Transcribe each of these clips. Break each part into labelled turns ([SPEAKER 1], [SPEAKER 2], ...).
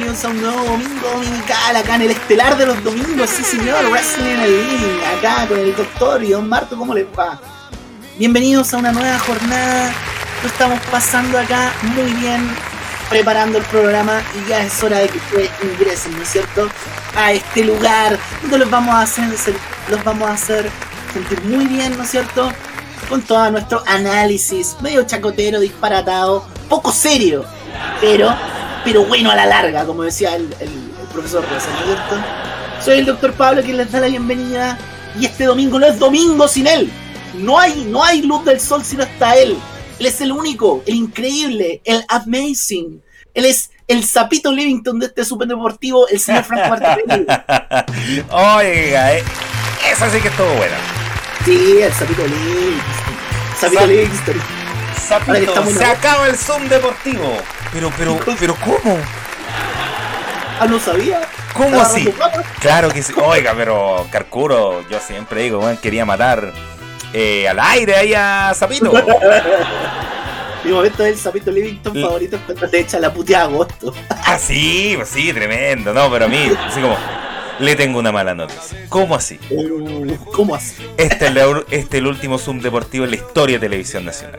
[SPEAKER 1] bienvenidos a un nuevo domingo dominical acá en el estelar de los domingos, sí señor, Wrestling en el Living, acá con el doctor y don Marto, ¿cómo les va? Bienvenidos a una nueva jornada, lo estamos pasando acá muy bien, preparando el programa y ya es hora de que ustedes ingresen, ¿no es cierto?, a este lugar donde los vamos a hacer sentir muy bien, ¿no es cierto?, con todo nuestro análisis, medio chacotero, disparatado, poco serio, pero bueno a la larga, como decía el profesor Rosa, ¿no es cierto? Soy el doctor Pablo quien les da la bienvenida y este domingo no es domingo sin él. No hay luz del sol si no está él. Él es el único, el increíble, el amazing. Él es el Sapito Livington de este superdeportivo, el señor Franco Martinelli.
[SPEAKER 2] Oiga, esa sí que estuvo buena.
[SPEAKER 1] Sí, el Sapito Livington. Sapito Livington.
[SPEAKER 2] Sapito, se acaba el Zoom deportivo. Pero ¿cómo?
[SPEAKER 1] Ah, no sabía.
[SPEAKER 2] ¿Cómo así? Claro que sí. Oiga, pero Carcuro, yo siempre digo, bueno, quería matar al aire ahí a Sapito.
[SPEAKER 1] Mi momento es el Sapito Livington favorito es cuando te echa la puteada a agosto.
[SPEAKER 2] Ah, sí, pues sí, tremendo. No, pero a mí, así como, le tengo una mala noticia. ¿Cómo así?
[SPEAKER 1] ¿Cómo así?
[SPEAKER 2] Este es el último Zoom deportivo en la historia de Televisión Nacional.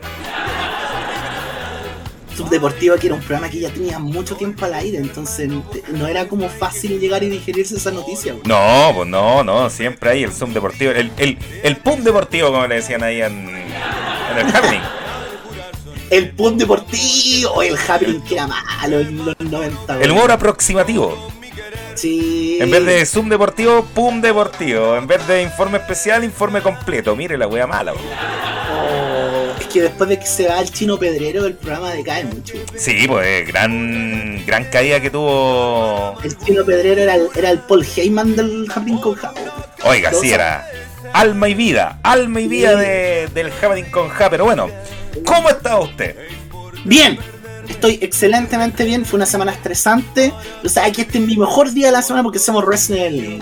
[SPEAKER 1] Subdeportivo, que era un programa que ya tenía mucho tiempo al aire, entonces no era como fácil llegar y digerirse esa noticia.
[SPEAKER 2] No, pues no, siempre hay el Zoom deportivo, el PUM deportivo, como le decían ahí en el Happening.
[SPEAKER 1] El PUM deportivo, el Happening que era malo en los 90.
[SPEAKER 2] El humor aproximativo.
[SPEAKER 1] Sí.
[SPEAKER 2] En vez de Zoom deportivo, PUM deportivo. En vez de informe especial, informe completo. Mire la wea mala.
[SPEAKER 1] Es que después de que se va el Chino Pedrero, el programa decae mucho.
[SPEAKER 2] Sí, pues gran caída que tuvo.
[SPEAKER 1] El Chino Pedrero era el Paul Heyman del Happening con Jabo.
[SPEAKER 2] Oiga, sí, era alma y vida del Happening con Ja. Pero bueno, ¿cómo está usted?
[SPEAKER 1] Bien. Estoy excelentemente bien, fue una semana estresante. O sea, aquí este es mi mejor día de la semana porque hacemos wrestling.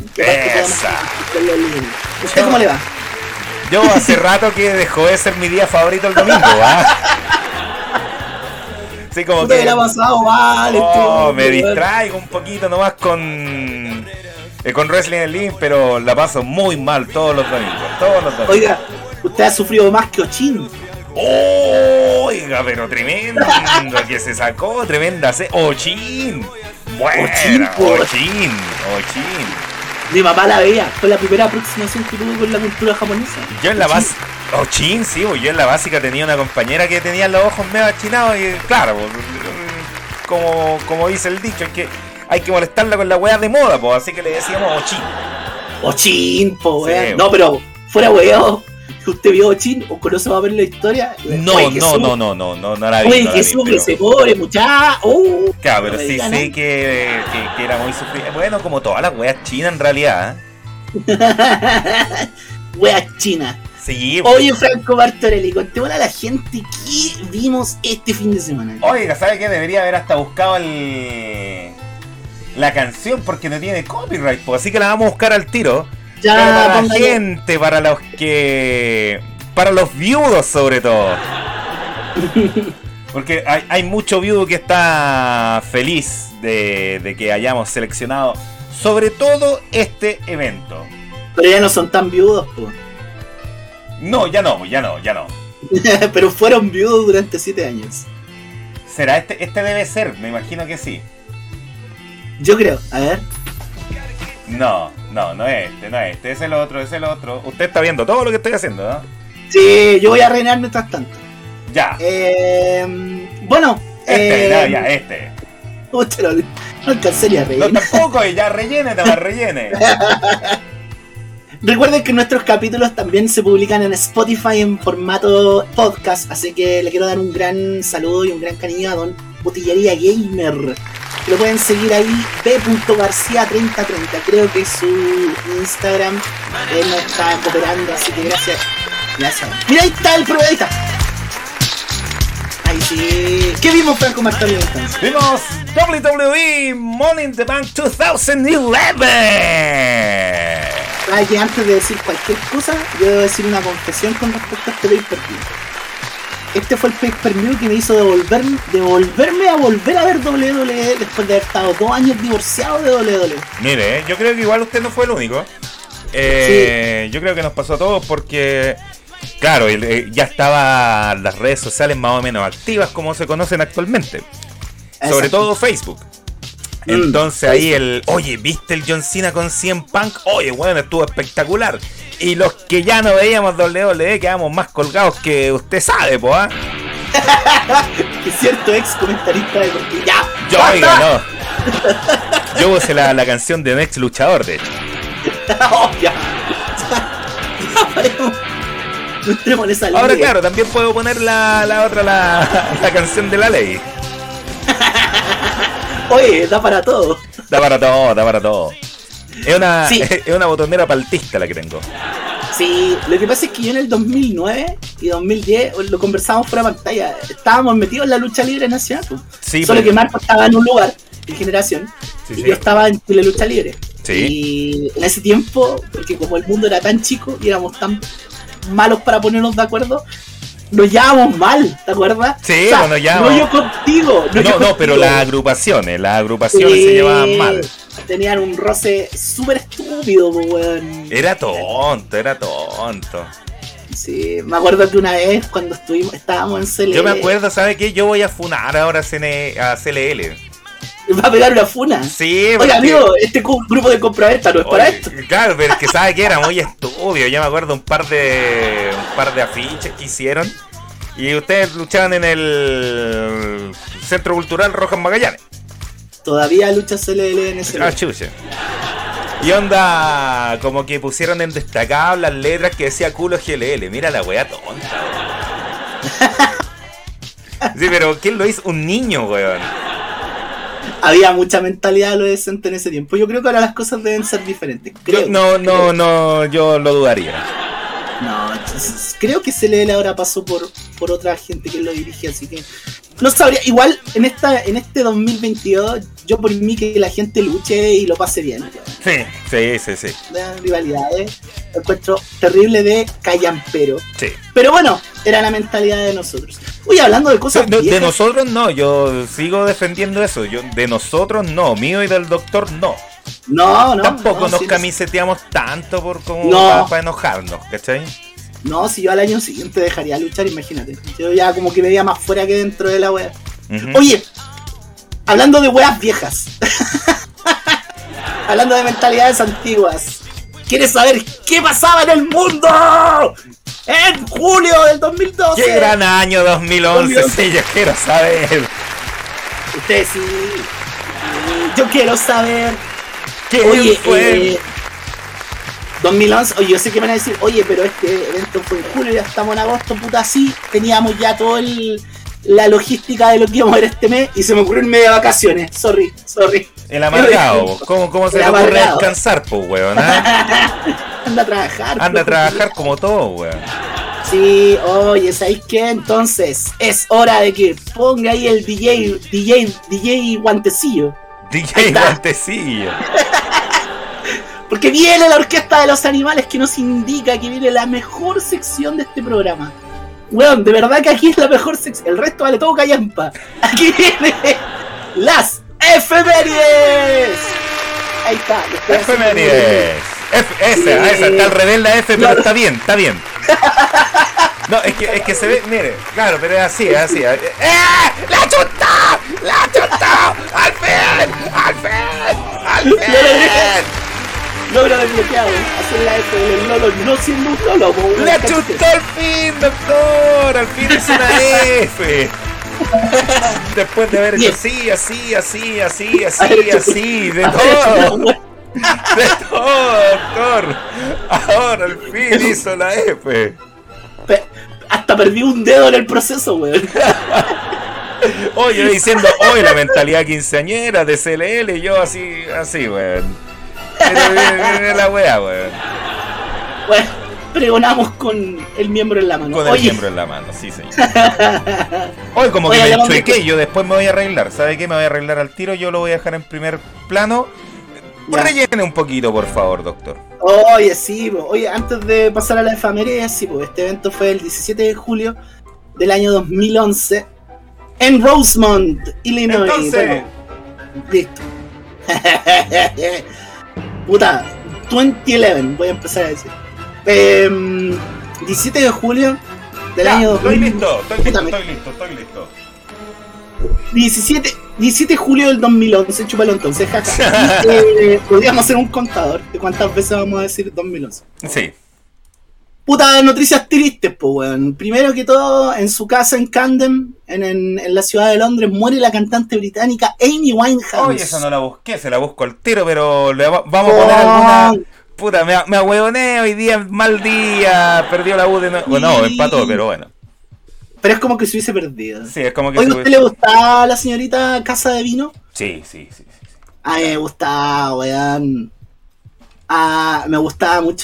[SPEAKER 1] ¿Usted cómo le va?
[SPEAKER 2] Yo hace rato que dejó de ser mi día favorito el domingo, Sí, como que
[SPEAKER 1] la pasado, vale,
[SPEAKER 2] me distraigo un poquito nomás con Wrestling en el Living, pero la paso muy mal todos los domingos.
[SPEAKER 1] Oiga, usted ha sufrido más que Ochin.
[SPEAKER 2] Oiga, pero tremendo que se sacó, tremenda Ochin. Bueno, Ochin.
[SPEAKER 1] Mi papá la veía, fue la primera aproximación que tuve con la cultura japonesa.
[SPEAKER 2] Yo en la base, Ochin, sí, yo en la básica tenía una compañera que tenía los ojos medio achinados y claro, como dice el dicho, es que hay que molestarla con la weá de moda, pues, así que le decíamos
[SPEAKER 1] Ochin, pues,
[SPEAKER 2] sí,
[SPEAKER 1] no, pero fuera weón. ¿Usted vio Ochin o conoce más o menos la historia?
[SPEAKER 2] No la vi.
[SPEAKER 1] Oye, Jesús que se pobre, muchacho.
[SPEAKER 2] Claro, pero sí sé que era muy sufrido. Bueno, como todas las weas chinas en realidad.
[SPEAKER 1] Weas chinas.
[SPEAKER 2] Sí.
[SPEAKER 1] Oye, Franco Martorelli, contémosle a la gente qué vimos este fin de semana.
[SPEAKER 2] Oiga, ¿sabe qué? Debería haber hasta buscado la canción porque no tiene copyright, así que la vamos a buscar al tiro.
[SPEAKER 1] Ya,
[SPEAKER 2] para la gente, para los viudos sobre todo. Porque hay mucho viudo que está feliz de que hayamos seleccionado sobre todo este evento.
[SPEAKER 1] Pero ya no son tan viudos, pues.
[SPEAKER 2] No, ya no.
[SPEAKER 1] Pero fueron viudos durante 7 años.
[SPEAKER 2] ¿Será este debe ser? Me imagino que sí.
[SPEAKER 1] Yo creo, a ver.
[SPEAKER 2] No es este, es el otro. Usted está viendo todo lo que estoy haciendo, ¿no?
[SPEAKER 1] Sí, yo voy a reinar mientras tanto.
[SPEAKER 2] Ya.
[SPEAKER 1] Bueno.
[SPEAKER 2] Este.
[SPEAKER 1] No alcancé ni a rellenar.
[SPEAKER 2] No, tampoco, ya rellene.
[SPEAKER 1] Recuerden que nuestros capítulos también se publican en Spotify en formato podcast, así que le quiero dar un gran saludo y un gran cariño a Don Botillería Gamer. Lo pueden seguir ahí, b.garcia3030, creo que es su Instagram. Él nos está cooperando, así que gracias. Mira, ahí está el programa. Ahí sí. ¿Qué vimos, Franco Martínez, entonces?
[SPEAKER 2] Vimos WWE Money in the Bank 2011.
[SPEAKER 1] Ay, que antes de decir cualquier cosa, yo debo decir una confesión con respecto a este pay-per-view. este fue el pay per view que me hizo devolverme a volver a ver WWE después de haber estado 2 años divorciado de WWE.
[SPEAKER 2] Mire, yo creo que igual usted no fue el único.
[SPEAKER 1] Sí.
[SPEAKER 2] Yo creo que nos pasó a todos porque, claro, ya estaban las redes sociales más o menos activas como se conocen actualmente.
[SPEAKER 1] Exacto.
[SPEAKER 2] Sobre todo Facebook. Entonces ahí oye, ¿viste el John Cena con CM Punk? Oye, bueno, estuvo espectacular. Y los que ya no veíamos WWE quedamos más colgados que usted sabe, po, ¿ah?
[SPEAKER 1] Que cierto ex comentarista de porque ya.
[SPEAKER 2] Yo, oiga, no. Yo usé la canción de un ex luchador, de hecho.
[SPEAKER 1] Oh, ya. Ya paremos. No entremos en esa línea.
[SPEAKER 2] Ahora, claro, también puedo poner la otra, la canción de la ley.
[SPEAKER 1] Oye, da para todo.
[SPEAKER 2] Da para todo, da para todo. Es una,
[SPEAKER 1] Sí.
[SPEAKER 2] es una botonera paltista la que tengo.
[SPEAKER 1] Sí, lo que pasa es que yo en el 2009 y 2010 lo conversábamos fuera de pantalla. Estábamos metidos en la lucha libre nacional. Pues.
[SPEAKER 2] Sí,
[SPEAKER 1] Solo
[SPEAKER 2] pero-
[SPEAKER 1] que Marco estaba en un lugar, en Generación,
[SPEAKER 2] Sí,
[SPEAKER 1] y
[SPEAKER 2] sí.
[SPEAKER 1] yo estaba en Chile Lucha Libre.
[SPEAKER 2] Sí.
[SPEAKER 1] Y en ese tiempo, porque como el mundo era tan chico y éramos tan malos para ponernos de acuerdo, nos llevábamos mal, ¿te acuerdas?
[SPEAKER 2] Sí,
[SPEAKER 1] O sea,
[SPEAKER 2] bueno, ya-
[SPEAKER 1] no yo contigo.
[SPEAKER 2] No,
[SPEAKER 1] yo
[SPEAKER 2] no, pero
[SPEAKER 1] contigo.
[SPEAKER 2] las agrupaciones se
[SPEAKER 1] Sí,
[SPEAKER 2] llevaban mal.
[SPEAKER 1] Tenían un roce súper estúpido, pues, weón.
[SPEAKER 2] Era tonto.
[SPEAKER 1] Sí, me acuerdo que una vez cuando estábamos en CLL.
[SPEAKER 2] Yo me acuerdo, ¿sabe qué? Yo voy a funar ahora a CLL.
[SPEAKER 1] Va a pegar una funa.
[SPEAKER 2] Sí,
[SPEAKER 1] Oiga,
[SPEAKER 2] porque-
[SPEAKER 1] amigo, este grupo de compraventa no es para
[SPEAKER 2] Oye,
[SPEAKER 1] esto.
[SPEAKER 2] claro, pero es que sabe que era muy estúpido. Yo me acuerdo un par de afiches que hicieron. Y ustedes luchaban en el Centro Cultural Rojas Magallanes.
[SPEAKER 1] Todavía lucha CLL en ese lugar.
[SPEAKER 2] Chucha. Y onda, como que pusieron en destacado las letras que decía culo GLL. Mira la wea tonta. Sí, pero ¿quién lo hizo? Un niño, weón.
[SPEAKER 1] Había mucha mentalidad adolescente en ese tiempo. Yo creo que ahora las cosas deben ser diferentes. Creo.
[SPEAKER 2] No, yo lo dudaría.
[SPEAKER 1] No, creo que CLL ahora pasó por otra gente que lo dirigía, así que no sabría. Igual en este 2022, yo por mí que la gente luche y lo pase bien.
[SPEAKER 2] Sí.
[SPEAKER 1] De rivalidades, lo encuentro terrible de callampero.
[SPEAKER 2] Sí.
[SPEAKER 1] Pero bueno, era la mentalidad de nosotros. Uy, hablando de cosas
[SPEAKER 2] De
[SPEAKER 1] viejas,
[SPEAKER 2] nosotros no, yo sigo defendiendo eso. De nosotros no, mío y del doctor no.
[SPEAKER 1] no,
[SPEAKER 2] Tampoco nos
[SPEAKER 1] si
[SPEAKER 2] camiseteamos tanto por como
[SPEAKER 1] No.
[SPEAKER 2] para enojarnos, ¿cachai?
[SPEAKER 1] No, si yo al año siguiente dejaría luchar, imagínate. Yo ya como que me veía más fuera que dentro de la wea.
[SPEAKER 2] Ujú.
[SPEAKER 1] Oye, hablando de weas viejas. Hablando de mentalidades antiguas. ¿Quieres saber qué pasaba en el mundo? En julio del 2012.
[SPEAKER 2] ¡Qué gran año 2011!
[SPEAKER 1] 2011.
[SPEAKER 2] Sí, yo quiero saber.
[SPEAKER 1] Ustedes sí. Yo quiero saber.
[SPEAKER 2] ¿Qué
[SPEAKER 1] Oye,
[SPEAKER 2] fue?
[SPEAKER 1] 2011, oye, yo sé que van a decir, oye, pero este evento fue en julio, ya estamos en agosto, puta, sí, teníamos ya toda la logística de lo que íbamos a ver este mes y se me ocurrió en medio de vacaciones, sorry.
[SPEAKER 2] El amargado, ¿cómo se
[SPEAKER 1] El
[SPEAKER 2] le ocurre
[SPEAKER 1] amargado.
[SPEAKER 2] descansar, pues, weón? ¿Ah?
[SPEAKER 1] Anda a trabajar.
[SPEAKER 2] Anda a
[SPEAKER 1] pues,
[SPEAKER 2] trabajar como todo, weón.
[SPEAKER 1] Sí, oye, ¿sabéis qué? Entonces, es hora de que ponga ahí el DJ Guantecillo. Ahí
[SPEAKER 2] DJ
[SPEAKER 1] está.
[SPEAKER 2] Guantecillo.
[SPEAKER 1] Porque viene la orquesta de los animales que nos indica que viene la mejor sección de este programa. Weón, de verdad que aquí es la mejor sección. El resto vale todo callampa. Aquí viene las efemérides. Ahí está. lo estoy haciendo muy bien.
[SPEAKER 2] Efemérides. Esa, está al revés la F, pero
[SPEAKER 1] Claro.
[SPEAKER 2] está bien. No, es que se ve, mire, claro, pero es así. ¡La chutó! ¡Al fin!
[SPEAKER 1] Logro desbloqueado. Hacer la F del Lolo no siendo un Lolo. po, weón.
[SPEAKER 2] ¡Le chutó al fin, doctor! ¡Al fin es una F! Después de haber hecho así, de todo. De todo, doctor. Ahora al fin hizo la F.
[SPEAKER 1] Hasta perdí un dedo en el proceso, weón.
[SPEAKER 2] Oye, diciendo, hoy la mentalidad quinceañera de CLL, y yo así, weón. Viene la wea, weón.
[SPEAKER 1] Bueno, pregonamos con el miembro en la mano.
[SPEAKER 2] Con el
[SPEAKER 1] Oye,
[SPEAKER 2] miembro en la mano, sí, señor. Hoy como que
[SPEAKER 1] Oye,
[SPEAKER 2] me
[SPEAKER 1] hablamos de
[SPEAKER 2] chuequé, yo después me voy a arreglar. ¿Sabe qué? Me voy a arreglar al tiro, yo lo voy a dejar en primer plano.
[SPEAKER 1] Ya.
[SPEAKER 2] Rellene un poquito, por favor, doctor.
[SPEAKER 1] Oye, sí, po. Oye, antes de pasar a la efeméride, sí, pues este evento fue el 17 de julio del año 2011 en Rosemont, Illinois.
[SPEAKER 2] Entonces,
[SPEAKER 1] Bueno, listo. Puta, 2011, voy a empezar a decir. 17 de julio del
[SPEAKER 2] ya,
[SPEAKER 1] año
[SPEAKER 2] estoy
[SPEAKER 1] 2000.
[SPEAKER 2] listo.
[SPEAKER 1] 17 de julio del 2011, chúpalo entonces, jaja. Podríamos hacer un contador de cuántas veces vamos a decir 2011.
[SPEAKER 2] Sí.
[SPEAKER 1] Puta, noticias tristes, pues, weón. Primero que todo, en su casa en Camden, en la ciudad de Londres, muere la cantante británica Amy Winehouse.
[SPEAKER 2] Oye, esa no la busqué, se la busco al tiro, pero vamos a poner alguna... Puta, me ahueoné hoy día, mal día, perdió la U de nuevo. Bueno, empató, pero bueno.
[SPEAKER 1] Pero es como que se hubiese perdido.
[SPEAKER 2] Sí, es como que...
[SPEAKER 1] Oye, ¿a usted le gustaba la señorita Casa de Vino?
[SPEAKER 2] Sí.
[SPEAKER 1] A mí me gustaba, weón. Me gustaba mucho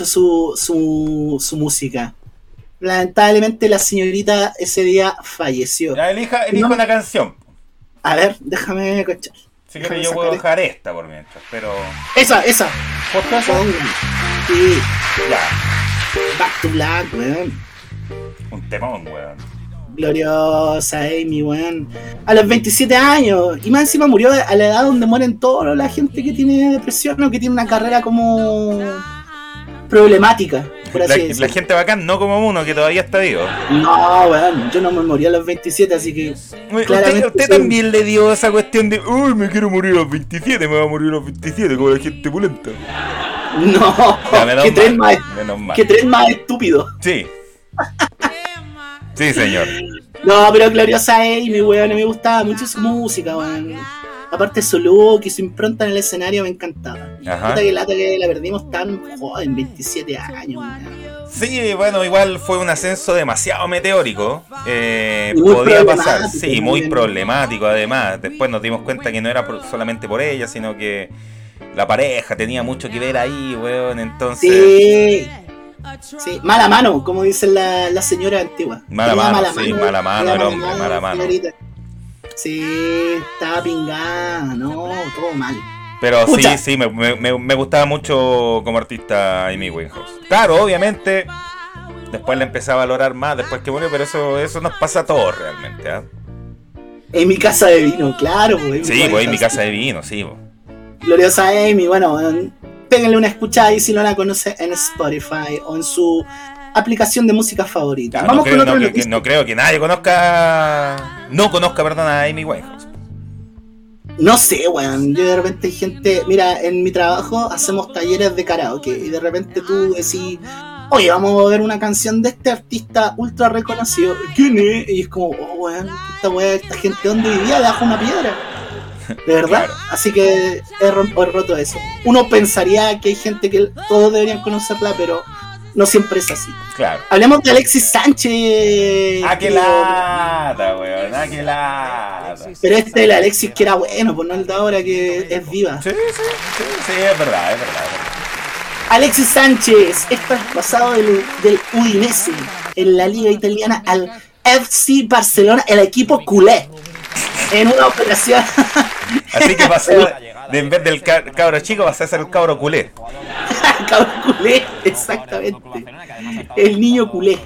[SPEAKER 1] su música. Lamentablemente la señorita ese día falleció.
[SPEAKER 2] Ya, elija
[SPEAKER 1] No.
[SPEAKER 2] una canción.
[SPEAKER 1] A ver, déjame cachar.
[SPEAKER 2] Si quieres yo puedo dejar esta por mientras, pero...
[SPEAKER 1] Esa.
[SPEAKER 2] ¿Posta esa?
[SPEAKER 1] Sí,
[SPEAKER 2] Ya,
[SPEAKER 1] Back to Black, weón.
[SPEAKER 2] un temón, weón.
[SPEAKER 1] Gloriosa Amy, weón. A los 27 años. Y más encima murió a la edad donde mueren toda la gente que tiene depresión o que tiene una carrera como problemática, por así
[SPEAKER 2] La
[SPEAKER 1] decirlo.
[SPEAKER 2] gente bacán, no como uno que todavía está vivo.
[SPEAKER 1] No, weón. Yo no me morí a los 27, así que... claramente
[SPEAKER 2] Usted
[SPEAKER 1] soy-
[SPEAKER 2] también le dio esa cuestión de uy, me quiero morir a los 27, me voy a morir a los 27 como la gente pulenta.
[SPEAKER 1] No,
[SPEAKER 2] Ya, menos
[SPEAKER 1] qué tren
[SPEAKER 2] mal,
[SPEAKER 1] más,
[SPEAKER 2] menos mal.
[SPEAKER 1] qué tren más estúpido.
[SPEAKER 2] Sí. Sí, señor.
[SPEAKER 1] No, pero gloriosa Amy, weón, me gustaba mucho su música, weón. Aparte su look y su impronta en el escenario me encantaba.
[SPEAKER 2] Ajá.
[SPEAKER 1] Puta que lata que la perdimos tan joven, 27 años, weón.
[SPEAKER 2] Sí, bueno, igual fue un ascenso demasiado meteórico.
[SPEAKER 1] Muy
[SPEAKER 2] Podía pasar,
[SPEAKER 1] problemático,
[SPEAKER 2] sí, muy
[SPEAKER 1] muy-
[SPEAKER 2] problemático además. Después nos dimos cuenta que no era solamente por ella, sino que la pareja tenía mucho que ver ahí, weón. Entonces,
[SPEAKER 1] Sí. Sí, mala mano, como dicen la señora antigua.
[SPEAKER 2] Mala
[SPEAKER 1] Tenía
[SPEAKER 2] mano, sí, mala mano
[SPEAKER 1] tenía
[SPEAKER 2] el hombre, mala mano.
[SPEAKER 1] señorita. Sí, estaba pingada, no, todo mal.
[SPEAKER 2] pero
[SPEAKER 1] Escucha.
[SPEAKER 2] sí, me gustaba mucho como artista Amy Winehouse. Claro, obviamente, después la empecé a valorar más después que murió, pero eso nos pasa a todos realmente, ¿ah?
[SPEAKER 1] En mi casa de vino, claro, pues.
[SPEAKER 2] Sí, pues en mi casa de vino, sí, pues.
[SPEAKER 1] Gloriosa Amy, bueno, péguenle una escuchada y si no la conoce en Spotify o en su aplicación de música favorita.
[SPEAKER 2] No,
[SPEAKER 1] Vamos con otra
[SPEAKER 2] no
[SPEAKER 1] noticia.
[SPEAKER 2] no creo que nadie conozca, perdón, a Amy Winehouse.
[SPEAKER 1] No sé, weón. Yo de repente hay gente. Mira, en mi trabajo hacemos talleres de karaoke y de repente tú decís, oye, vamos a ver una canción de este artista ultra reconocido. ¿Quién es? Y es como, oh, weón, esta gente ¿dónde vivía? Debajo de una piedra. De verdad.
[SPEAKER 2] Claro.
[SPEAKER 1] Así que he roto eso. Uno pensaría que hay gente que todos deberían conocerla, pero no siempre es así.
[SPEAKER 2] Claro.
[SPEAKER 1] Hablemos de Alexis Sánchez.
[SPEAKER 2] ¡Ah, qué lata, weón! ¡Ah, qué lata!
[SPEAKER 1] Pero este del Alexis que era bueno, pues no el de ahora que es viva.
[SPEAKER 2] Sí, es verdad.
[SPEAKER 1] Alexis Sánchez es traspasado del Udinese en la liga italiana al FC Barcelona, el equipo culé, en una operación.
[SPEAKER 2] Así que pasó, en vez del cabro chico, vas a ser el cabro culé.
[SPEAKER 1] Cabrón culé, exactamente. El niño culé.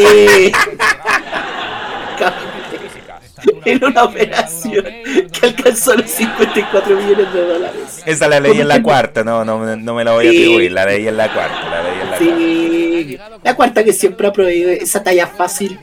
[SPEAKER 1] Cabrón culé. En una operación que alcanzó los 54 millones de dólares.
[SPEAKER 2] Esa la leí en la cuarta, no me la voy a atribuir, la leí en la cuarta,
[SPEAKER 1] Sí, la cuarta que siempre ha prohibido esa talla fácil.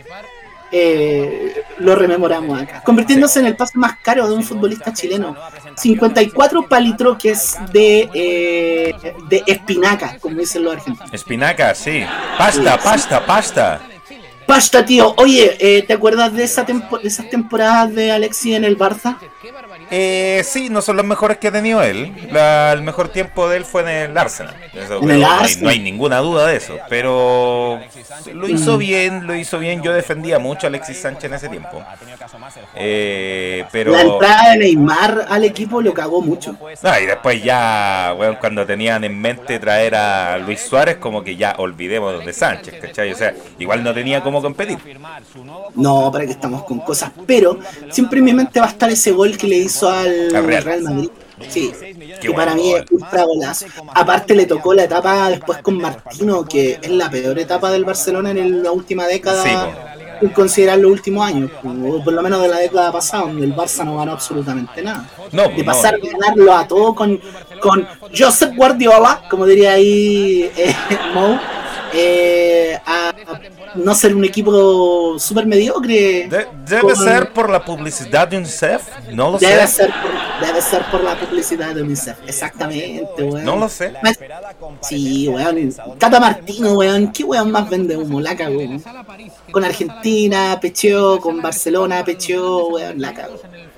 [SPEAKER 1] Lo rememoramos acá, convirtiéndose en el pase más caro de un futbolista chileno. 54 palitroques de espinaca, como dicen los argentinos.
[SPEAKER 2] Espinaca, sí. Pasta.
[SPEAKER 1] Pasta, tío. Oye, ¿te acuerdas de esas temporadas de Alexis en el Barça?
[SPEAKER 2] Sí, no son los mejores que ha tenido él. El mejor tiempo de él fue en el Arsenal. Eso,
[SPEAKER 1] En el
[SPEAKER 2] no
[SPEAKER 1] Arsenal.
[SPEAKER 2] hay ninguna duda de eso. Pero lo hizo bien. Yo defendía mucho a Alexis Sánchez en ese tiempo. Pero...
[SPEAKER 1] La entrada de Neymar al equipo lo cagó mucho.
[SPEAKER 2] No, y después ya, bueno, cuando tenían en mente traer a Luis Suárez, como que ya olvidemos de Sánchez, ¿cachai? O sea, igual no tenía cómo competir.
[SPEAKER 1] No, para que estamos con cosas, pero siempre en mi mente va a estar ese gol que le hizo al
[SPEAKER 2] Al Real.
[SPEAKER 1] Real Madrid. Sí,
[SPEAKER 2] Qué
[SPEAKER 1] que para
[SPEAKER 2] buen
[SPEAKER 1] mí
[SPEAKER 2] gol.
[SPEAKER 1] es ultra golazo. Aparte le tocó la etapa después con Martino, que es la peor etapa del Barcelona en la última década.
[SPEAKER 2] Sí,
[SPEAKER 1] considerar los últimos años, o por lo menos de la década pasada, donde el Barça no ganó absolutamente nada.
[SPEAKER 2] No,
[SPEAKER 1] de pasar de ganarlo a todo con Josep Guardiola, como diría ahí Mo, a no ser un equipo súper mediocre.
[SPEAKER 2] Debe ser por la publicidad de UNICEF, no lo sé.
[SPEAKER 1] Debe ser por la publicidad de UNICEF, exactamente, weón.
[SPEAKER 2] No lo sé.
[SPEAKER 1] Sí, weón. Tata Martino, weón. ¿Qué weón más vende humo? La cagó. Con Argentina, pecheó. Con Barcelona, pecheó, weón. La cagó.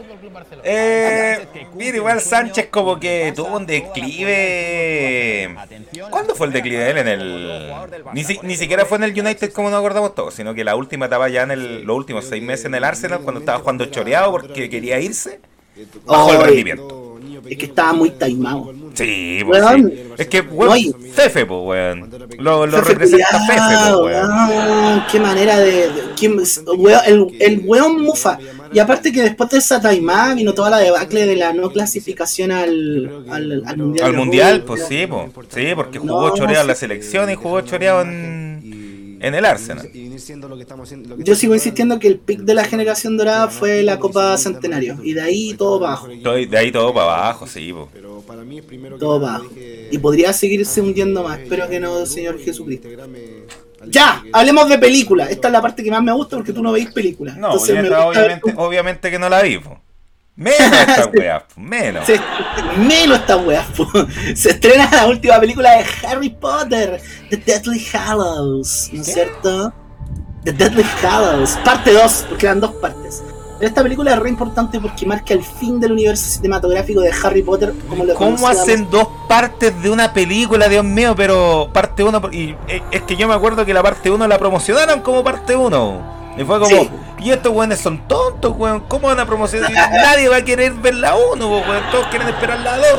[SPEAKER 2] Mira, igual Sánchez como que tuvo un declive. ¿Cuándo fue el declive de él? En el... Ni siquiera fue en el United como nos acordamos todos, sino que la última estaba ya en los últimos 6 meses en el Arsenal, cuando estaba jugando choreado porque quería irse. Bajó el rendimiento.
[SPEAKER 1] Es que estaba muy taimado.
[SPEAKER 2] Sí, pues
[SPEAKER 1] weón.
[SPEAKER 2] sí. Es que, weón, Fefe, pues, weón. Lo representa Fefe, pues, weón.
[SPEAKER 1] Qué manera el weón mufa. Y aparte que después de esa taimada vino toda la debacle de la no clasificación al mundial.
[SPEAKER 2] Al mundial, pues sí, pues. Sí, porque jugó choreado en la selección y jugó choreado en el Arsenal.
[SPEAKER 1] Yo sigo insistiendo que el pick de la generación dorada fue la Copa Centenario. Y de ahí todo para abajo.
[SPEAKER 2] De ahí todo para abajo, sí, po.
[SPEAKER 1] Todo para abajo. Y podría seguirse hundiendo más. Espero que no, Señor Jesucristo. Ya, hablemos de películas. Esta es la parte que más me gusta porque tú no veis películas.
[SPEAKER 2] No,
[SPEAKER 1] entonces
[SPEAKER 2] obviamente que no la vi, po. Menos esta weá, menos.
[SPEAKER 1] Menos esta weá. Se estrena la última película de Harry Potter, The Deathly Hallows, ¿no es cierto? The Deathly Hallows, parte 2, porque eran 2 partes. Pero esta película es re importante porque marca el fin del universo cinematográfico de Harry Potter.
[SPEAKER 2] ¿Cómo hacen 2 partes de una película, Dios mío? Pero parte 1, y es que yo me acuerdo que la parte 1 la promocionaron como parte 1. Y fue como, sí. Y estos weones son tontos, weón. ¿Cómo van a promocionar? Nadie va a querer ver la 1, weón. Todos quieren esperar la 2.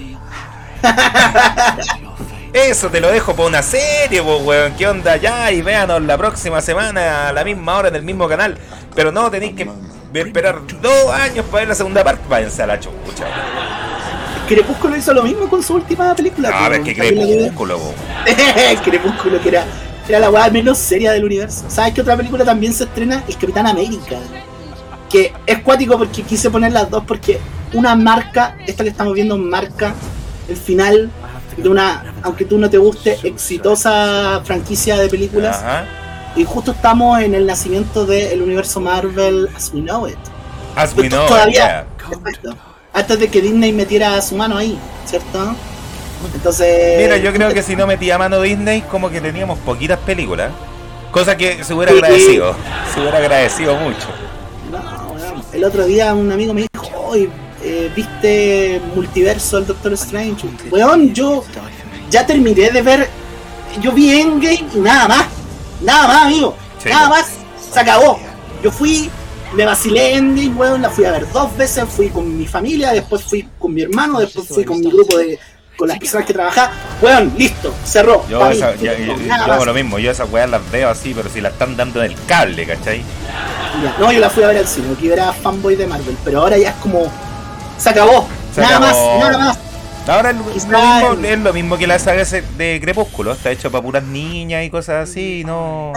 [SPEAKER 2] Eso te lo dejo para una serie, weón. ¿Qué onda? Ya, y véanos la próxima semana a la misma hora en el mismo canal. Pero no, tenéis que esperar 2 años para ver la segunda parte. Váyanse a la chucha.
[SPEAKER 1] Crepúsculo hizo lo mismo con su última película.
[SPEAKER 2] A ver, que Crepúsculo, weón.
[SPEAKER 1] Crepúsculo, que era la weá menos seria del universo. ¿Sabes qué otra película también se estrena? El Capitán América. Que es cuático porque quise poner las dos porque una marca, esta que estamos viendo, marca el final de una, aunque tú no te guste, exitosa franquicia de películas.
[SPEAKER 2] Ajá.
[SPEAKER 1] Y justo estamos en el nacimiento del universo Marvel As We Know It.
[SPEAKER 2] As We Know
[SPEAKER 1] It, perfecto. Antes de que Disney metiera su mano ahí, ¿cierto? Entonces...
[SPEAKER 2] Mira, yo creo que si no metía mano Disney, como que teníamos poquitas películas. Cosa que se hubiera agradecido. Se hubiera agradecido mucho.
[SPEAKER 1] No, bueno, el otro día un amigo me dijo, oye, ¿viste Multiverso del Doctor Strange? Weón, yo ya terminé de ver... Yo vi Endgame y nada más. Nada más, amigo. Sí, nada más. Se acabó. Yo fui... Me vacilé Endgame, weón, la fui a ver 2 veces, fui con mi familia, después fui con mi hermano, después fui con mi grupo con las personas que trabajaba, weón, listo, cerró.
[SPEAKER 2] Yo hago lo mismo, yo esas weas las veo así, pero si la están dando en el cable, ¿cachai?
[SPEAKER 1] Ya, no, yo la fui a ver al cine, que yo era fanboy de Marvel, pero ahora ya es como, se acabó, nada más.
[SPEAKER 2] Ahora es lo mismo que la saga de Crepúsculo, está hecho para puras niñas y cosas así, no...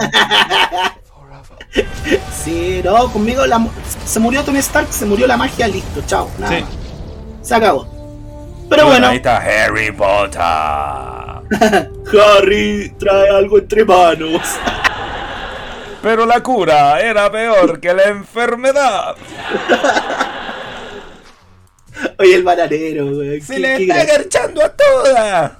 [SPEAKER 1] Sí, no, conmigo se murió Tony Stark, se murió la magia, listo, chao, nada. Sí. Se acabó. Pero bueno.
[SPEAKER 2] Ahí está Harry Potter.
[SPEAKER 1] Harry trae algo entre manos.
[SPEAKER 2] Pero la cura era peor que la enfermedad.
[SPEAKER 1] Oye, el bananero, güey.
[SPEAKER 2] Se le está agarchando a todas.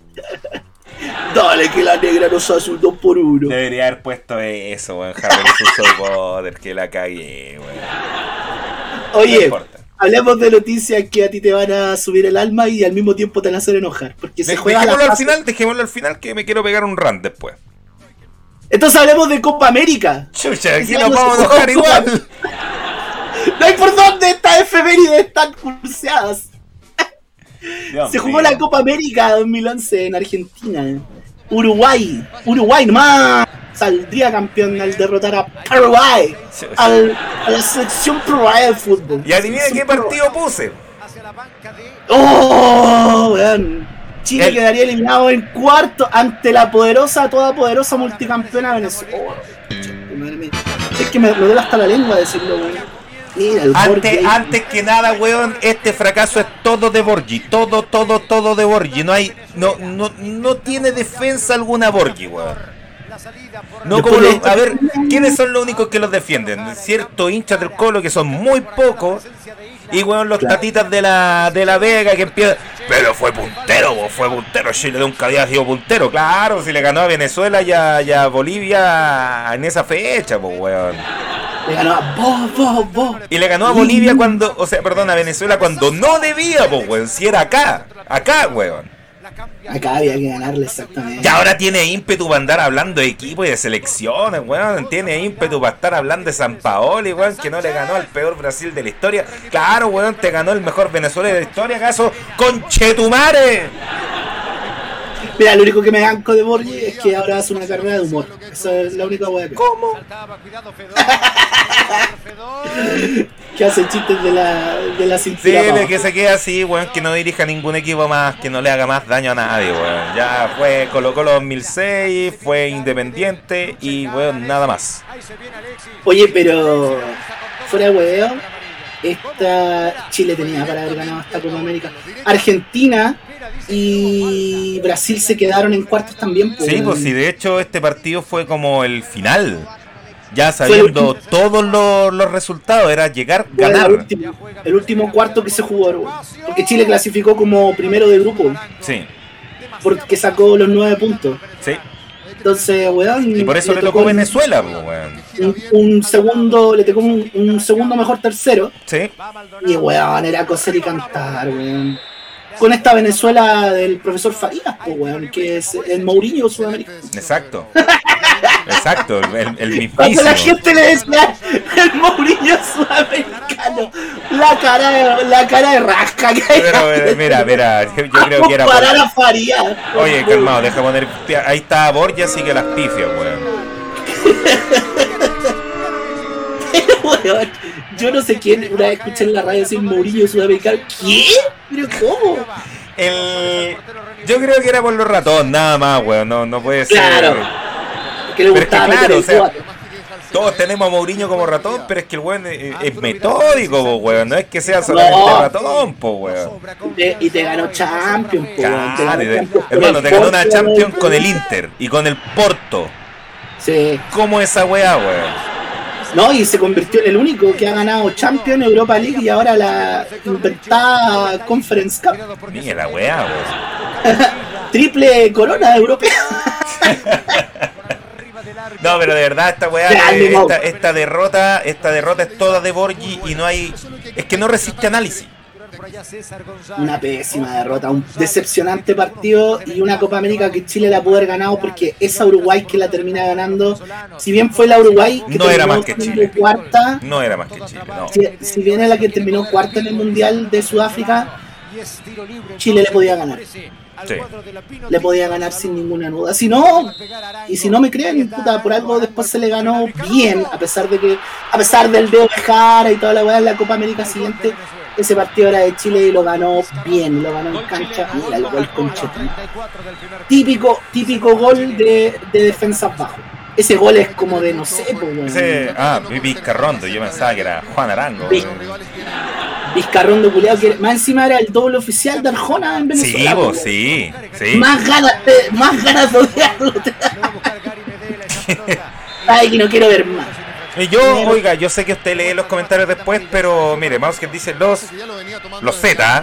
[SPEAKER 1] Dale, que la negra nos hace un 2x1.
[SPEAKER 2] Debería haber puesto eso, weón. Harry Potter, que la cagué, weón.
[SPEAKER 1] Oye, no hablemos de noticias que a ti te van a subir el alma y al mismo tiempo te van a hacer enojar. Porque se juega
[SPEAKER 2] dejémoslo al final que me quiero pegar un rant después.
[SPEAKER 1] Entonces hablemos de Copa América.
[SPEAKER 2] Chucha, aquí nos vamos a enojar igual.
[SPEAKER 1] No hay por dónde estas efemérides están curseadas. Se jugó la Copa América 2011 en Argentina. Uruguay nomás saldría campeón al derrotar a Paraguay, a la selección paraguaya de fútbol.
[SPEAKER 2] Y adivina qué partido puse.
[SPEAKER 1] Oh, vean. Chile quedaría eliminado en cuarto ante la toda poderosa multicampeona Venezuela. que me duele hasta la lengua decirlo, weón. Mira, el
[SPEAKER 2] antes que nada, weón, este fracaso es todo de Borgi. Todo de Borgi. No tiene defensa alguna Borgi, weón. No como a ver, ¿quiénes son los únicos que los defienden? Ciertos hinchas del Colo que son muy pocos. Y weón, los tatitas de la Vega que empiezan. Pero fue puntero, Chile nunca había sido puntero. Claro, si le ganó a Venezuela y a Bolivia en esa fecha, pues weón.
[SPEAKER 1] Le ganó a vos.
[SPEAKER 2] Y le ganó a Bolivia a Venezuela cuando no debía, pues weón. Si era acá, weón.
[SPEAKER 1] Acá había que ganarle exactamente.
[SPEAKER 2] Y ahora tiene ímpetu para andar hablando de equipo y de selecciones, weón. Tiene ímpetu para estar hablando de San Paoli, weón, que no le ganó al peor Brasil de la historia. Claro, weón, te ganó el mejor Venezuela de la historia, ¿acaso? ¡Conchetumare!
[SPEAKER 1] Mira, lo único que me banco de Borgi es que ahora hace una carrera de humor. Esa es la única weá que...
[SPEAKER 2] ¿Cómo?
[SPEAKER 1] Que hace chistes de la cintura.
[SPEAKER 2] Sí, de que se quede así, weón, que no dirija ningún equipo más, que no le haga más daño a nadie, weón. Ya fue Colo-Colo 2006, fue Independiente y, weón, nada más.
[SPEAKER 1] Oye, pero fuera de hueveo, Chile tenía para haber ganado esta Copa América. Argentina y Brasil se quedaron en cuartos también.
[SPEAKER 2] Sí, pues sí, de hecho este partido fue como el final. Ya sabiendo todos los resultados, era ganar.
[SPEAKER 1] El último cuarto que se jugó, porque Chile clasificó como primero de grupo.
[SPEAKER 2] Sí.
[SPEAKER 1] Porque sacó los 9 puntos.
[SPEAKER 2] Sí.
[SPEAKER 1] Entonces, weón.
[SPEAKER 2] Y por eso le tocó Venezuela, weón.
[SPEAKER 1] Un segundo, le tocó un segundo mejor tercero.
[SPEAKER 2] Sí.
[SPEAKER 1] Y weón, era coser y cantar, weón. Con esta Venezuela del profesor Farías, pues, weón, que es el Mourinho sudamericano.
[SPEAKER 2] Exacto. Exacto, el mismísimo.
[SPEAKER 1] Cuando la gente le decía el Mourinho sudamericano, la cara de rasca que hay.
[SPEAKER 2] Pero mira, yo creo que era
[SPEAKER 1] para la Farías.
[SPEAKER 2] Oye, calmado, deja poner. Ahí está Borja, sigue las pifias, weón.
[SPEAKER 1] Weón, yo no sé quién, una vez escuché en la radio decir Mourinho sudamericano. ¿Qué? ¿Pero cómo?
[SPEAKER 2] Yo creo que era por los ratón, nada más, weón. No puede ser.
[SPEAKER 1] Claro. Que le gustaba,
[SPEAKER 2] pero es que claro, o sea, todos tenemos a Mourinho como ratón, pero es que el weón es metódico, weón. No es que sea solamente ratón, weón.
[SPEAKER 1] Y te ganó Champions,
[SPEAKER 2] claro, hermano, te ganó una Champions con el Inter y con el Porto.
[SPEAKER 1] Sí.
[SPEAKER 2] ¿Cómo esa weá, weón?
[SPEAKER 1] No, y se convirtió en el único que ha ganado Champions, Europa League y ahora la inventada Conference Cup.
[SPEAKER 2] Mira la weá, weón.
[SPEAKER 1] Triple corona europea.
[SPEAKER 2] No, pero de verdad esta weá, esta derrota es toda de Borgi y no hay, es que no resiste análisis.
[SPEAKER 1] Una pésima derrota, un decepcionante partido y una Copa América que Chile la pudo haber ganado porque esa Uruguay que la termina ganando, si bien fue la Uruguay que
[SPEAKER 2] no era más que Chile,
[SPEAKER 1] cuarta,
[SPEAKER 2] no era más que Chile, no.
[SPEAKER 1] Si bien es la que terminó cuarta en el Mundial de Sudáfrica, Chile le podía ganar. Sí. Le podía ganar sin ninguna duda. Si no me creen, puta, por algo después se le ganó bien, a pesar del dedo de Jara y toda la weá en la Copa América siguiente. Ese partido era de Chile y lo ganó bien, lo ganó en cancha. Mira el gol con Chetón. Típico gol de defensas bajo. Ese gol es como de no sé, pues,
[SPEAKER 2] Vizcarrondo, yo pensaba que era Juan Arango.
[SPEAKER 1] Vizcarrondo culiado, que más encima era el doble oficial de Arjona en Venezuela.
[SPEAKER 2] Sí.
[SPEAKER 1] Más ganas de odiarlo. Ay, que no quiero ver más.
[SPEAKER 2] Y yo sé que usted lee los comentarios después, pero mire, vamos que dicen los Z.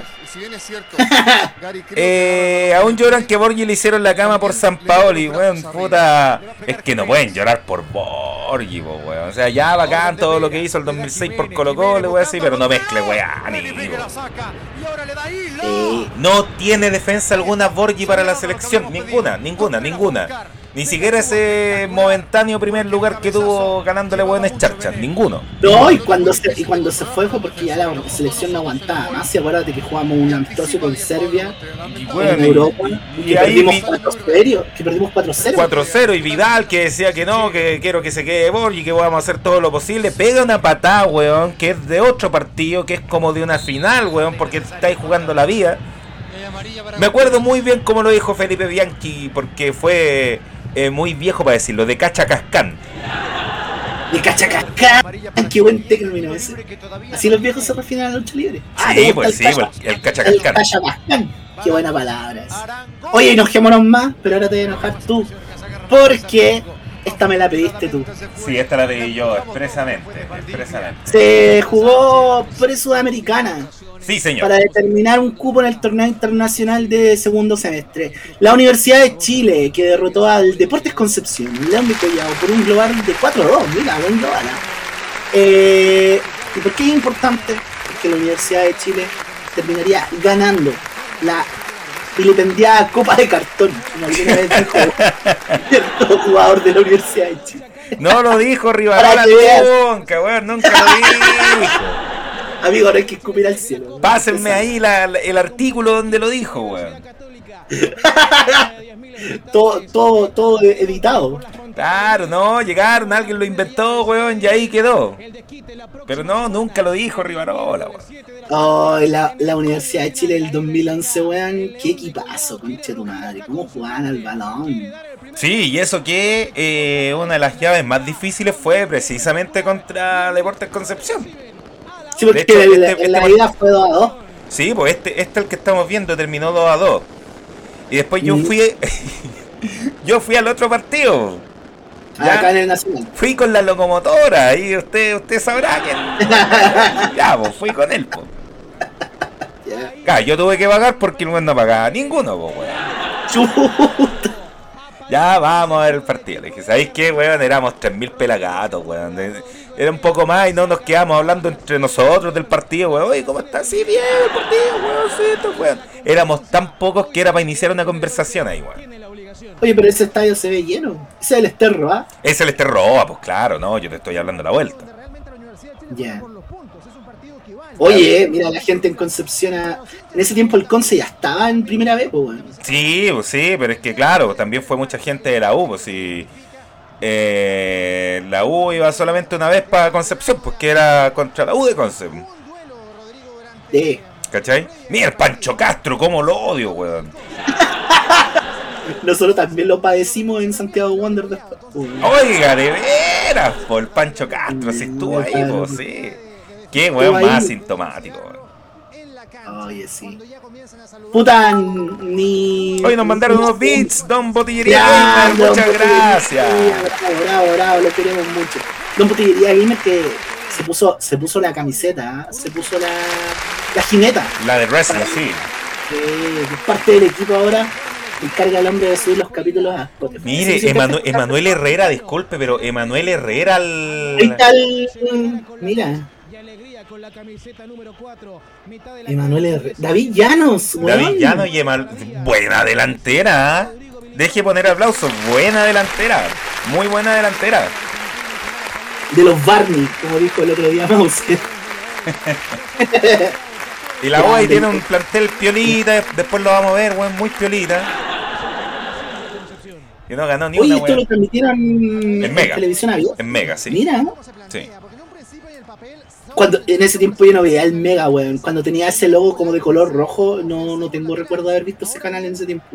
[SPEAKER 2] Aún lloran que Borgi le hicieron la cama por San Paoli, weón, puta. Es que no pueden llorar por Borgi, weón. O sea, ya bacán todo lo que hizo el 2006 por Colo-Colo, weón, sí, pero no mezcle, weón. No tiene defensa alguna Borgi para la selección, ninguna. Ni siquiera ese momentáneo primer lugar que tuvo ganándole buenos charchas, ninguno.
[SPEAKER 1] No, y cuando se fue porque ya la selección no aguantaba más. Y acuérdate que jugamos un amistoso con Serbia en Europa y perdimos 4-0.
[SPEAKER 2] 4-0 y Vidal que decía que no, que quiero que se quede Borgi, que vamos a hacer todo lo posible. Pega una patada, weón, que es de otro partido, que es como de una final, weón, porque estáis jugando la vida. Me acuerdo muy bien cómo lo dijo Felipe Bianchi, porque fue muy viejo para decirlo, de Cacha Cascán.
[SPEAKER 1] De Cachacascán, qué buen término ese. Así los viejos se refieren a la lucha libre.
[SPEAKER 2] Sí, pues sí, el
[SPEAKER 1] El
[SPEAKER 2] Cachacascán.
[SPEAKER 1] Cachacascán. Qué buena palabra esa. Oye, enojémonos más, pero ahora te voy a enojar tú. Porque esta me la pediste tú.
[SPEAKER 2] Sí, esta la pedí yo expresamente.
[SPEAKER 1] Se jugó pre-sudamericana
[SPEAKER 2] Sí, señor.
[SPEAKER 1] para determinar un cupo en el torneo internacional de segundo semestre. La Universidad de Chile, que derrotó al Deportes Concepción, el León de Collao, por un global de 4-2. Mira, buen global. ¿Y por qué es importante? Porque la Universidad de Chile terminaría ganando la vilipendiada Copa de Cartón, como alguna vez dijo cierto jugador de la Universidad de Chile.
[SPEAKER 2] No lo dijo Rivarola
[SPEAKER 1] Para que veas.
[SPEAKER 2] nunca, weón, nunca lo dijo.
[SPEAKER 1] Amigo, no hay que escupir al cielo.
[SPEAKER 2] Pásenme ahí el artículo donde lo dijo, weón.
[SPEAKER 1] Todo editado.
[SPEAKER 2] Claro, no, llegaron, alguien lo inventó, weón, y ahí quedó. Pero no, nunca lo dijo Rivarola, weón.
[SPEAKER 1] Oh, la Universidad de Chile del 2011, weón. Qué equipazo, concha tu madre. Cómo jugaban al balón.
[SPEAKER 2] Sí, y eso que una de las llaves más difíciles fue precisamente contra Deportes Concepción.
[SPEAKER 1] Sí, porque
[SPEAKER 2] De hecho,
[SPEAKER 1] la ida fue 2-2.
[SPEAKER 2] Sí, pues este el que estamos viendo terminó 2-2. Y después yo fui al otro partido. ¿Ya?
[SPEAKER 1] Acá en el Nacional.
[SPEAKER 2] Fui con la locomotora y usted sabrá quién. Ya, pues fui con él, pues.
[SPEAKER 1] Ya.
[SPEAKER 2] Claro, yo tuve que pagar porque no pagaba ninguno, pues, weón.
[SPEAKER 1] Chuta.
[SPEAKER 2] Ya vamos a ver el partido. Le dije, ¿sabéis qué, weón? Éramos 3.000 pelagatos, weón. Era un poco más y no nos quedamos hablando entre nosotros del partido, weón. Oye, ¿cómo está? Sí, bien el partido, weón. Sí, esto, weón. Éramos tan pocos que era para iniciar una conversación ahí, weón.
[SPEAKER 1] Oye, pero ese estadio se ve lleno. Ese es el Esterro, ¿ah?
[SPEAKER 2] Es el Esterroa, pues claro, no, yo te estoy hablando de la vuelta.
[SPEAKER 1] Ya. Oye, mira, la gente en Concepción. En ese tiempo el Conce ya estaba en primera vez, pues, weón.
[SPEAKER 2] Sí, pues sí, pero es que claro, también fue mucha gente de la U, pues sí. La U iba solamente una vez para Concepción, pues que era contra la U de Concepción.
[SPEAKER 1] Sí.
[SPEAKER 2] ¿Cachai? Mira el Pancho Castro, cómo lo odio, weón.
[SPEAKER 1] Nosotros también lo padecimos en Santiago Wander después.
[SPEAKER 2] Oiga, de veras, por el Pancho Castro, si estuvo ahí, pues sí. Qué weón
[SPEAKER 1] Estuvo ahí.
[SPEAKER 2] más sintomático, weón.
[SPEAKER 1] Oye, sí. Puta, ni.
[SPEAKER 2] Hoy nos mandaron unos beats, Don Botillería
[SPEAKER 1] Ya,
[SPEAKER 2] Gamer,
[SPEAKER 1] Don
[SPEAKER 2] muchas
[SPEAKER 1] Botillería,
[SPEAKER 2] gracias.
[SPEAKER 1] Bravo, lo queremos mucho. Don Botillería Gamer que se puso la camiseta, se puso la jineta.
[SPEAKER 2] La de wrestling, sí.
[SPEAKER 1] Que es parte del equipo ahora. Encarga el hombre de subir los capítulos a Spotify.
[SPEAKER 2] Mire, Emanuel Herrera, disculpe, pero Emanuel Herrera
[SPEAKER 1] Ahí está mira. Emanuel Herrera. David Llanos, weón.
[SPEAKER 2] David Llano y buena delantera. Deje poner aplausos, buena delantera. Muy buena delantera.
[SPEAKER 1] De los Barney, como dijo el otro día Mouse.
[SPEAKER 2] Y la U ahí tiene un plantel piolita, después lo vamos a ver, weón, muy piolita. Y no ganó ni
[SPEAKER 1] Oye,
[SPEAKER 2] una,
[SPEAKER 1] esto
[SPEAKER 2] weón.
[SPEAKER 1] lo transmitieron en
[SPEAKER 2] Mega.
[SPEAKER 1] televisión abierta.
[SPEAKER 2] En Mega, sí.
[SPEAKER 1] Mira,
[SPEAKER 2] Sí.
[SPEAKER 1] cuando en ese tiempo yo no veía el Mega, weón. Cuando tenía ese logo como de color rojo, no tengo recuerdo de haber visto ese canal en ese tiempo.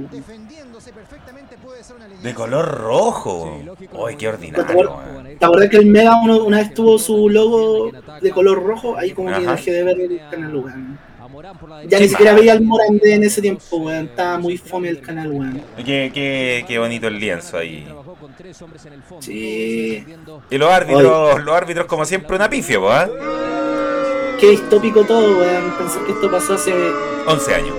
[SPEAKER 2] De color rojo. Uy, qué ordinario, weón.
[SPEAKER 1] ¿Te acuerdas que el Mega una vez tuvo su logo de color rojo? Ahí como que
[SPEAKER 2] Ajá.
[SPEAKER 1] dejé de ver el canal, weón. Ya
[SPEAKER 2] Qué
[SPEAKER 1] ni siquiera
[SPEAKER 2] mal.
[SPEAKER 1] veía el Morandé en ese tiempo, weón. Estaba muy fome el canal, weón.
[SPEAKER 2] Qué bonito el lienzo ahí.
[SPEAKER 1] Sí.
[SPEAKER 2] Y los árbitros como siempre una pifia, pues, ¿eh?
[SPEAKER 1] Qué distópico todo, weón. Pensar que esto pasó hace
[SPEAKER 2] 11 años.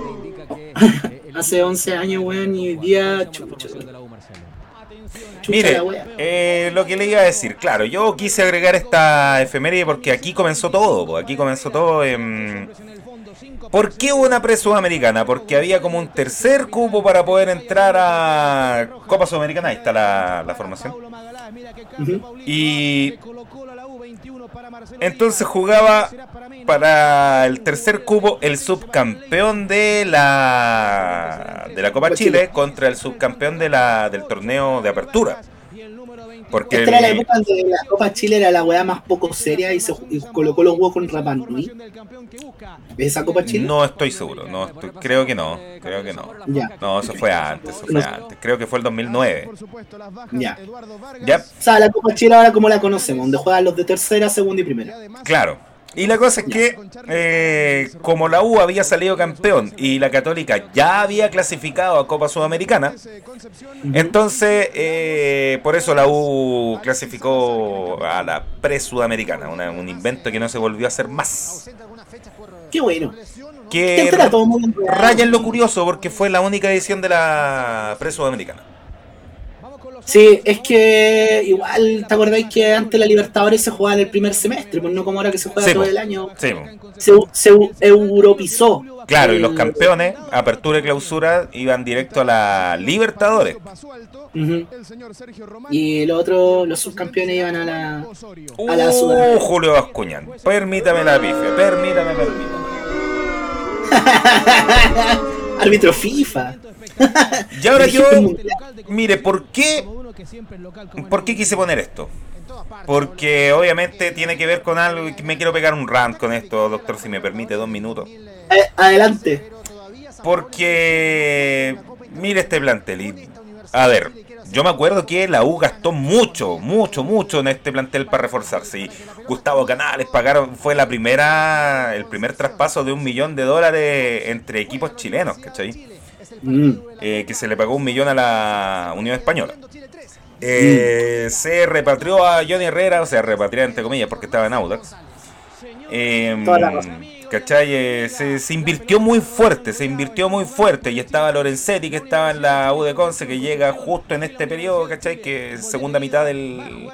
[SPEAKER 1] 11 años, weón, y hoy día chucha
[SPEAKER 2] Mire,
[SPEAKER 1] la wea.
[SPEAKER 2] lo que le iba a decir, claro, yo quise agregar esta efeméride porque aquí comenzó todo, po, aquí comenzó todo. ¿Por qué hubo una pre-sudamericana? Porque había como un tercer cupo para poder entrar a Copa Sudamericana, ahí está la formación.
[SPEAKER 1] Ujú.
[SPEAKER 2] Y entonces jugaba para el tercer cupo el subcampeón de la Copa Chile contra el subcampeón del torneo de apertura. Porque
[SPEAKER 1] esta era la época donde la Copa Chile era la weá más poco seria y colocó los huevos con Rapa Nui. ¿Ves esa Copa Chile?
[SPEAKER 2] no estoy seguro, creo que no.
[SPEAKER 1] Ya.
[SPEAKER 2] No, eso fue antes. Creo que fue el 2009.
[SPEAKER 1] Ya.
[SPEAKER 2] Ya,
[SPEAKER 1] O sea, la Copa Chile ahora como la conocemos, donde juegan los de tercera, segunda y primera.
[SPEAKER 2] claro. Y la cosa es que, como la U había salido campeón y la Católica ya había clasificado a Copa Sudamericana, entonces por eso la U clasificó a la pre-sudamericana, un invento que no se volvió a hacer más.
[SPEAKER 1] Qué bueno.
[SPEAKER 2] Que raya en lo curioso porque fue la única edición de la pre-sudamericana.
[SPEAKER 1] Sí, es que igual, ¿te acordáis que antes la Libertadores se jugaba en el primer semestre? Pues no como ahora que se juega
[SPEAKER 2] Sí,
[SPEAKER 1] todo
[SPEAKER 2] po.
[SPEAKER 1] el año.
[SPEAKER 2] Sí, po.
[SPEAKER 1] Se europizó.
[SPEAKER 2] Claro, y los campeones, apertura y clausura, iban directo a la Libertadores.
[SPEAKER 1] Ujú. Y los subcampeones iban a la Sudamericana.
[SPEAKER 2] Julio Bascuñán, permítame la pifia, permítame.
[SPEAKER 1] Árbitro FIFA.
[SPEAKER 2] Y ahora yo,
[SPEAKER 1] Dirigente mundial.
[SPEAKER 2] mire, ¿por qué quise poner esto? Porque obviamente tiene que ver con algo, y me quiero pegar un rant con esto, doctor, si me permite 2 minutos.
[SPEAKER 1] Adelante.
[SPEAKER 2] Porque, mire este plantel, y, a ver, yo me acuerdo que la U gastó mucho en este plantel para reforzarse. Y Gustavo Canales fue el primer traspaso de $1 millón entre equipos chilenos, ¿cachai? Que se le pagó $1 millón a la Unión Española. Se repatrió a Johnny Herrera, o sea, repatrió entre comillas porque estaba en Audax. ¿Cachai? Se invirtió muy fuerte y estaba Lorenzetti, que estaba en la U de Conce, que llega justo en este periodo, ¿cachai? Que es segunda mitad del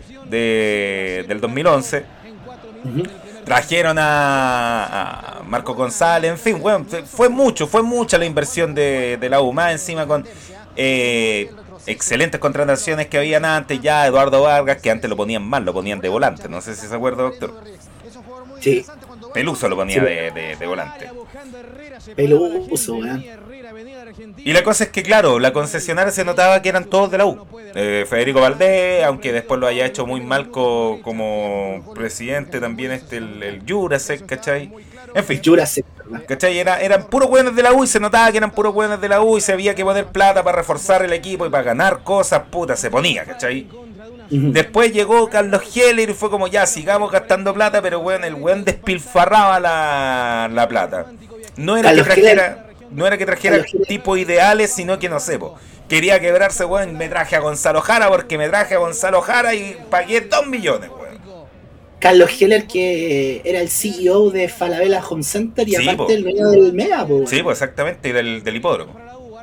[SPEAKER 2] 2011. Trajeron a Marco González, en fin, bueno, fue mucha la inversión de la U, más encima con excelentes contrataciones que habían antes, ya Eduardo Vargas, que antes lo ponían mal, lo ponían de volante, no sé si se acuerda, doctor.
[SPEAKER 1] Sí.
[SPEAKER 2] Peluso lo ponía de volante.
[SPEAKER 1] Peluso, weón.
[SPEAKER 2] Y la cosa es que, claro, la concesionaria se notaba que eran todos de la U. Federico Valdés, aunque después lo haya hecho muy mal como presidente, también el Jurasek, ¿cachai? En fin,
[SPEAKER 1] Jurasek,
[SPEAKER 2] ¿cachai? Eran puros buenos de la U y se notaba que eran puros buenos de la U y se había que poner plata para reforzar el equipo y para ganar cosas, puta, se ponía, ¿cachai? Después llegó Carlos Heller y fue como ya, sigamos gastando plata, pero bueno, el weón despilfarraba la plata. No era que trajera tipos ideales, sino que no sé, quería quebrarse, weón, me traje a Gonzalo Jara porque me traje a Gonzalo Jara y pagué 2 millones, weón.
[SPEAKER 1] Carlos Heller, que era el CEO de Falabella Home Center y
[SPEAKER 2] Sí,
[SPEAKER 1] aparte el dueño del Mega,
[SPEAKER 2] Sí, exactamente, y del hipódromo.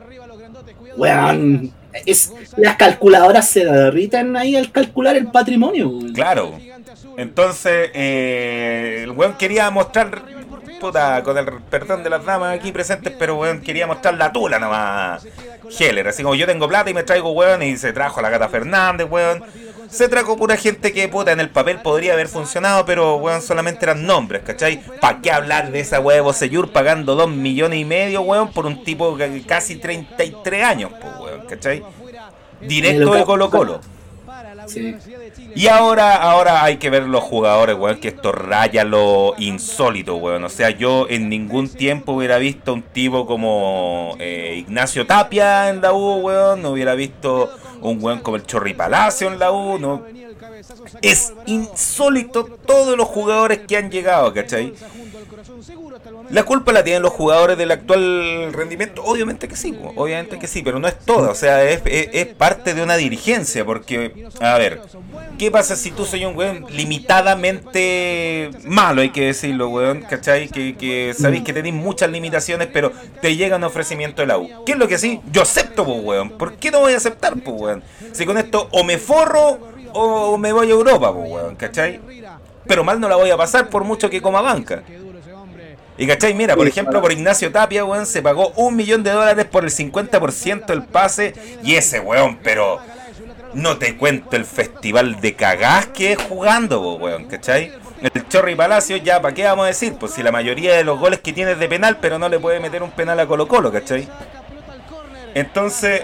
[SPEAKER 1] Weón, las calculadoras se derriten ahí al calcular el patrimonio, weón.
[SPEAKER 2] Claro. Entonces, el weón quería mostrar, puta, con el perdón de las damas aquí presentes, pero weón quería mostrar la tula nomás. Heller, así como yo tengo plata y me traigo weón, y se trajo a la Gata Fernández, weón. Se trajo pura gente que, puta, en el papel podría haber funcionado, pero, weón, solamente eran nombres, ¿cachai? ¿Para qué hablar de esa weón Bocellur pagando 2,5 millones, weón, por un tipo de casi 33 años, pues, weón, ¿cachai? Directo de Colo Colo.
[SPEAKER 1] Sí.
[SPEAKER 2] Y ahora hay que ver los jugadores, weón, que esto raya lo insólito, weón. O sea, yo en ningún tiempo hubiera visto un tipo como Ignacio Tapia en la U, weón. No hubiera visto un weón como el Chorri Palacio en la U, no. Es insólito todos los jugadores que han llegado, ¿cachai? ¿La culpa la tienen los jugadores del actual rendimiento? Obviamente que sí, pero no es toda, o sea, es parte de una dirigencia, porque, a ver, ¿qué pasa si tú soy un weón limitadamente malo, hay que decirlo, weón, ¿cachai? Que sabéis que tenéis muchas limitaciones, pero te llega un ofrecimiento de la U. ¿Qué es lo que sí? Yo acepto, pues, weón. ¿Por qué no voy a aceptar, pues, weón? Si con esto o me forro o me voy a Europa, pues, weón, ¿cachai? Pero mal no la voy a pasar por mucho que coma banca. Y cachai, mira, por ejemplo, por Ignacio Tapia, weón, se pagó $1 millón por el 50% del pase. Y ese weón, pero no te cuento el festival de cagás que es jugando, weón, ¿cachai? El Chorri Palacio, ya, ¿para qué vamos a decir? Pues si la mayoría de los goles que tiene es de penal, pero no le puede meter un penal a Colo Colo, ¿cachai? Entonces,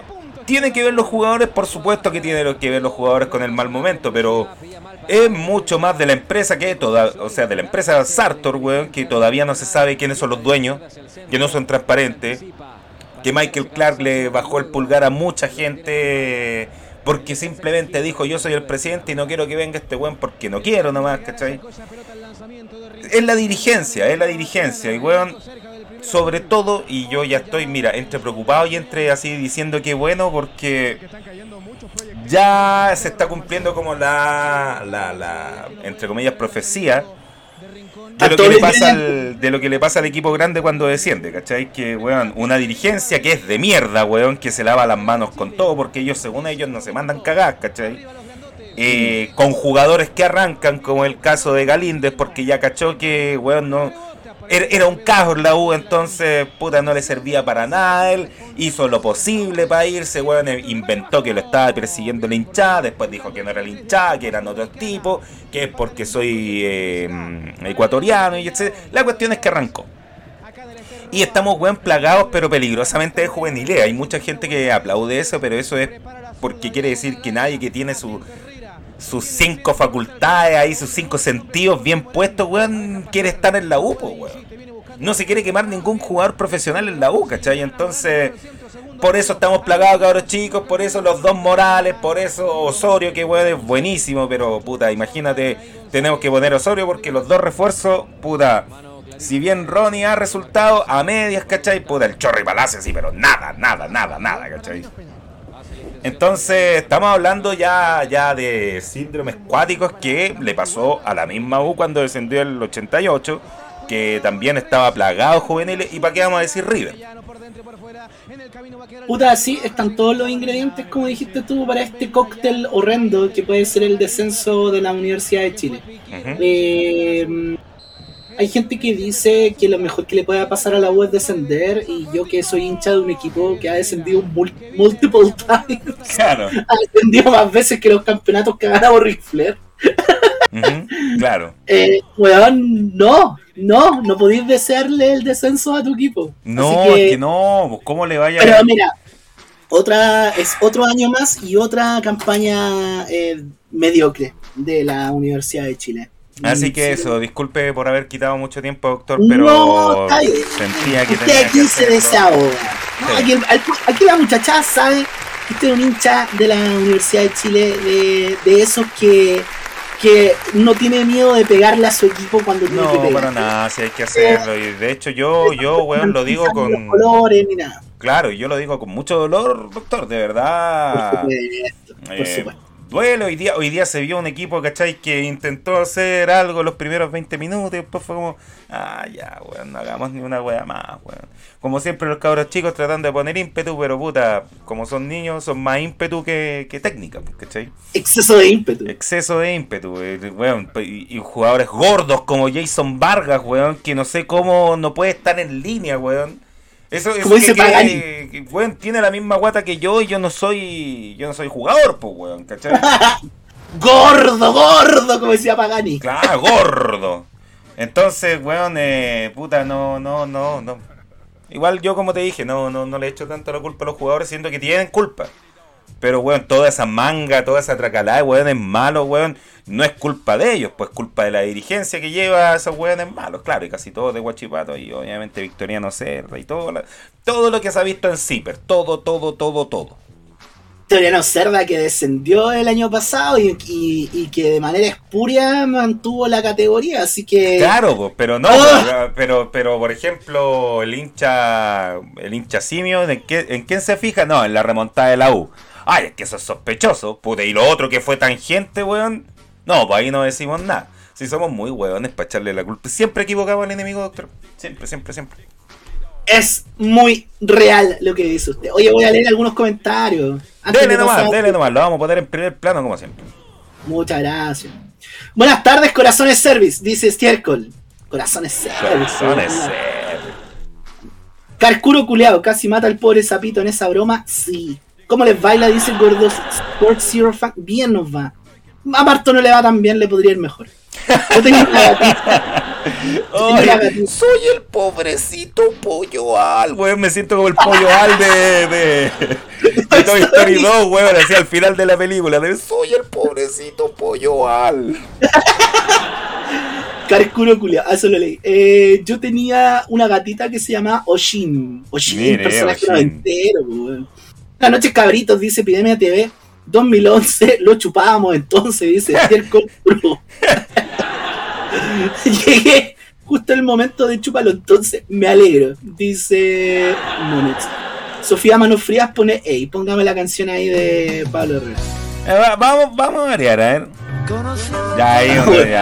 [SPEAKER 2] ¿Tiene que ver los jugadores? Por supuesto que tiene que ver los jugadores con el mal momento, pero es mucho más de la empresa de la empresa Sartor, weón, que todavía no se sabe quiénes son los dueños, que no son transparentes, que Michael Clark le bajó el pulgar a mucha gente porque simplemente dijo yo soy el presidente y no quiero que venga este weón porque no quiero nomás, ¿cachai? Es la dirigencia, y weón, sobre todo, y yo ya estoy, mira, entre preocupado y entre así diciendo que bueno, porque ya se está cumpliendo como la entre comillas, profecía de lo que le pasa al equipo grande cuando desciende, ¿cachai? Que, weón, una dirigencia que es de mierda, weón, que se lava las manos con todo, porque ellos, según ellos, no se mandan cagadas, ¿cachai? Con jugadores que arrancan, como el caso de Galíndez, porque ya cachó que, weón, no... Era un caos en la U, entonces, puta, no le servía para nada. Él hizo lo posible para irse, weón, inventó que lo estaba persiguiendo el hinchada, después dijo que no era el hinchada, que eran otros tipos, que es porque soy ecuatoriano, y etc. La cuestión es que arrancó. Y estamos, weón, plagados, pero peligrosamente de juveniles. Hay mucha gente que aplaude eso, pero eso es porque quiere decir que nadie que tiene sus 5 facultades ahí, sus 5 sentidos bien puestos, weón, quiere estar en la U, po, weón. No se quiere quemar ningún jugador profesional en la U, ¿cachai? Entonces, por eso estamos plagados, cabros chicos, por eso los dos Morales, por eso Osorio, que weón es buenísimo, pero puta, imagínate, tenemos que poner Osorio porque los dos refuerzos, puta, si bien Ronnie ha resultado a medias, ¿cachai? Puta, el Chorri Palacio, sí, pero nada, ¿cachai? Entonces, estamos hablando ya de síndromes cuáticos que le pasó a la misma U cuando descendió el 88, que también estaba plagado juveniles, y para qué vamos a decir River.
[SPEAKER 1] Puta, sí, están todos los ingredientes, como dijiste tú, para este cóctel horrendo que puede ser el descenso de la Universidad de Chile. Uh-huh. Hay gente que dice que lo mejor que le pueda pasar a la U es descender, y yo que soy hincha de un equipo que ha descendido multiple times,
[SPEAKER 2] claro,
[SPEAKER 1] ha descendido más veces que los campeonatos que ha ganado Ric Flair.
[SPEAKER 2] Uh-huh, claro.
[SPEAKER 1] Weón, no podéis desearle el descenso a tu equipo.
[SPEAKER 2] No,
[SPEAKER 1] así
[SPEAKER 2] que no, ¿cómo le vaya?
[SPEAKER 1] Pero mira, es otro año más y otra campaña mediocre de la Universidad de Chile.
[SPEAKER 2] Así que eso, disculpe por haber quitado mucho tiempo, doctor,
[SPEAKER 1] pero
[SPEAKER 2] no, sentía que tenía
[SPEAKER 1] aquí
[SPEAKER 2] que
[SPEAKER 1] se desahoga. No, sí. Aquí la muchacha sabe que usted es un hincha de la Universidad de Chile, de esos que no tiene miedo de pegarle a su equipo cuando tiene que pegar.
[SPEAKER 2] No, para nada, si hay que hacerlo. Y de hecho yo weón, lo digo con...
[SPEAKER 1] colores ni nada.
[SPEAKER 2] Claro, yo lo digo con mucho dolor, doctor, de verdad.
[SPEAKER 1] Por supuesto.
[SPEAKER 2] Duele, hoy día se vio un equipo, ¿cachai? Que intentó hacer algo los primeros 20 minutos y después fue como, ya, weón, no hagamos ni una wea más, weón. Como siempre los cabros chicos tratando de poner ímpetu, pero puta, como son niños, son más ímpetu que técnica, ¿cachai?
[SPEAKER 1] Exceso de ímpetu,
[SPEAKER 2] weón. Y jugadores gordos como Jason Vargas, weón, que no sé cómo no puede estar en línea, weón. Eso
[SPEAKER 1] como dice Pagani,
[SPEAKER 2] que weón, tiene la misma guata que yo y yo no soy jugador, pues, weón, ¿cachai?
[SPEAKER 1] gordo, como decía Pagani.
[SPEAKER 2] Claro, gordo. Entonces, weón, puta, no. Igual yo, como te dije, no le echo tanto la culpa a los jugadores, siendo que tienen culpa. Pero, weón, toda esa manga, toda esa tracalada de weones malos, weón, no es culpa de ellos, pues culpa de la dirigencia que lleva a esos weones malos, claro, y casi todos de Huachipato, y obviamente Victoriano Cerda, y todo lo que se ha visto en Zipper, todo.
[SPEAKER 1] Victoriano Cerda, que descendió el año pasado y que de manera espuria mantuvo la categoría, así que...
[SPEAKER 2] Claro, pues, pero no, pero por ejemplo, el hincha simio, ¿en quién se fija? No, en la remontada de la U. Ay, es que eso es sospechoso, puta, y lo otro que fue tangente, weón. No, pues ahí no decimos nada. Si somos muy weones para echarle la culpa. Siempre equivocamos al enemigo, doctor. Siempre.
[SPEAKER 1] Es muy real lo que dice usted. Oye, voy a leer algunos comentarios.
[SPEAKER 2] Dele nomás, lo vamos a poner en primer plano como siempre.
[SPEAKER 1] Muchas gracias. Buenas tardes, Corazones Service, dice Stiercol. Corazones Service. Carcuro culeado, casi mata al pobre sapito en esa broma. Sí. ¿Cómo les baila? Dice el gordo Sports Zero Fan. Bien nos va. A Marto no le va tan bien, le podría ir mejor. Yo tenía una gatita.
[SPEAKER 2] Soy el pobrecito pollo Al, weón. Me siento como el pollo Al de Toy Story 2, weón. Así al final de la película. Soy el pobrecito pollo Al.
[SPEAKER 1] Carcuro culia, eso lo leí. Yo tenía una gatita que se llamaba Oshin. Oshin, personaje noventero, weón. Buenas noches, cabritos, dice Epidemia TV. 2011, lo chupábamos entonces, dice Estiércol. Llegué justo en el momento de chúpalo, entonces me alegro, dice Monets. Sofía Manos Frías pone, hey, póngame la canción ahí de Pablo Herrera.
[SPEAKER 2] Vamos a variar, a ver. Ya ahí,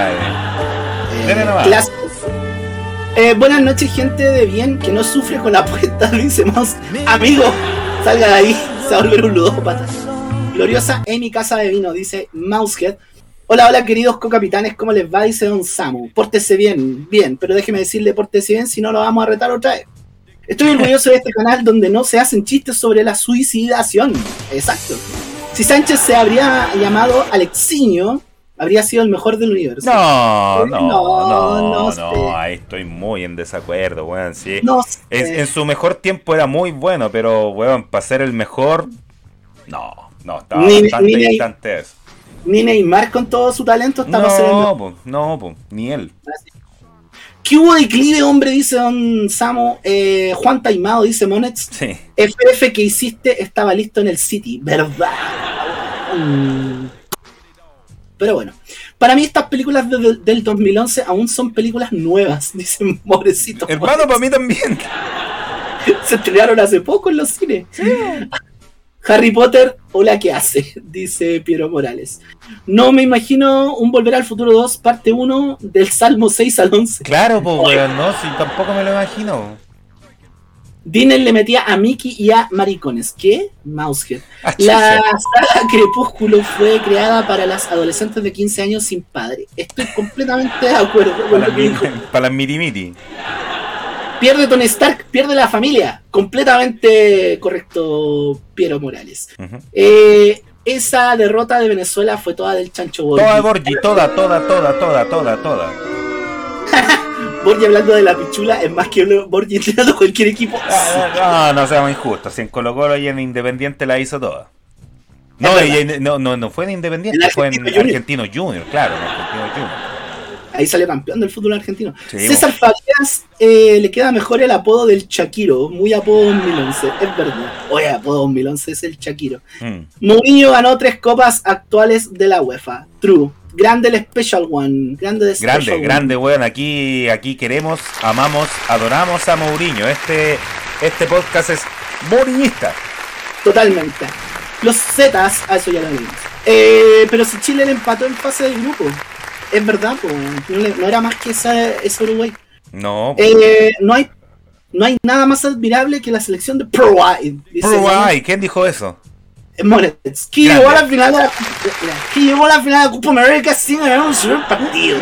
[SPEAKER 1] buenas noches, gente de bien que no sufre con la apuesta, dice Mouse. Amigo, salga de ahí, se va a volver un ludópata. Gloriosa Amy Casa de Vino, dice Mousehead. Hola, queridos co-capitanes, ¿cómo les va? Dice Don Samu. Pórtese bien, pero déjeme decirle, pórtese bien, si no lo vamos a retar otra vez. Estoy orgulloso de este canal donde no se hacen chistes sobre la suicidación. Exacto. Si Sánchez se habría llamado Alexiño, habría sido el mejor del universo.
[SPEAKER 2] No, ahí estoy muy en desacuerdo, weón. Sí. No sé. En su mejor tiempo era muy bueno, pero, weón, para ser el mejor, no, estaba bastante distante eso.
[SPEAKER 1] Ni Neymar con todo su talento está para ser el mejor.
[SPEAKER 2] No, ni él.
[SPEAKER 1] ¿Qué hubo declive, hombre? Dice Don Samu. Juan Taimado, dice Monets.
[SPEAKER 2] Sí.
[SPEAKER 1] FF que hiciste estaba listo en el City, ¿verdad? Pero bueno, para mí estas películas del 2011 aún son películas nuevas, dice Morecito.
[SPEAKER 2] Hermano, para mí también.
[SPEAKER 1] Se estrenaron hace poco en los cines. Sí. Harry Potter, hola, ¿qué hace? Dice Piero Morales. No me imagino un Volver al Futuro 2, parte 1, del Salmo 6 al 11.
[SPEAKER 2] Claro, pues, weón, no, sí, tampoco me lo imagino.
[SPEAKER 1] Disney le metía a Mickey y a maricones. ¿Qué? Mousehead. La saga Crepúsculo fue creada para las adolescentes de 15 años sin padre. Estoy completamente de acuerdo con lo que dijo.
[SPEAKER 2] Para las mirimiri.
[SPEAKER 1] Pierde Tony Stark, pierde la familia. Completamente correcto, Piero Morales. Uh-huh. Esa derrota de Venezuela fue toda del Chancho Borgi.
[SPEAKER 2] Toda Borgi, toda.
[SPEAKER 1] Borgi hablando de la pichula es más que Borgi entrenando cualquier equipo.
[SPEAKER 2] No seamos injustos. Si en Colo-Colo y en Independiente la hizo toda. No fue en Independiente, fue en Argentino Junior, claro, en Argentino Junior.
[SPEAKER 1] Ahí salió campeón del fútbol argentino. Sí, César Fabiás le queda mejor el apodo del Shakiro. Muy apodo 2011, es verdad. Oye, apodo 2011 es el Shakiro. Mourinho ganó 3 copas actuales de la UEFA. True. Grande el Special One.
[SPEAKER 2] Grande, weón. Aquí queremos, amamos, adoramos a Mourinho. Este podcast es mourinhista.
[SPEAKER 1] Totalmente. Los Zetas, a eso ya lo vimos. Pero si Chile le empató en fase de grupo. Es verdad, pues, no era más que ese Uruguay.
[SPEAKER 2] No.
[SPEAKER 1] No hay nada más admirable que la selección de Paraguay.
[SPEAKER 2] ¿Quién dijo eso?
[SPEAKER 1] Monets. Que llegó a la final de la Copa América sin ganar un solo partido.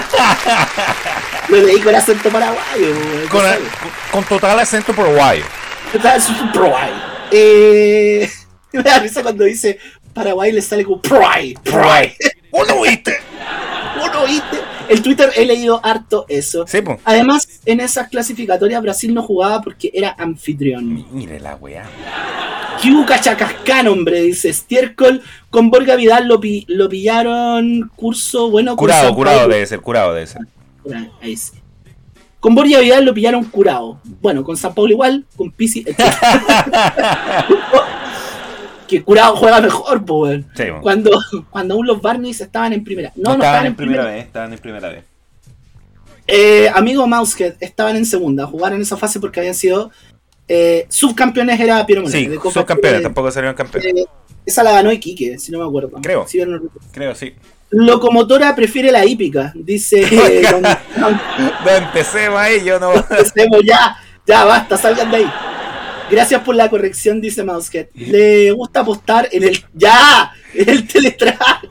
[SPEAKER 1] Lo leí con acento paraguayo.
[SPEAKER 2] Con total acento paraguayo.
[SPEAKER 1] Total acento paraguayo. Me da risa cuando dice Paraguay le sale como Paraguay.
[SPEAKER 2] ¿Uno viste?
[SPEAKER 1] El Twitter he leído harto eso.
[SPEAKER 2] Sí, pues.
[SPEAKER 1] Además, en esas clasificatorias Brasil no jugaba porque era anfitrión.
[SPEAKER 2] Mire la weá.
[SPEAKER 1] Yuca Chacascán, hombre, dice Estiércol. Con Borja Vidal lo pillaron curso, bueno,
[SPEAKER 2] curado debe ser.
[SPEAKER 1] Ahí sí. Con Borja Vidal lo pillaron curado. Bueno, con San Paulo igual, con Pizzi, etc. Que Curado juega mejor, pues. Sí, bueno. Cuando aún los Barneys estaban en primera. No estaban en primera vez.
[SPEAKER 2] Estaban en primera vez.
[SPEAKER 1] Amigo Mousehead, estaban en segunda. Jugaron esa fase porque habían sido subcampeones, era Piero Morales.
[SPEAKER 2] Sí, subcampeones, tampoco salieron campeones.
[SPEAKER 1] Esa la ganó Iquique, si no me acuerdo.
[SPEAKER 2] Creo,
[SPEAKER 1] sí.
[SPEAKER 2] Locomotora
[SPEAKER 1] prefiere la hípica, dice.
[SPEAKER 2] No empecemos ahí, yo no.
[SPEAKER 1] Empecemos ya, basta, salgan de ahí. Gracias por la corrección, dice Mousehead. Le gusta apostar en el Teletrack.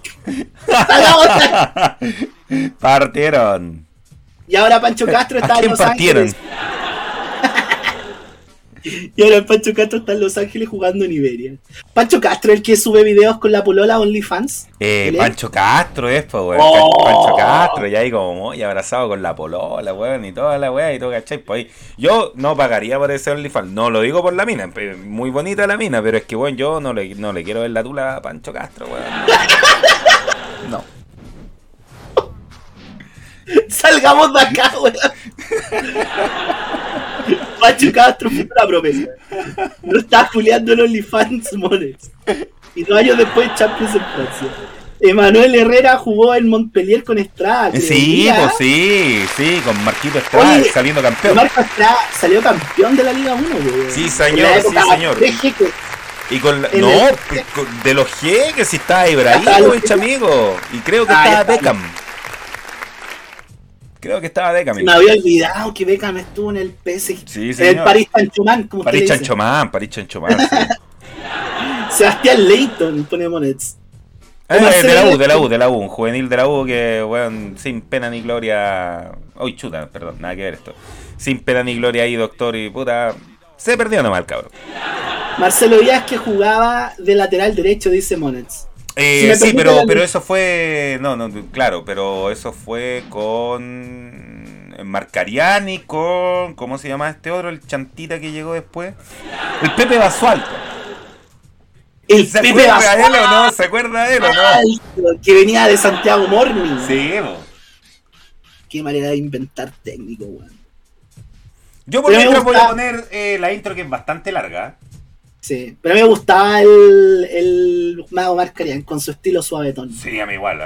[SPEAKER 2] Partieron.
[SPEAKER 1] Y ahora Pancho Castro está
[SPEAKER 2] en Los Ángeles.
[SPEAKER 1] Y ahora Pancho Castro está en Los Ángeles jugando en Iberia. Pancho Castro, el que sube videos con la polola OnlyFans.
[SPEAKER 2] Pancho Castro es, pues, weón.
[SPEAKER 1] Oh.
[SPEAKER 2] Pancho Castro, ya ahí como muy abrazado con la polola, weón, y toda la weá, y todo, ¿cachai? Pues ahí, yo no pagaría por ese OnlyFans. No lo digo por la mina, muy bonita la mina, pero es que, weón, yo no le quiero ver la tula a Pancho Castro, weón. No.
[SPEAKER 1] Salgamos de acá, weón. Pancho Castro fue una promesa. No está juliando en OnlyFans Monets. Y 2 años después Champions en Francia. Emanuel Herrera jugó en Montpellier con Estrada.
[SPEAKER 2] Sí, pues sí, con Marquito Estrada saliendo campeón.
[SPEAKER 1] Marco Estrada salió campeón de la Liga 1, weón.
[SPEAKER 2] Sí, señor, sí, señor. Y con la, no, de los G, que si estaba Ibrahimovic, amigo. Y creo que estaba Beckham. Creo que estaba Beckham.
[SPEAKER 1] Me había olvidado que Beckham estuvo en el PSG.
[SPEAKER 2] Sí,
[SPEAKER 1] en el Paris Saint-Germain, como
[SPEAKER 2] Paris Saint-Germain, sí.
[SPEAKER 1] Sebastián Leighton pone Monets.
[SPEAKER 2] De la U, un juvenil de la U que, weón, sin pena ni gloria. Uy, chuta, perdón, nada que ver esto. Sin pena ni gloria ahí, doctor, y puta. Se perdió nomás el cabrón.
[SPEAKER 1] Marcelo Díaz que jugaba de lateral derecho, dice Monets.
[SPEAKER 2] Sí, pero eso fue. No, claro, pero eso fue con Marcariani, con. ¿Cómo se llama este otro? El chantita que llegó después. El Pepe Basualto. ¿Se acuerda de él o no? ¿Se acuerda de él o no?
[SPEAKER 1] Que venía de Santiago Morning.
[SPEAKER 2] Sí,
[SPEAKER 1] Qué manera de inventar técnico, weón.
[SPEAKER 2] Yo por ejemplo voy a poner la intro que es bastante larga.
[SPEAKER 1] Sí, pero a mí me gustaba el Mago Marcarian con su estilo suavetón.
[SPEAKER 2] Sí, a mí igual.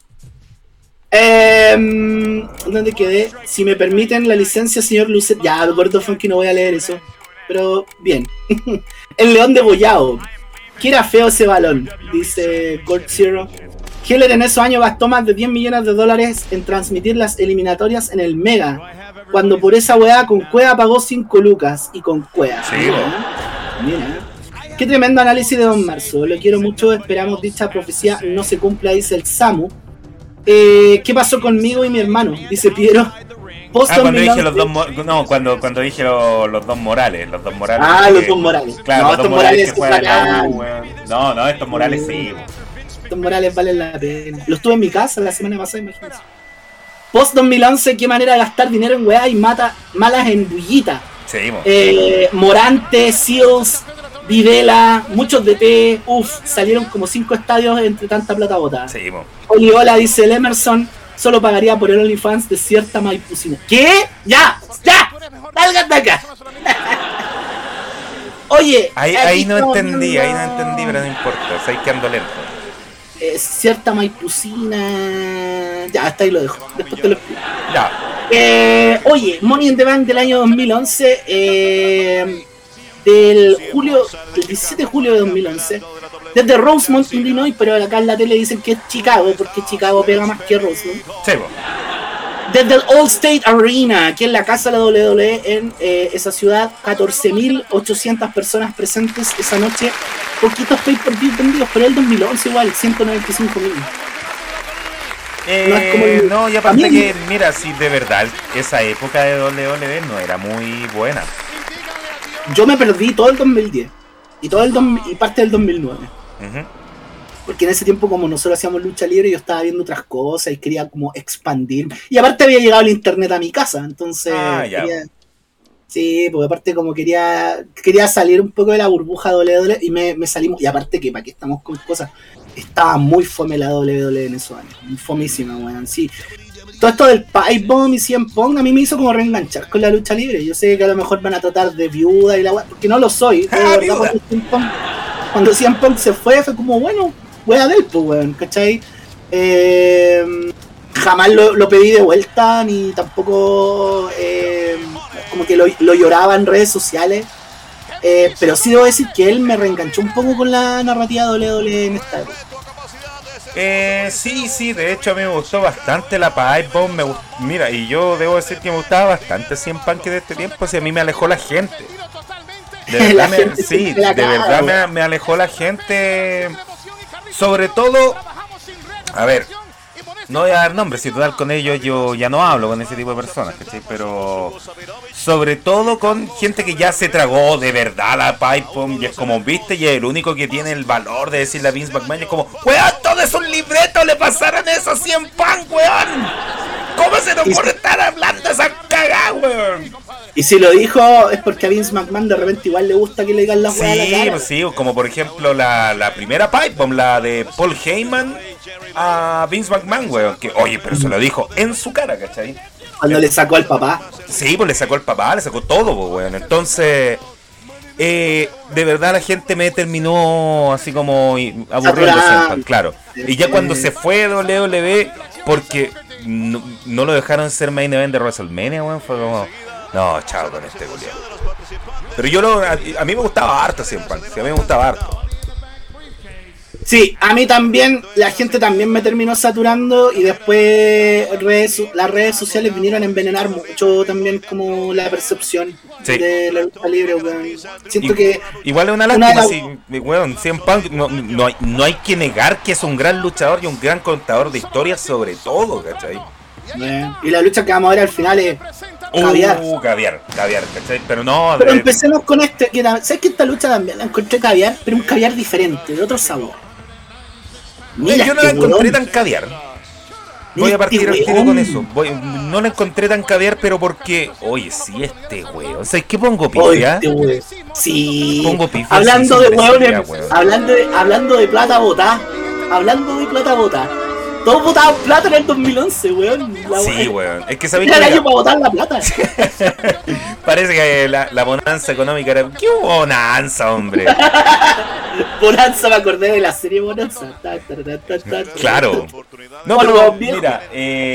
[SPEAKER 1] ¿Dónde quedé? Si me permiten la licencia, señor Lucet. Ya, gordo funky, no voy a leer eso. Pero bien. El León de Boyao. Que era feo ese balón, dice Gold Zero. Heller en esos años gastó más de $10 millones en transmitir las eliminatorias en el Mega. Cuando por esa weá con Cueva pagó 5 lucas. Y con Cueva.
[SPEAKER 2] Sí,
[SPEAKER 1] mira. Qué tremendo análisis de Don Marzo. Lo quiero mucho, esperamos dicha profecía no se cumpla, dice el Samu. ¿Qué pasó conmigo y mi hermano? Dice Piero.
[SPEAKER 2] Cuando dije los dos cuando dije los dos Morales. Los dos Morales.
[SPEAKER 1] Los dos Morales.
[SPEAKER 2] Claro, los dos Morales que juegan la U, No, estos Morales sí.
[SPEAKER 1] Estos Morales valen la pena. Los tuve en mi casa la semana pasada, imagínense. Post 2011, qué manera de gastar dinero en weá y malas en bullita.
[SPEAKER 2] Sí,
[SPEAKER 1] Morante, Seals, Videla, muchos DT, salieron como 5 estadios entre tanta plata botada.
[SPEAKER 2] Sí,
[SPEAKER 1] Oliola, dice el Emerson, solo pagaría por el OnlyFans de cierta maipucina. ¿Qué? ¡Ya! ¡Salgan de acá! Oye,
[SPEAKER 2] ahí no entendí, pero no importa, o sea, que ando lento.
[SPEAKER 1] Cierta maipucina. Ya, hasta ahí lo dejo. Después te lo explico.
[SPEAKER 2] Ya.
[SPEAKER 1] Oye, Money in the Bank del año 2011. Del 17 de julio de 2011. Desde Rosemont, Illinois, pero acá en la tele dicen que es Chicago, porque Chicago pega más que Rosemont.
[SPEAKER 2] Sí,
[SPEAKER 1] Desde el Allstate Arena, que es la casa de la WWE en esa ciudad, 14.800 personas presentes esa noche. Poquitos pay-per-view vendidos, pero el 2011 igual, 195.000.
[SPEAKER 2] No, y aparte que, mira, si de verdad esa época de WWE no era muy buena.
[SPEAKER 1] Yo me perdí todo el 2010 y parte del 2009. Porque en ese tiempo, como nosotros hacíamos lucha libre, yo estaba viendo otras cosas y quería como expandir. Y aparte había llegado el internet a mi casa, entonces sí, porque aparte como quería salir un poco de la burbuja WWE y me salimos. Y aparte que para qué estamos con cosas, estaba muy fome la WWE en esos años, muy fomísima, weón. Sí. Todo esto del Pipe Bomb y CM Punk a mí me hizo como reenganchar con la lucha libre. Yo sé que a lo mejor van a tratar de viuda y la weá, porque no lo soy. Cuando CM Punk se fue como, bueno, wea de él, pues, weón, ¿cachai? Jamás lo pedí de vuelta, ni tampoco como que lo lloraba en redes sociales. Pero sí debo decir que él me reenganchó un poco con la narrativa WWE en esta época.
[SPEAKER 2] Sí, de hecho a mí me gustó bastante la Pipe Bomb, mira, y yo debo decir que me gustaba bastante CM Punk de este tiempo, si a mí me alejó la gente. De verdad, me alejó la gente, sobre todo, a ver, no voy a dar nombres, si total con ellos yo ya no hablo con ese tipo de personas, ¿cachai? Pero sobre todo con gente que ya se tragó de verdad la pipe bomb y es como, viste, y es el único que tiene el valor de decirle a Vince McMahon, y es como, weón, todo es un libreto, le pasaron eso a CM Punk, weón. ¿Cómo se nos ocurre estar hablando esa cagada, weón?
[SPEAKER 1] Y si lo dijo es porque a Vince McMahon de repente igual le gusta que le digan las weas a la cara.
[SPEAKER 2] Pues sí, como por ejemplo la primera pipe bomb, la de Paul Heyman a Vince McMahon, weón, que oye, pero se lo dijo en su cara, ¿cachai?
[SPEAKER 1] Cuando le sacó al papá.
[SPEAKER 2] Sí, pues le sacó al papá, le sacó todo, pues, weón. Entonces, de verdad la gente me terminó así como aburriendo siempre, claro. Y ya cuando se fue WWE, porque no lo dejaron ser main event de WrestleMania, weón, fue como, no, chao con este culiado. Pero a mí me gustaba harto siempre, sí, a mí me gustaba harto.
[SPEAKER 1] Sí, a mí también, la gente también me terminó saturando y después las redes sociales vinieron a envenenar mucho también como la percepción de la lucha libre, weón. Siento que...
[SPEAKER 2] Igual es una lástima, weón, CM Punk no hay que negar que es un gran luchador y un gran contador de historias sobre todo, ¿cachai?
[SPEAKER 1] Y la lucha que vamos a ver al final es...
[SPEAKER 2] Caviar, ¿cachai? Pero no...
[SPEAKER 1] Pero empecemos con este, ¿sabes que esta lucha también la encontré caviar? Pero un caviar diferente, de otro sabor.
[SPEAKER 2] Mira, yo no la encontré tan caviar. Voy a partir al tiro con eso. No la encontré tan caviar, pero porque... Oye, sí, este weón. ¿Sabes qué pongo pifia?
[SPEAKER 1] Sí.
[SPEAKER 2] Pongo pifia.
[SPEAKER 1] Hablando de weones, hablando de plata botada. Hablando de plata botada. Todos votaban plata en el 2011, weón.
[SPEAKER 2] Sí, weón. Es que sabéis
[SPEAKER 1] que... Era el año para votar la plata.
[SPEAKER 2] Parece que la bonanza económica era... ¿Qué bonanza, hombre?
[SPEAKER 1] Bonanza, me acordé de la serie Bonanza.
[SPEAKER 2] Claro. No, pero mira,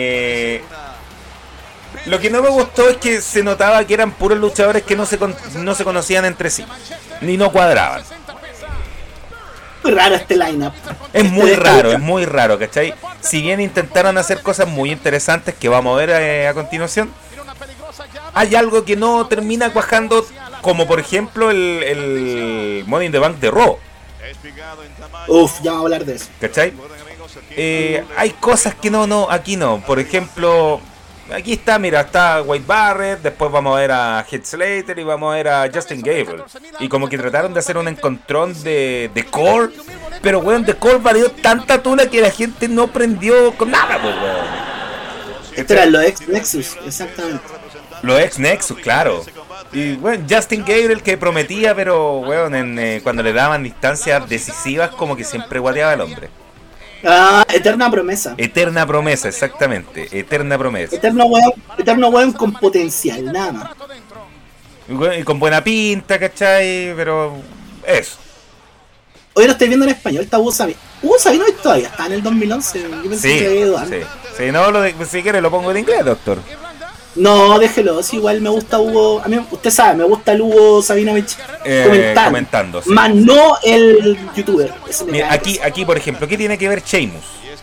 [SPEAKER 2] lo que no me gustó es que se notaba que eran puros luchadores que no se conocían entre sí. Ni no cuadraban.
[SPEAKER 1] Muy raro este lineup.
[SPEAKER 2] Es muy raro, ¿cachai? Si bien intentaron hacer cosas muy interesantes que vamos a ver a continuación, hay algo que no termina cuajando, como por ejemplo el Money in the Bank de Raw.
[SPEAKER 1] Uf, ya vamos a hablar de eso.
[SPEAKER 2] ¿Cachai? Hay cosas que aquí no. Por ejemplo, aquí está, mira, está Wade Barrett, después vamos a ver a Heath Slater y vamos a ver a Justin Gabriel. Y como que trataron de hacer un encontrón de Cole, pero weón, de Cole valió tanta tula que la gente no prendió con nada, pues weón.
[SPEAKER 1] Esto era los ex Nexus, exactamente.
[SPEAKER 2] Los ex Nexus, claro. Y bueno, Justin Gabriel que prometía, pero weón, cuando le daban distancias decisivas como que siempre guateaba el hombre.
[SPEAKER 1] Eterna promesa.
[SPEAKER 2] Eterna promesa, exactamente. Eterna promesa.
[SPEAKER 1] Eterno weón con potencial, nada más.
[SPEAKER 2] Y con buena pinta, ¿cachai? Pero eso.
[SPEAKER 1] Hoy lo estoy viendo en español, está Hugo Sabino. Hugo Sabino todavía está en el 2011. Yo pensé que había ido antes.
[SPEAKER 2] Sí, no, si quiere lo pongo en inglés, doctor.
[SPEAKER 1] No, déjelo, si igual me gusta Hugo. A mí, usted sabe, me gusta el Hugo Sabinovich
[SPEAKER 2] comentando. Sí.
[SPEAKER 1] Más no el youtuber.
[SPEAKER 2] Mira, aquí, por ejemplo, ¿qué tiene que ver Sheamus?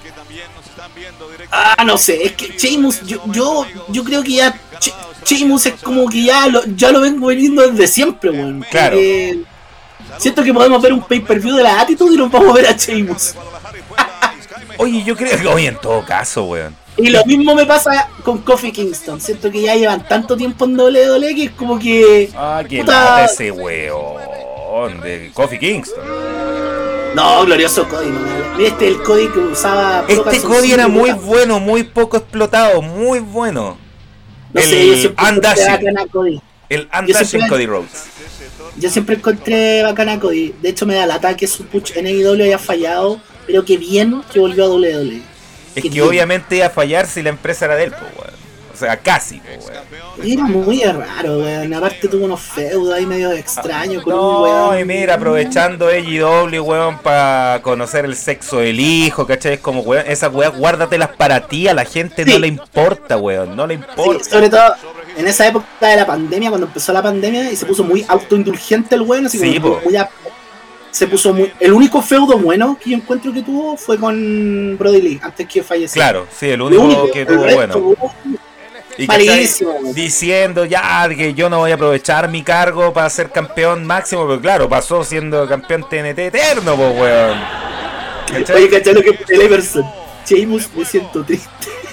[SPEAKER 1] No sé, es que Sheamus, yo creo que ya Sheamus es como que ya lo vengo viendo desde siempre, weón.
[SPEAKER 2] Claro.
[SPEAKER 1] Siento que podemos ver un pay-per-view de la Attitude y nos vamos a ver a Sheamus.
[SPEAKER 2] Oye, yo creo que, oye, en todo caso, weón.
[SPEAKER 1] Y lo mismo me pasa con Kofi Kingston. Siento que ya llevan tanto tiempo en WWE que es como que...
[SPEAKER 2] qué lata ese weón de Kofi Kingston.
[SPEAKER 1] No, glorioso Cody. No, mira, el Cody que usaba...
[SPEAKER 2] Este Cody era muy bueno, muy poco explotado, muy bueno.
[SPEAKER 1] No sé, yo siempre encontré bacana a Cody.
[SPEAKER 2] El Undashing Cody Rhodes.
[SPEAKER 1] Yo siempre encontré bacana a Cody. De hecho me da lata que su push en AEW haya fallado, pero que bien que volvió a WWE.
[SPEAKER 2] Es que obviamente iba a fallar si la empresa era de él, pues, weón. O sea, casi, pues, weón.
[SPEAKER 1] Era muy raro, weón. Aparte tuvo unos feudos ahí medio extraños con
[SPEAKER 2] un
[SPEAKER 1] weón.
[SPEAKER 2] No, y mira, aprovechando AEW, weón, para conocer el sexo del hijo, ¿cachai? Es como, weón, esas weón, guárdatelas para ti, a la gente no le importa, weón, no le importa.
[SPEAKER 1] Sí, sobre todo en esa época de la pandemia, cuando empezó la pandemia, y se puso muy autoindulgente el weón, así
[SPEAKER 2] sí,
[SPEAKER 1] como se puso muy... El único feudo bueno que yo encuentro que tuvo fue con Brody Lee, antes que falleciera.
[SPEAKER 2] Claro, sí, el único que tuvo bueno. Y
[SPEAKER 1] malísimo,
[SPEAKER 2] diciendo ya que yo no voy a aprovechar mi cargo para ser campeón máximo, pero claro, pasó siendo campeón TNT eterno, pues weón.
[SPEAKER 1] Oye, ¿cachai lo que fue el Everson? Sheamus, me siento triste.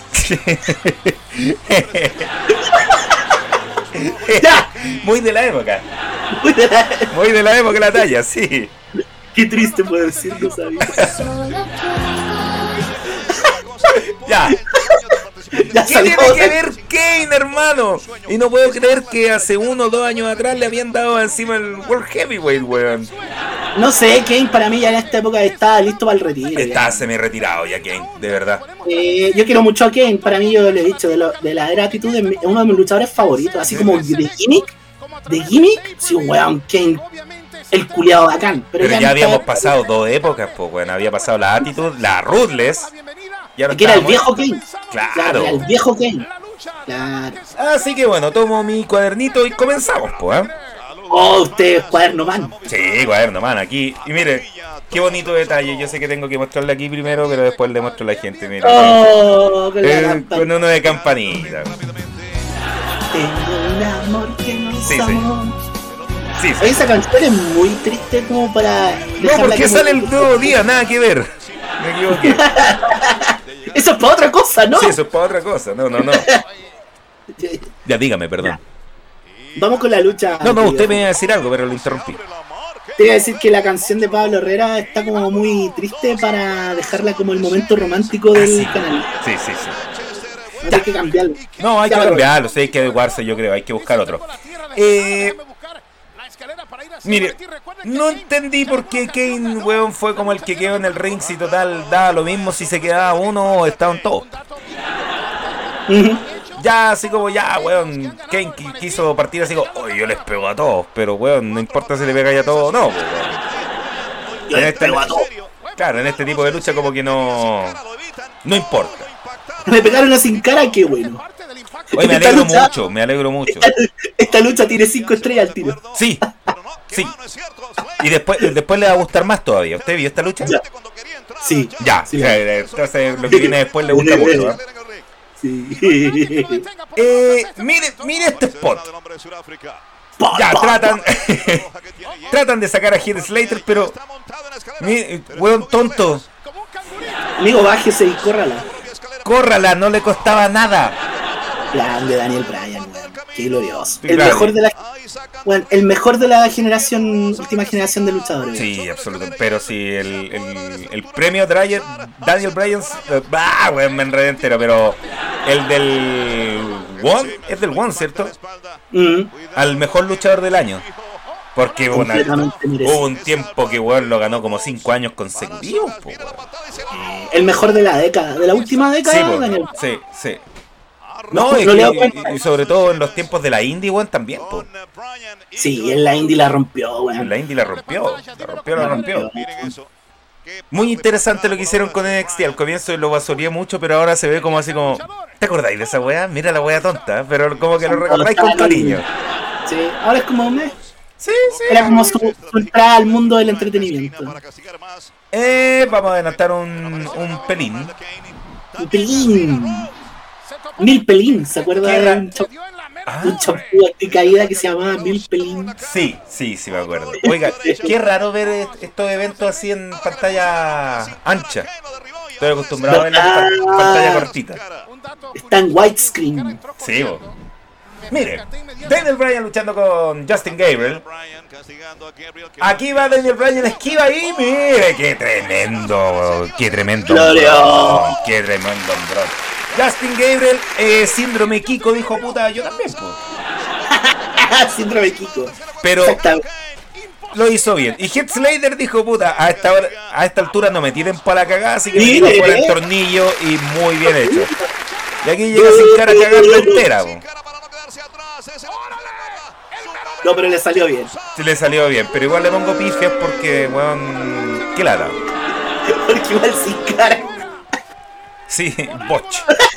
[SPEAKER 1] ¡Ya!
[SPEAKER 2] Muy de la época.
[SPEAKER 1] Muy de la-
[SPEAKER 2] Muy de la época la talla, sí.
[SPEAKER 1] Qué triste puedo decir, no sabía.
[SPEAKER 2] Ya.
[SPEAKER 1] Ya
[SPEAKER 2] ¿Qué tiene
[SPEAKER 1] salimos
[SPEAKER 2] que ver Kane, hermano? Y no puedo creer que hace 1 o 2 años atrás le habían dado encima el World Heavyweight, weón.
[SPEAKER 1] No sé, Kane para mí ya en esta época estaba listo para el retiro.
[SPEAKER 2] Está
[SPEAKER 1] ya.
[SPEAKER 2] semi-retirado ya Kane, de verdad.
[SPEAKER 1] Yo quiero mucho a Kane, para mí yo le he dicho, de la era actitud es uno de mis luchadores favoritos, así como de gimmick, sí, weón, Kane, el culiado bacán.
[SPEAKER 2] Pero ya
[SPEAKER 1] no
[SPEAKER 2] habíamos
[SPEAKER 1] está-
[SPEAKER 2] pasado 2 épocas, pues, weón. Había pasado la Attitude, la Ruthless. Y ahora
[SPEAKER 1] que era el
[SPEAKER 2] estábamos-
[SPEAKER 1] viejo Kane.
[SPEAKER 2] Claro.
[SPEAKER 1] Era el viejo Kane. Claro.
[SPEAKER 2] Así que bueno, tomo mi cuadernito y comenzamos, pues, ¿eh?
[SPEAKER 1] Oh, usted es cuaderno man.
[SPEAKER 2] Sí, cuaderno, man, aquí. Y mire, qué bonito detalle. Yo sé que tengo que mostrarle aquí primero, pero después le muestro a la gente, mira.
[SPEAKER 1] Oh, con la campana.
[SPEAKER 2] Con uno de campanita.
[SPEAKER 1] Tengo un amor que no
[SPEAKER 2] Sí, sí.
[SPEAKER 1] somos.
[SPEAKER 2] Sí, sí.
[SPEAKER 1] Oye, esa canción es muy triste como para
[SPEAKER 2] No,
[SPEAKER 1] dejarla
[SPEAKER 2] porque
[SPEAKER 1] como-
[SPEAKER 2] sale el nuevo día, nada que ver. Me equivoqué.
[SPEAKER 1] Eso es para otra cosa, ¿no?
[SPEAKER 2] Sí, eso es para otra cosa. No. Ya, dígame, perdón.
[SPEAKER 1] Vamos con la lucha.
[SPEAKER 2] No,
[SPEAKER 1] tío.
[SPEAKER 2] usted me iba a decir algo, pero lo interrumpí.
[SPEAKER 1] Te iba a decir que la canción de Pablo Herrera está como muy triste para dejarla como el momento romántico del
[SPEAKER 2] Sí,
[SPEAKER 1] canal.
[SPEAKER 2] sí.
[SPEAKER 1] No hay que cambiarlo.
[SPEAKER 2] No, hay
[SPEAKER 1] Ya,
[SPEAKER 2] que
[SPEAKER 1] pero-
[SPEAKER 2] cambiarlo, sí, hay que adecuarse, yo creo, hay que buscar otro. Mire, no entendí por qué Kane, weón, fue como el que quedó en el ring, si total daba lo mismo si se quedaba uno o estaban todos.
[SPEAKER 1] Ujú.
[SPEAKER 2] Ya, así como ya, weón, Kane quiso partir así como, oye, yo les pego a todos, pero weón, no importa si le pegáis a todos o no, pues, weón.
[SPEAKER 1] Yo les pego a todos.
[SPEAKER 2] Claro, en este tipo de lucha como que no importa.
[SPEAKER 1] Me pegaron a Sin Cara, qué bueno.
[SPEAKER 2] Oye, me
[SPEAKER 1] Esta
[SPEAKER 2] alegro
[SPEAKER 1] lucha-
[SPEAKER 2] mucho, me alegro mucho.
[SPEAKER 1] Esta lucha tiene 5 estrellas al tiro.
[SPEAKER 2] Sí, sí. Y después le va a gustar más todavía. ¿Usted vio esta lucha?
[SPEAKER 1] Ya. Sí.
[SPEAKER 2] Ya,
[SPEAKER 1] Sí.
[SPEAKER 2] entonces lo que viene después le gusta mucho, ¿eh?
[SPEAKER 1] Sí.
[SPEAKER 2] Mire este spot. Ya, tratan de sacar a Heath Slater, pero weón tonto,
[SPEAKER 1] Amigo, bájese y córrala.
[SPEAKER 2] córrala, no le costaba nada.
[SPEAKER 1] Grande Daniel Bryan, weón. Qué glorioso.
[SPEAKER 2] Sí,
[SPEAKER 1] El
[SPEAKER 2] grande.
[SPEAKER 1] mejor de la. Bueno, el mejor de la generación, última generación de luchadores.
[SPEAKER 2] Sí, absolutamente. Pero sí, el premio Daniel Bryan, weón, me enredé entero, pero el del One, es del One, ¿cierto?
[SPEAKER 1] Mm.
[SPEAKER 2] Al mejor luchador del año. Porque
[SPEAKER 1] Completamente merecido.
[SPEAKER 2] hubo un tiempo que weón lo ganó como 5 años consecutivos, po, weón.
[SPEAKER 1] El mejor de la década, de la última década,
[SPEAKER 2] Sí, po,
[SPEAKER 1] Daniel.
[SPEAKER 2] sí. No,
[SPEAKER 1] No le doy
[SPEAKER 2] y sobre todo en los tiempos de la indie, weón, también, po.
[SPEAKER 1] Sí, en la indie la rompió, weón.
[SPEAKER 2] La indie la rompió. Muy interesante lo que hicieron con NXT. Al comienzo lo basureé mucho, pero ahora se ve como así como... ¿Te acordáis de esa weá? Mira la weá tonta, pero como que lo recordáis con cariño.
[SPEAKER 1] Sí, ahora es como me.
[SPEAKER 2] Sí.
[SPEAKER 1] Era como su entrada al mundo del entretenimiento.
[SPEAKER 2] Vamos a adelantar un pelín.
[SPEAKER 1] Pelín. Mil Pelín, ¿se acuerda
[SPEAKER 2] ¿Qué
[SPEAKER 1] de
[SPEAKER 2] era?
[SPEAKER 1] un champú anticaída que se llamaba Mil Pelín?
[SPEAKER 2] Sí, me acuerdo. Oiga, qué raro ver estos eventos así en pantalla ancha. Estoy acostumbrado a ver la pantalla cortita.
[SPEAKER 1] Está en widescreen.
[SPEAKER 2] Sí, bo. Mire, Daniel Bryan luchando con Justin Gabriel. Aquí va Daniel Bryan, esquiva y mire, qué tremendo hombrón, qué tremendo hombrón. Justin Gabriel, síndrome Kiko, dijo puta, yo también, po.
[SPEAKER 1] Síndrome Kiko.
[SPEAKER 2] Pero
[SPEAKER 1] Exactamente.
[SPEAKER 2] lo hizo bien. Y Heath Slater dijo, puta, a esta altura no me tiren para la cagada, así que me
[SPEAKER 1] Mire,
[SPEAKER 2] tiro por el tornillo y muy bien hecho. Y aquí llega Sin Cara a cagarla entera, po.
[SPEAKER 1] No, pero le salió bien.
[SPEAKER 2] Sí le salió bien, pero igual le pongo pifias porque, weón, qué lata.
[SPEAKER 1] Porque igual Sin Cara.
[SPEAKER 2] Sí, botch.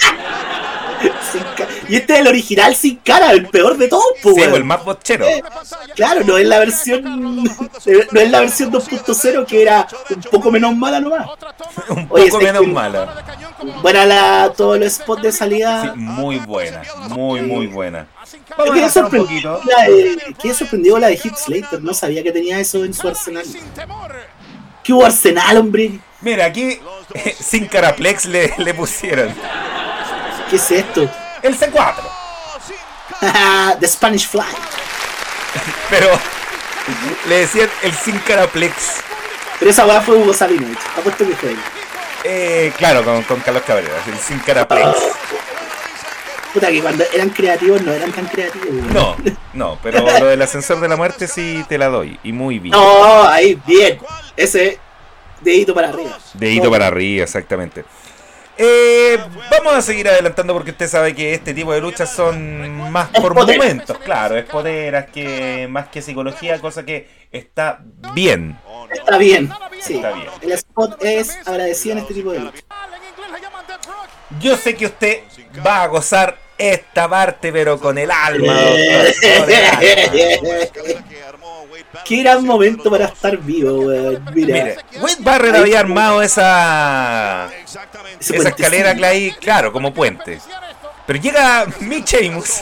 [SPEAKER 1] Y este es el original Sin Cara, el peor de todos, pues,
[SPEAKER 2] Sí,
[SPEAKER 1] weón.
[SPEAKER 2] o el más botchero.
[SPEAKER 1] Claro, no es la versión 2.0 que era un poco menos mala nomás.
[SPEAKER 2] Un
[SPEAKER 1] Oye,
[SPEAKER 2] poco
[SPEAKER 1] sé
[SPEAKER 2] menos
[SPEAKER 1] que-
[SPEAKER 2] mala.
[SPEAKER 1] Buena todos los spots de salida.
[SPEAKER 2] Sí, muy buena, muy buena.
[SPEAKER 1] Yo
[SPEAKER 2] Vamos a
[SPEAKER 1] quedé
[SPEAKER 2] avanzar un
[SPEAKER 1] sorprendido,
[SPEAKER 2] poquito.
[SPEAKER 1] quedé sorprendido la de Heath Slater, no sabía que tenía eso en su arsenal. ¿Qué hubo arsenal, hombre?
[SPEAKER 2] Mira, aquí sin caraplex le pusieron.
[SPEAKER 1] ¿Qué es esto?
[SPEAKER 2] El C4.
[SPEAKER 1] The Spanish Fly.
[SPEAKER 2] Pero le decían el sin caraplex.
[SPEAKER 1] Pero esa weá fue Hugo Sabinovich. Apuesto que fue él.
[SPEAKER 2] Claro, con Carlos Cabrera, el sin caraplex.
[SPEAKER 1] Puta, que cuando eran creativos no eran tan creativos.
[SPEAKER 2] No, pero lo del ascensor de la muerte sí te la doy. Y muy bien.
[SPEAKER 1] No, ahí, bien. Ese dedito para arriba.
[SPEAKER 2] Dedito para arriba, exactamente. Vamos a seguir adelantando porque usted sabe que este tipo de luchas son más por momentos. Claro, es poderas que más que psicología, cosa que está bien.
[SPEAKER 1] Está bien, sí.
[SPEAKER 2] Está bien.
[SPEAKER 1] El spot es agradecido en este tipo de lucha.
[SPEAKER 2] Yo sé que usted va a gozar esta parte, pero con el alma, doctor, con el alma.
[SPEAKER 1] Qué gran momento para estar vivo, weón.
[SPEAKER 2] Mire, Wade Barrett había armado esa escalera ahí, claro, como puente. Pero llega Mitch Sheamus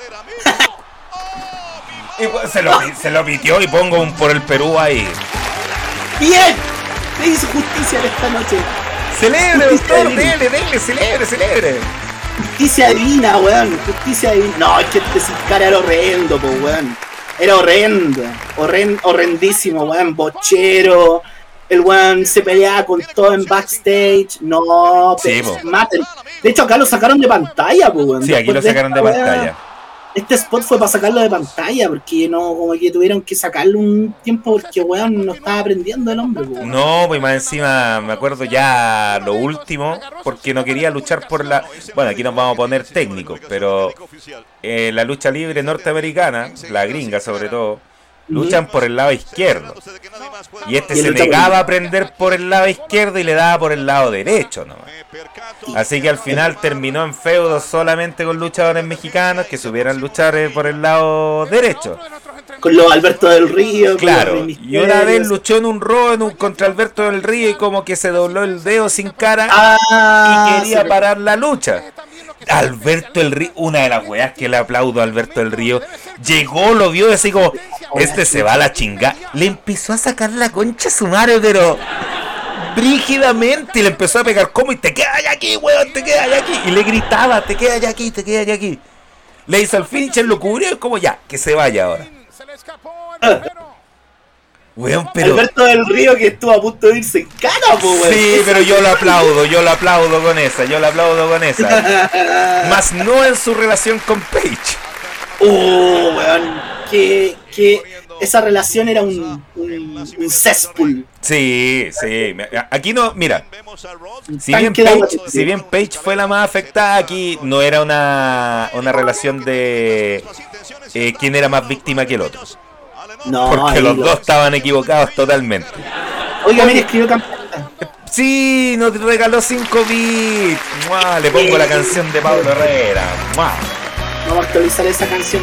[SPEAKER 2] y se lo pitió y pongo un por el Perú ahí.
[SPEAKER 1] ¡Bien! Le hizo justicia en esta noche.
[SPEAKER 2] ¡Celebre, doctor! ¡Dele, celebre!
[SPEAKER 1] Justicia divina, weón. Justicia divina. No, es que este sin cara era horrendo, po, weón. Era horrendo. Horrendísimo, weón. Bochero. El weón se peleaba con todo en backstage. No,
[SPEAKER 2] sí,
[SPEAKER 1] maten. De hecho, acá lo sacaron de pantalla, po, weón.
[SPEAKER 2] Sí, aquí lo sacaron de pantalla.
[SPEAKER 1] Este spot fue para sacarlo de pantalla, porque no, como que tuvieron que sacarlo un tiempo porque weón no estaba aprendiendo el hombre, weón.
[SPEAKER 2] No, pues más encima me acuerdo ya lo último, porque no quería luchar por la... Bueno, aquí nos vamos a poner técnicos, pero la lucha libre norteamericana, la gringa sobre todo, luchan por el lado izquierdo. Y este se negaba a aprender por el lado izquierdo y le daba por el lado derecho nomás. Así que al final terminó en feudo solamente con luchadores mexicanos que supieran luchar por el lado derecho.
[SPEAKER 1] Con los Alberto del Río.
[SPEAKER 2] Claro, y una vez luchó en un Raw contra Alberto del Río y como que se dobló el dedo sin cara y quería parar la lucha. Alberto del Río, una de las weas que le aplaudo a Alberto del Río, llegó, lo vio y así como, este se va a la chingada. Le empezó a sacar la concha a su madre, pero brígidamente, y le empezó a pegar como, y te quedas aquí, weón, te quedas aquí. Y le gritaba, te quedas aquí, te quedas aquí. Le hizo el finisher, lo cubrió y como ya, que se vaya ahora. Weón, pero...
[SPEAKER 1] Alberto del Río que estuvo a punto de irse en cara, po, weón.
[SPEAKER 2] Sí, pero yo lo aplaudo con esa. Más no en su relación con Paige.
[SPEAKER 1] Weón, que esa relación era un cesspool.
[SPEAKER 2] Sí. Aquí no, mira. Si bien Paige fue la más afectada, aquí no era una relación de quién era más víctima que el otro.
[SPEAKER 1] No,
[SPEAKER 2] porque los dos estaban equivocados totalmente.
[SPEAKER 1] Oiga, mire, escribió campeona.
[SPEAKER 2] Sí, nos regaló 5 bits. ¡Mua! Le pongo la canción de Pablo Herrera. ¡Mua!
[SPEAKER 1] Vamos a actualizar esa canción,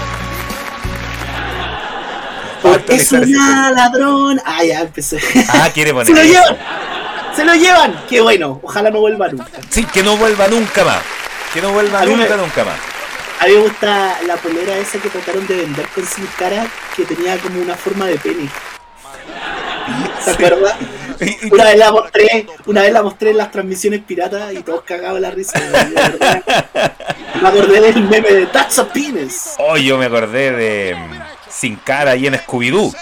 [SPEAKER 1] porque es una ladrón. Ah, ya empecé.
[SPEAKER 2] Quiere poner.
[SPEAKER 1] Se lo llevan. Qué bueno. Ojalá no vuelva nunca.
[SPEAKER 2] Sí, que no vuelva nunca más. Nunca más.
[SPEAKER 1] A mí me gusta la polera esa que trataron de vender con Sin Cara, que tenía como una forma de pene. ¿Te acuerdas? Una vez la mostré en las transmisiones piratas y todos cagaban la risa. Me acordé del meme de That's a Penis.
[SPEAKER 2] Oh, yo me acordé de Sin Cara ahí en Scooby-Doo.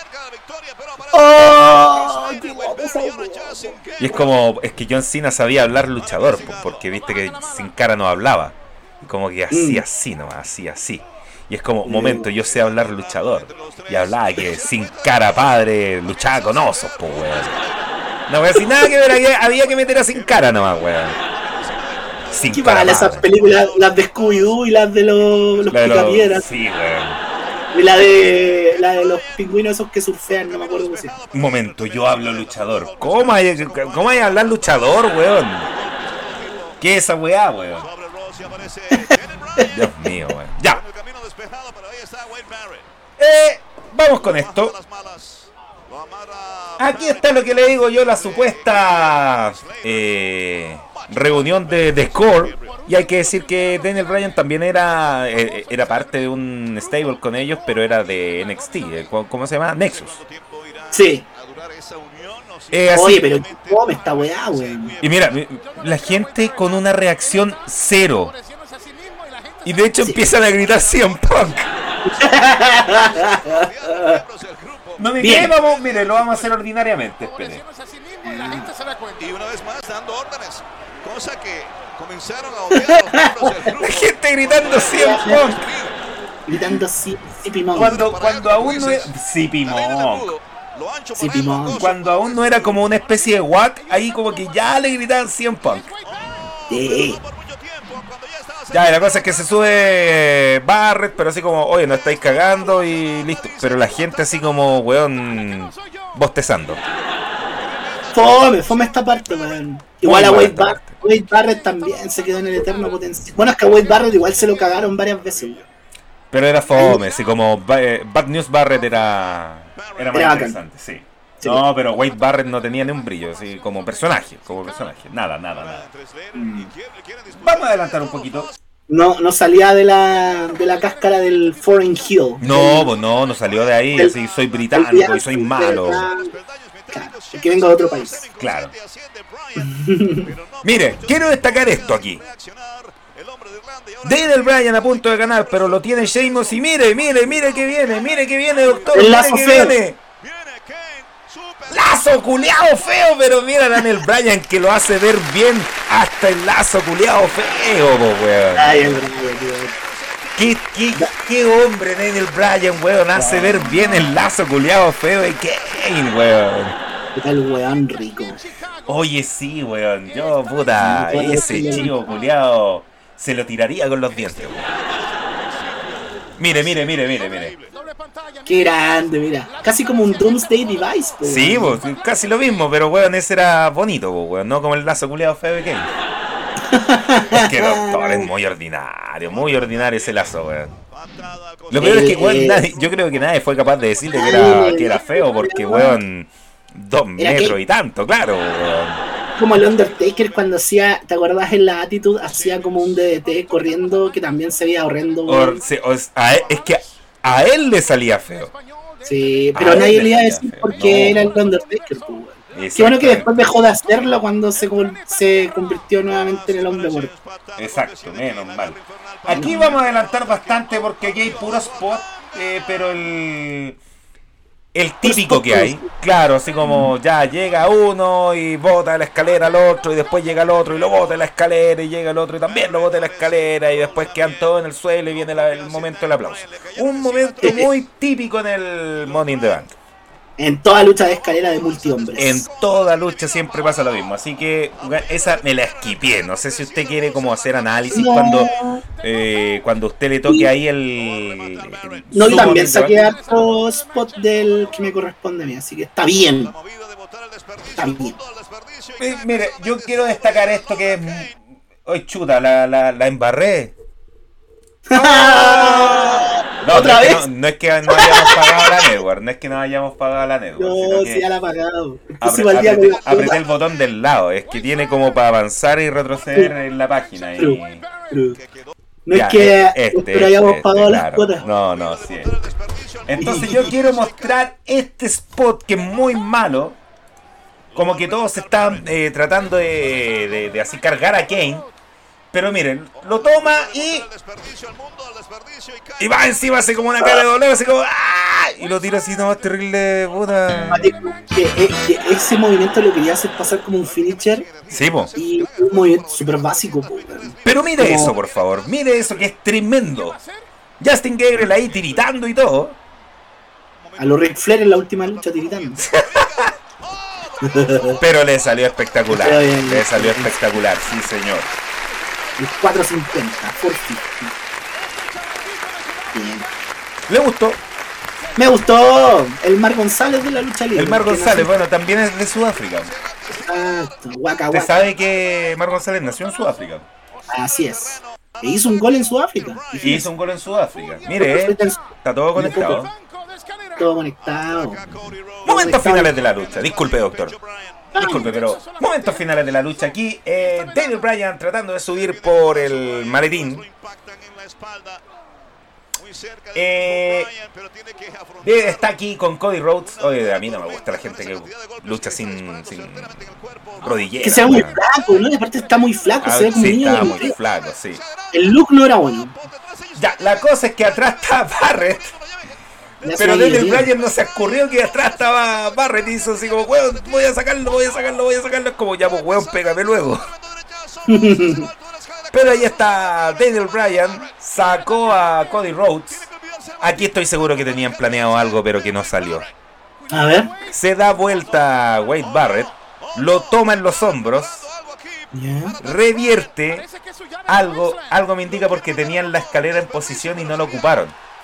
[SPEAKER 1] ¡Oh!
[SPEAKER 2] Y es que John Cena sabía hablar luchador, porque viste que Sin Cara no hablaba. Como que así nomás, así. Y es como, momento, yo sé hablar luchador. Y hablaba que Sin Cara padre luchaba con osos, pues, weón. No, weón, sin nada que ver, había que meter a Sin Cara nomás, weón.
[SPEAKER 1] Sin Cara padre. Esas películas, las de Scooby-Doo y las de los Picapiedras.
[SPEAKER 2] Sí, weón.
[SPEAKER 1] Y la de los pingüinos esos que surfean, no me acuerdo cómo se llama.
[SPEAKER 2] Un momento, yo hablo luchador. ¿Cómo hay a hablar luchador, weón? ¿Qué es esa weá, weón? Dios mío, weón. Ya. Vamos con esto. Aquí está lo que le digo yo, la supuesta reunión de Score. Y hay que decir que Daniel Bryan también era parte de un stable con ellos, pero era de NXT. ¿Cómo se llama? Nexus.
[SPEAKER 1] Sí. Oye, pero ¿cómo esta weá, weón?
[SPEAKER 2] Y mira, la gente con una reacción cero. Y de hecho empiezan a gritar CM Punk. No me quede, vamos, mire, lo vamos a hacer ordinariamente, espere.
[SPEAKER 3] Y una vez más dando órdenes, cosa que comenzaron a odiar los miembros del grupo.
[SPEAKER 2] La gente gritando CM Punk.
[SPEAKER 1] Gritando Sippy Monk.
[SPEAKER 2] Cuando aún no era Sippy Monk. Cuando aún no era como una especie de wack, ahí como que ya le gritaban CM Punk.
[SPEAKER 1] Sí.
[SPEAKER 2] Ya, y la cosa es que se sube Barrett, pero así como, oye, no estáis cagando y listo. Pero la gente así como, weón, bostezando.
[SPEAKER 1] Fome esta parte, weón. Igual a Wade Barrett también se quedó en el eterno potencial. Bueno, es que a Wade Barrett igual se lo cagaron varias veces, weón.
[SPEAKER 2] Pero era fome, así como Bad News Barrett era más interesante, sí. No, pero Wade Barrett no tenía ni un brillo, así como personaje. Nada. Vamos a adelantar un poquito.
[SPEAKER 1] No salía de la cáscara del Foreign Hill.
[SPEAKER 2] No salió de ahí, así soy británico y soy malo.
[SPEAKER 1] Claro, que venga de otro país.
[SPEAKER 2] Claro. Mire, quiero destacar esto aquí. Daniel Bryan a punto de ganar, pero lo tiene Sheamus y mire que viene, doctor.
[SPEAKER 1] El lazo feo.
[SPEAKER 2] Lazo culeado feo, pero mira a Daniel Bryan que lo hace ver bien hasta el lazo culeado feo, weón.
[SPEAKER 1] Ay, el Bryan,
[SPEAKER 2] ¿Qué hombre Daniel Bryan, weón, hace ver bien el lazo culeado feo de Kane, weón.
[SPEAKER 1] ¿Qué tal, weón rico?
[SPEAKER 2] Oye, sí, weón, yo, puta, ese chivo culeado se lo tiraría con los dientes, weón. Mire.
[SPEAKER 1] Qué grande, mira. Casi como un Doomsday Device, po.
[SPEAKER 2] Sí, pues, casi lo mismo, pero weón, ese era bonito, weón, no como el lazo culeado feo de Kane. Es que doctor, es muy ordinario ese lazo, weón. Lo peor es que, weón, yo creo que nadie fue capaz de decirle que era feo, porque, weón, 2 metros y tanto, claro, weón.
[SPEAKER 1] Como el Undertaker cuando hacía, ¿te acuerdas en la Attitude? Hacía como un DDT corriendo que también se veía horrendo.
[SPEAKER 2] Es que a él le salía feo.
[SPEAKER 1] Sí, pero nadie le iba a decir porque era el Undertaker, pues. Qué bueno que después dejó de hacerlo cuando se convirtió nuevamente en el hombre muerto.
[SPEAKER 2] Exacto, menos mal. Aquí vamos a adelantar bastante porque aquí hay puro spot, pero el típico que hay, claro, así como ya llega uno y bota la escalera al otro y después llega el otro y lo bota la escalera y llega el otro y también lo bota la escalera y después quedan todos en el suelo y viene el momento del aplauso. Un momento muy típico en el Money in the Bank.
[SPEAKER 1] En toda lucha de escalera de multihombres.
[SPEAKER 2] En toda lucha siempre pasa lo mismo. Así que esa me la esquipié. No sé si usted quiere como hacer análisis cuando usted le toque ahí el
[SPEAKER 1] no, yo también saqué harto spot del que me corresponde a mí. Así que está bien. Está bien.
[SPEAKER 2] Mire, yo quiero destacar esto que es... ¡Ay, chuta! La embarré. No,
[SPEAKER 1] ¿Otra vez?
[SPEAKER 2] No es que no hayamos pagado la network, no es que no hayamos pagado la network.
[SPEAKER 1] No, sí, ya la ha pagado.
[SPEAKER 2] Apreté el botón del lado, es que tiene como para avanzar y retroceder en la página.
[SPEAKER 1] No ya, es que hayamos pagado las cuotas.
[SPEAKER 2] No, sí. Entonces yo quiero mostrar este spot que es muy malo. Como que todos están tratando de así cargar a Kane. Pero miren, lo toma y va encima, hace como una cara de dolor, así como ¡ah! Y lo tira así, no, terrible, puta.
[SPEAKER 1] Ese movimiento lo quería hacer pasar como un finisher.
[SPEAKER 2] Sí, po.
[SPEAKER 1] Y un movimiento súper básico, po.
[SPEAKER 2] Pero mire eso, por favor, mire eso que es tremendo. Justin Gabriel ahí tiritando y todo.
[SPEAKER 1] A los Ric Flair en la última lucha tiritando.
[SPEAKER 2] Pero le salió espectacular, sí señor.
[SPEAKER 1] El 450, por fin. Bien.
[SPEAKER 2] ¿Le gustó?
[SPEAKER 1] Me gustó el Mar González de la lucha libre.
[SPEAKER 2] El Mar González, bueno, también es de Sudáfrica.
[SPEAKER 1] Exacto, Waka
[SPEAKER 2] Usted sabe que Mar González nació en Sudáfrica.
[SPEAKER 1] Así es. E hizo un gol en Sudáfrica.
[SPEAKER 2] Mire, está todo conectado.
[SPEAKER 1] Todo conectado.
[SPEAKER 2] Momentos finales de la lucha. Disculpe, doctor. Disculpe, pero momentos finales de la lucha aquí. Daniel Bryan tratando de subir por el maletín. Está aquí con Cody Rhodes. Oye, a mí no me gusta la gente que lucha sin rodillera.
[SPEAKER 1] Que sea muy flaco, ¿no? Y aparte está muy flaco, se ve como un
[SPEAKER 2] Sí,
[SPEAKER 1] niño
[SPEAKER 2] está
[SPEAKER 1] de
[SPEAKER 2] muy
[SPEAKER 1] mujer.
[SPEAKER 2] flaco, sí.
[SPEAKER 1] El look no era bueno.
[SPEAKER 2] Ya, la cosa es que atrás está Barrett.
[SPEAKER 1] Le hace
[SPEAKER 2] Pero
[SPEAKER 1] una
[SPEAKER 2] Daniel
[SPEAKER 1] guillotina.
[SPEAKER 2] Bryan no se ocurrió que atrás estaba Barrett y hizo así como, weón, voy a sacarlo. Es como, ya, pues, weón, pégame luego. Pero ahí está Daniel Bryan, sacó a Cody Rhodes. Aquí estoy seguro que tenían planeado algo, pero que no salió.
[SPEAKER 1] A ver.
[SPEAKER 2] Se da vuelta Wade Barrett, lo toma en los hombros,
[SPEAKER 1] Ya.
[SPEAKER 2] revierte. Algo me indica porque tenían la escalera en posición y no la ocuparon.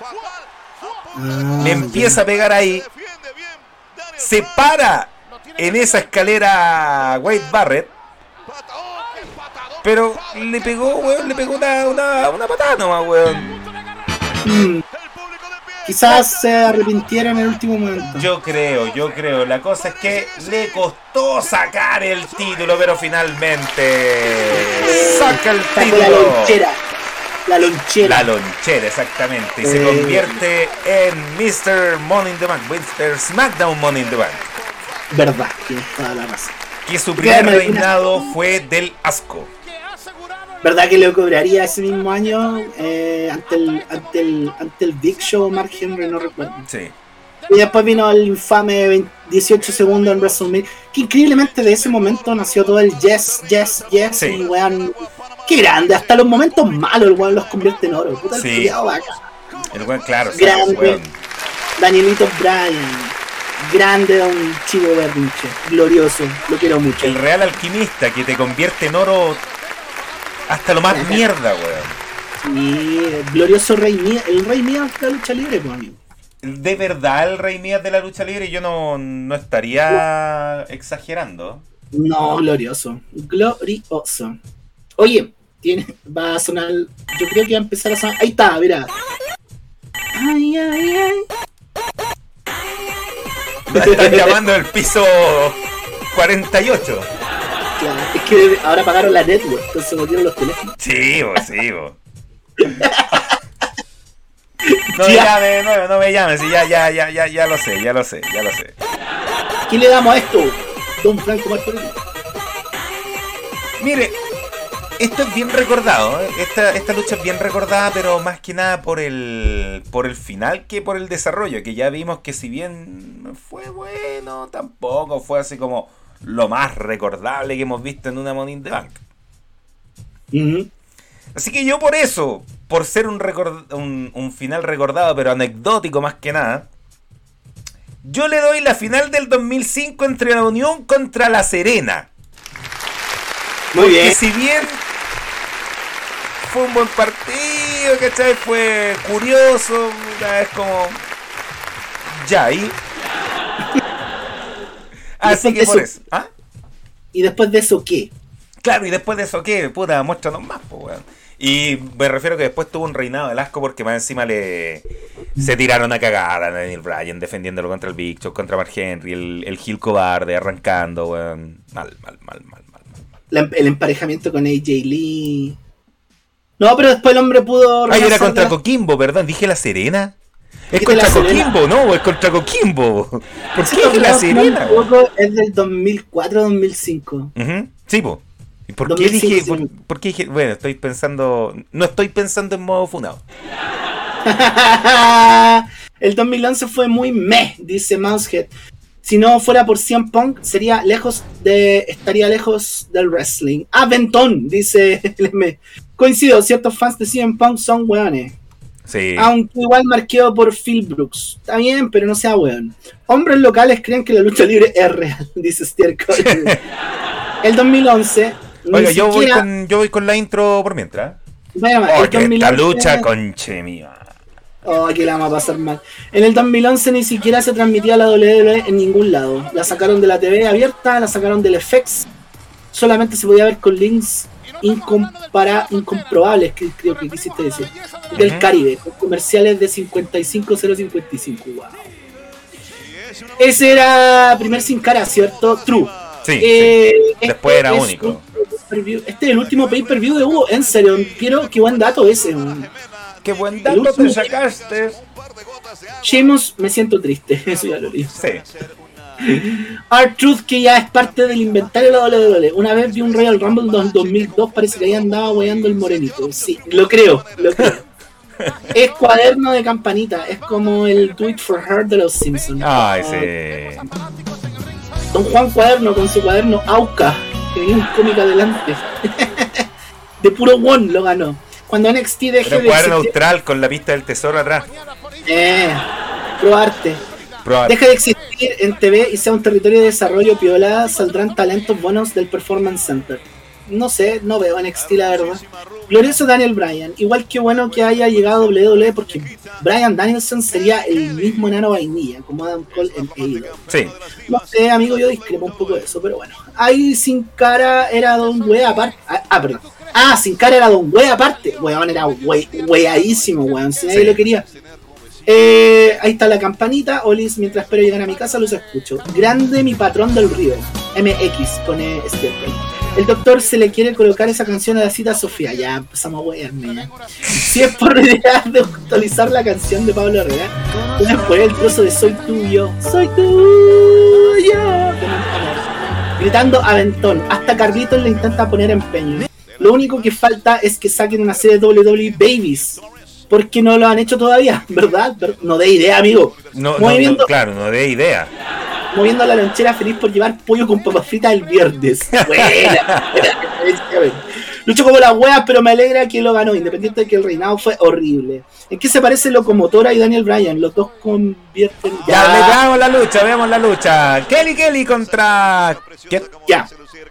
[SPEAKER 2] Le empieza a pegar ahí. Se para en esa escalera Wade Barrett. Pero le pegó, weón, una patada nomás, weón.
[SPEAKER 1] Quizás se arrepintiera en el último momento.
[SPEAKER 2] Yo creo. La cosa es que le costó sacar el título, pero finalmente saca el
[SPEAKER 1] Sacó
[SPEAKER 2] título.
[SPEAKER 1] la lonchera.
[SPEAKER 2] La lonchera, exactamente. Y se convierte en Mr. Money in the Bank, Mr. SmackDown Money in the Bank.
[SPEAKER 1] Verdad, tienes toda la razón.
[SPEAKER 2] Que su primer reinado fue del asco.
[SPEAKER 1] ¿Verdad que le cobraría ese mismo año ante el Big Show, Mark Henry? No recuerdo.
[SPEAKER 2] Sí.
[SPEAKER 1] Y después vino el infame 18 segundos en WrestleMania. Que increíblemente de ese momento nació todo el yes.
[SPEAKER 2] Sí.
[SPEAKER 1] Y weón, qué grande. Hasta los momentos malos el weón los convierte en oro. Puta, el
[SPEAKER 2] Sí.
[SPEAKER 1] culiao vaca.
[SPEAKER 2] El weón, claro,
[SPEAKER 1] Grande.
[SPEAKER 2] weón.
[SPEAKER 1] Danielito Bryan. Grande Don Chivo Berrinche. Glorioso. Lo quiero mucho.
[SPEAKER 2] El real alquimista que te convierte en oro hasta lo más mierda, weón.
[SPEAKER 1] Y el glorioso Rey Mías. El Rey Mías de la lucha libre, pues, amigo.
[SPEAKER 2] De verdad, el Rey Mías de la lucha libre, yo no estaría exagerando.
[SPEAKER 1] No, glorioso. Glorioso. Oye, va a sonar. Yo creo que va a empezar a sonar. Ahí está, mira. Ay, ay, ay.
[SPEAKER 2] Están llamando el piso 48.
[SPEAKER 1] Claro, es que ahora pagaron la network, entonces volvieron los teléfonos.
[SPEAKER 2] Sí, vos. No me llames, sí, ya lo sé.
[SPEAKER 1] ¿Qué le damos a esto? Don Franco Martorell.
[SPEAKER 2] Mire, esto es bien recordado, ¿eh? Esta lucha es bien recordada, pero más que nada por el final que por el desarrollo, que ya vimos que si bien fue bueno, tampoco fue así como lo más recordable que hemos visto en una Money in the Bank. Así que yo por eso, por ser un final recordado, pero anecdótico más que nada, yo le doy la final del 2005 entre la Unión contra la Serena.
[SPEAKER 1] Muy bien.
[SPEAKER 2] Que si bien fue un buen partido, ¿cachai? Fue curioso, es como... Ya, ahí... Así que por eso. ¿Ah?
[SPEAKER 1] ¿Y después de eso qué?
[SPEAKER 2] Claro, y después de eso, ¿qué? Puta, muéstranos más, pues, weón. Y me refiero que después tuvo un reinado del asco porque más encima se tiraron a cagar a Daniel Bryan defendiéndolo contra el Big Show, contra Mark Henry, el Gil cobarde arrancando, weón. Mal.
[SPEAKER 1] El emparejamiento con AJ Lee. No, pero después el hombre pudo...
[SPEAKER 2] Ay, era contra Coquimbo, perdón, dije La Serena. Es
[SPEAKER 1] Dijiste
[SPEAKER 2] contra
[SPEAKER 1] La Serena.
[SPEAKER 2] Coquimbo, no, es contra Coquimbo. ¿Por
[SPEAKER 1] Ese
[SPEAKER 2] qué dije La
[SPEAKER 1] torneo, si no
[SPEAKER 2] Serena?
[SPEAKER 1] me equivoco, es del 2004-2005.
[SPEAKER 2] Ujú, sí, po. ¿Y por
[SPEAKER 1] 2005,
[SPEAKER 2] qué dije?
[SPEAKER 1] sí.
[SPEAKER 2] ¿Por qué dije? Bueno, no estoy pensando en modo funado.
[SPEAKER 1] El 2011 fue muy meh, dice Mousehead. Si no fuera por CM Punk, estaría lejos del wrestling. Ah, Ventón, dice LM. Coincido, ciertos fans de CM Punk son weones.
[SPEAKER 2] Sí.
[SPEAKER 1] Aunque igual marqueado por Phil Brooks. Está bien, pero no sea weón. Hombres locales creen que la lucha libre es real, dice Stierco. El 2011.
[SPEAKER 2] Oiga,
[SPEAKER 1] ni
[SPEAKER 2] yo
[SPEAKER 1] siquiera...
[SPEAKER 2] voy con la intro por mientras.
[SPEAKER 1] Vaya,
[SPEAKER 2] Oh,
[SPEAKER 1] el
[SPEAKER 2] que esta
[SPEAKER 1] 2011
[SPEAKER 2] lucha, conche mía.
[SPEAKER 1] Oh, que la vamos a pasar mal. En el 2011 ni siquiera se transmitía la WWE en ningún lado. La sacaron de la TV abierta, la sacaron del FX. Solamente se podía ver con links incomprobables, que creo que quisiste decir. Del Caribe, con comerciales de 55.055. Wow. Ese era primer Sin Cara, ¿cierto? True.
[SPEAKER 2] Sí,
[SPEAKER 1] este
[SPEAKER 2] después era
[SPEAKER 1] es
[SPEAKER 2] único.
[SPEAKER 1] Este es el último pay-per-view de Hugo. En serio, quiero que buen dato ese. Man.
[SPEAKER 2] Qué buen dato te sacaste.
[SPEAKER 1] Sheamus, me siento triste, eso ya lo leí.
[SPEAKER 2] Sí.
[SPEAKER 1] R-Truth, que ya es parte del inventario de la WWE. Una vez vi un Royal Rumble 2002, parece que ahí andaba weando el morenito. Sí, lo creo. Es cuaderno de campanita, es como el Do It For Her de los Simpsons.
[SPEAKER 2] Ay, sí.
[SPEAKER 1] Don Juan Cuaderno con su cuaderno Auca, que tenía un cómic adelante. De puro one lo ganó. Cuando NXT deje
[SPEAKER 2] Era un
[SPEAKER 1] de
[SPEAKER 2] cuaderno
[SPEAKER 1] existir,
[SPEAKER 2] austral con la pista del tesoro atrás.
[SPEAKER 1] probarte.
[SPEAKER 2] Probar.
[SPEAKER 1] Deja de existir en TV y sea un territorio de desarrollo piola, saldrán talentos buenos del Performance Center. No sé, no veo NXT la verdad. Glorioso Daniel Bryan, igual que bueno que haya llegado a WWE porque Bryan Danielson sería el mismo enano vainilla como Adam Cole en AEW.
[SPEAKER 2] Sí.
[SPEAKER 1] No sé, amigo, yo discrepo un poco de eso, pero bueno. Ahí Sin Cara era Don Wea aparte. Perdón. Sin Cara era Don Wea aparte. Weón, era weadísimo, weón. Si nadie lo quería. Ahí está la campanita. Olis, mientras espero llegar a mi casa los escucho. Grande mi patrón del río. MX, pone Stephen. El doctor se le quiere colocar esa canción a la cita Sofía. Ya empezamos a wearme, ya. Si es por idea de actualizar la canción de Pablo Herrera, pueden poner el trozo de Soy Tuyo. Soy tuyo. Gritando aventón. Hasta Carlitos le intenta poner empeño. Lo único que falta es que saquen una serie de WWE Babies. Porque no lo han hecho todavía, ¿verdad? No de idea, amigo.
[SPEAKER 2] No, claro, no de idea.
[SPEAKER 1] Moviendo la lonchera feliz por llevar pollo con papas fritas el viernes. Buena. Lucho como la wea, pero me alegra que lo ganó, independiente de que el reinado fue horrible. ¿En qué se parece Locomotora y Daniel Bryan? Los dos convierten...
[SPEAKER 2] Ya, veamos la lucha. Kelly contra... ¿Qué?
[SPEAKER 1] Ya.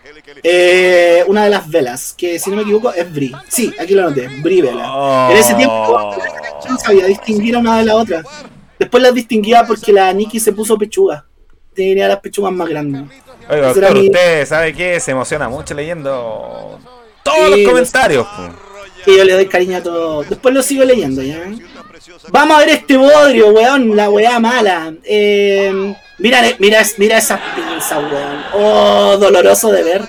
[SPEAKER 1] Una de las velas, que si no me equivoco es Brie. Sí, aquí lo anoté, Brie Vela. En ese tiempo no sabía distinguir a una de la otra. Después las distinguía porque la Nikki se puso pechuga. Tenía las pechugas más grandes.
[SPEAKER 2] Oiga, doctor, usted sabe que se emociona mucho leyendo todos los comentarios.
[SPEAKER 1] Que yo le doy cariño a todos. Después lo sigo leyendo, ¿ya? Vamos a ver este bodrio, weón, la weá mala. Mira esas pinzas, weón. Oh, doloroso de ver.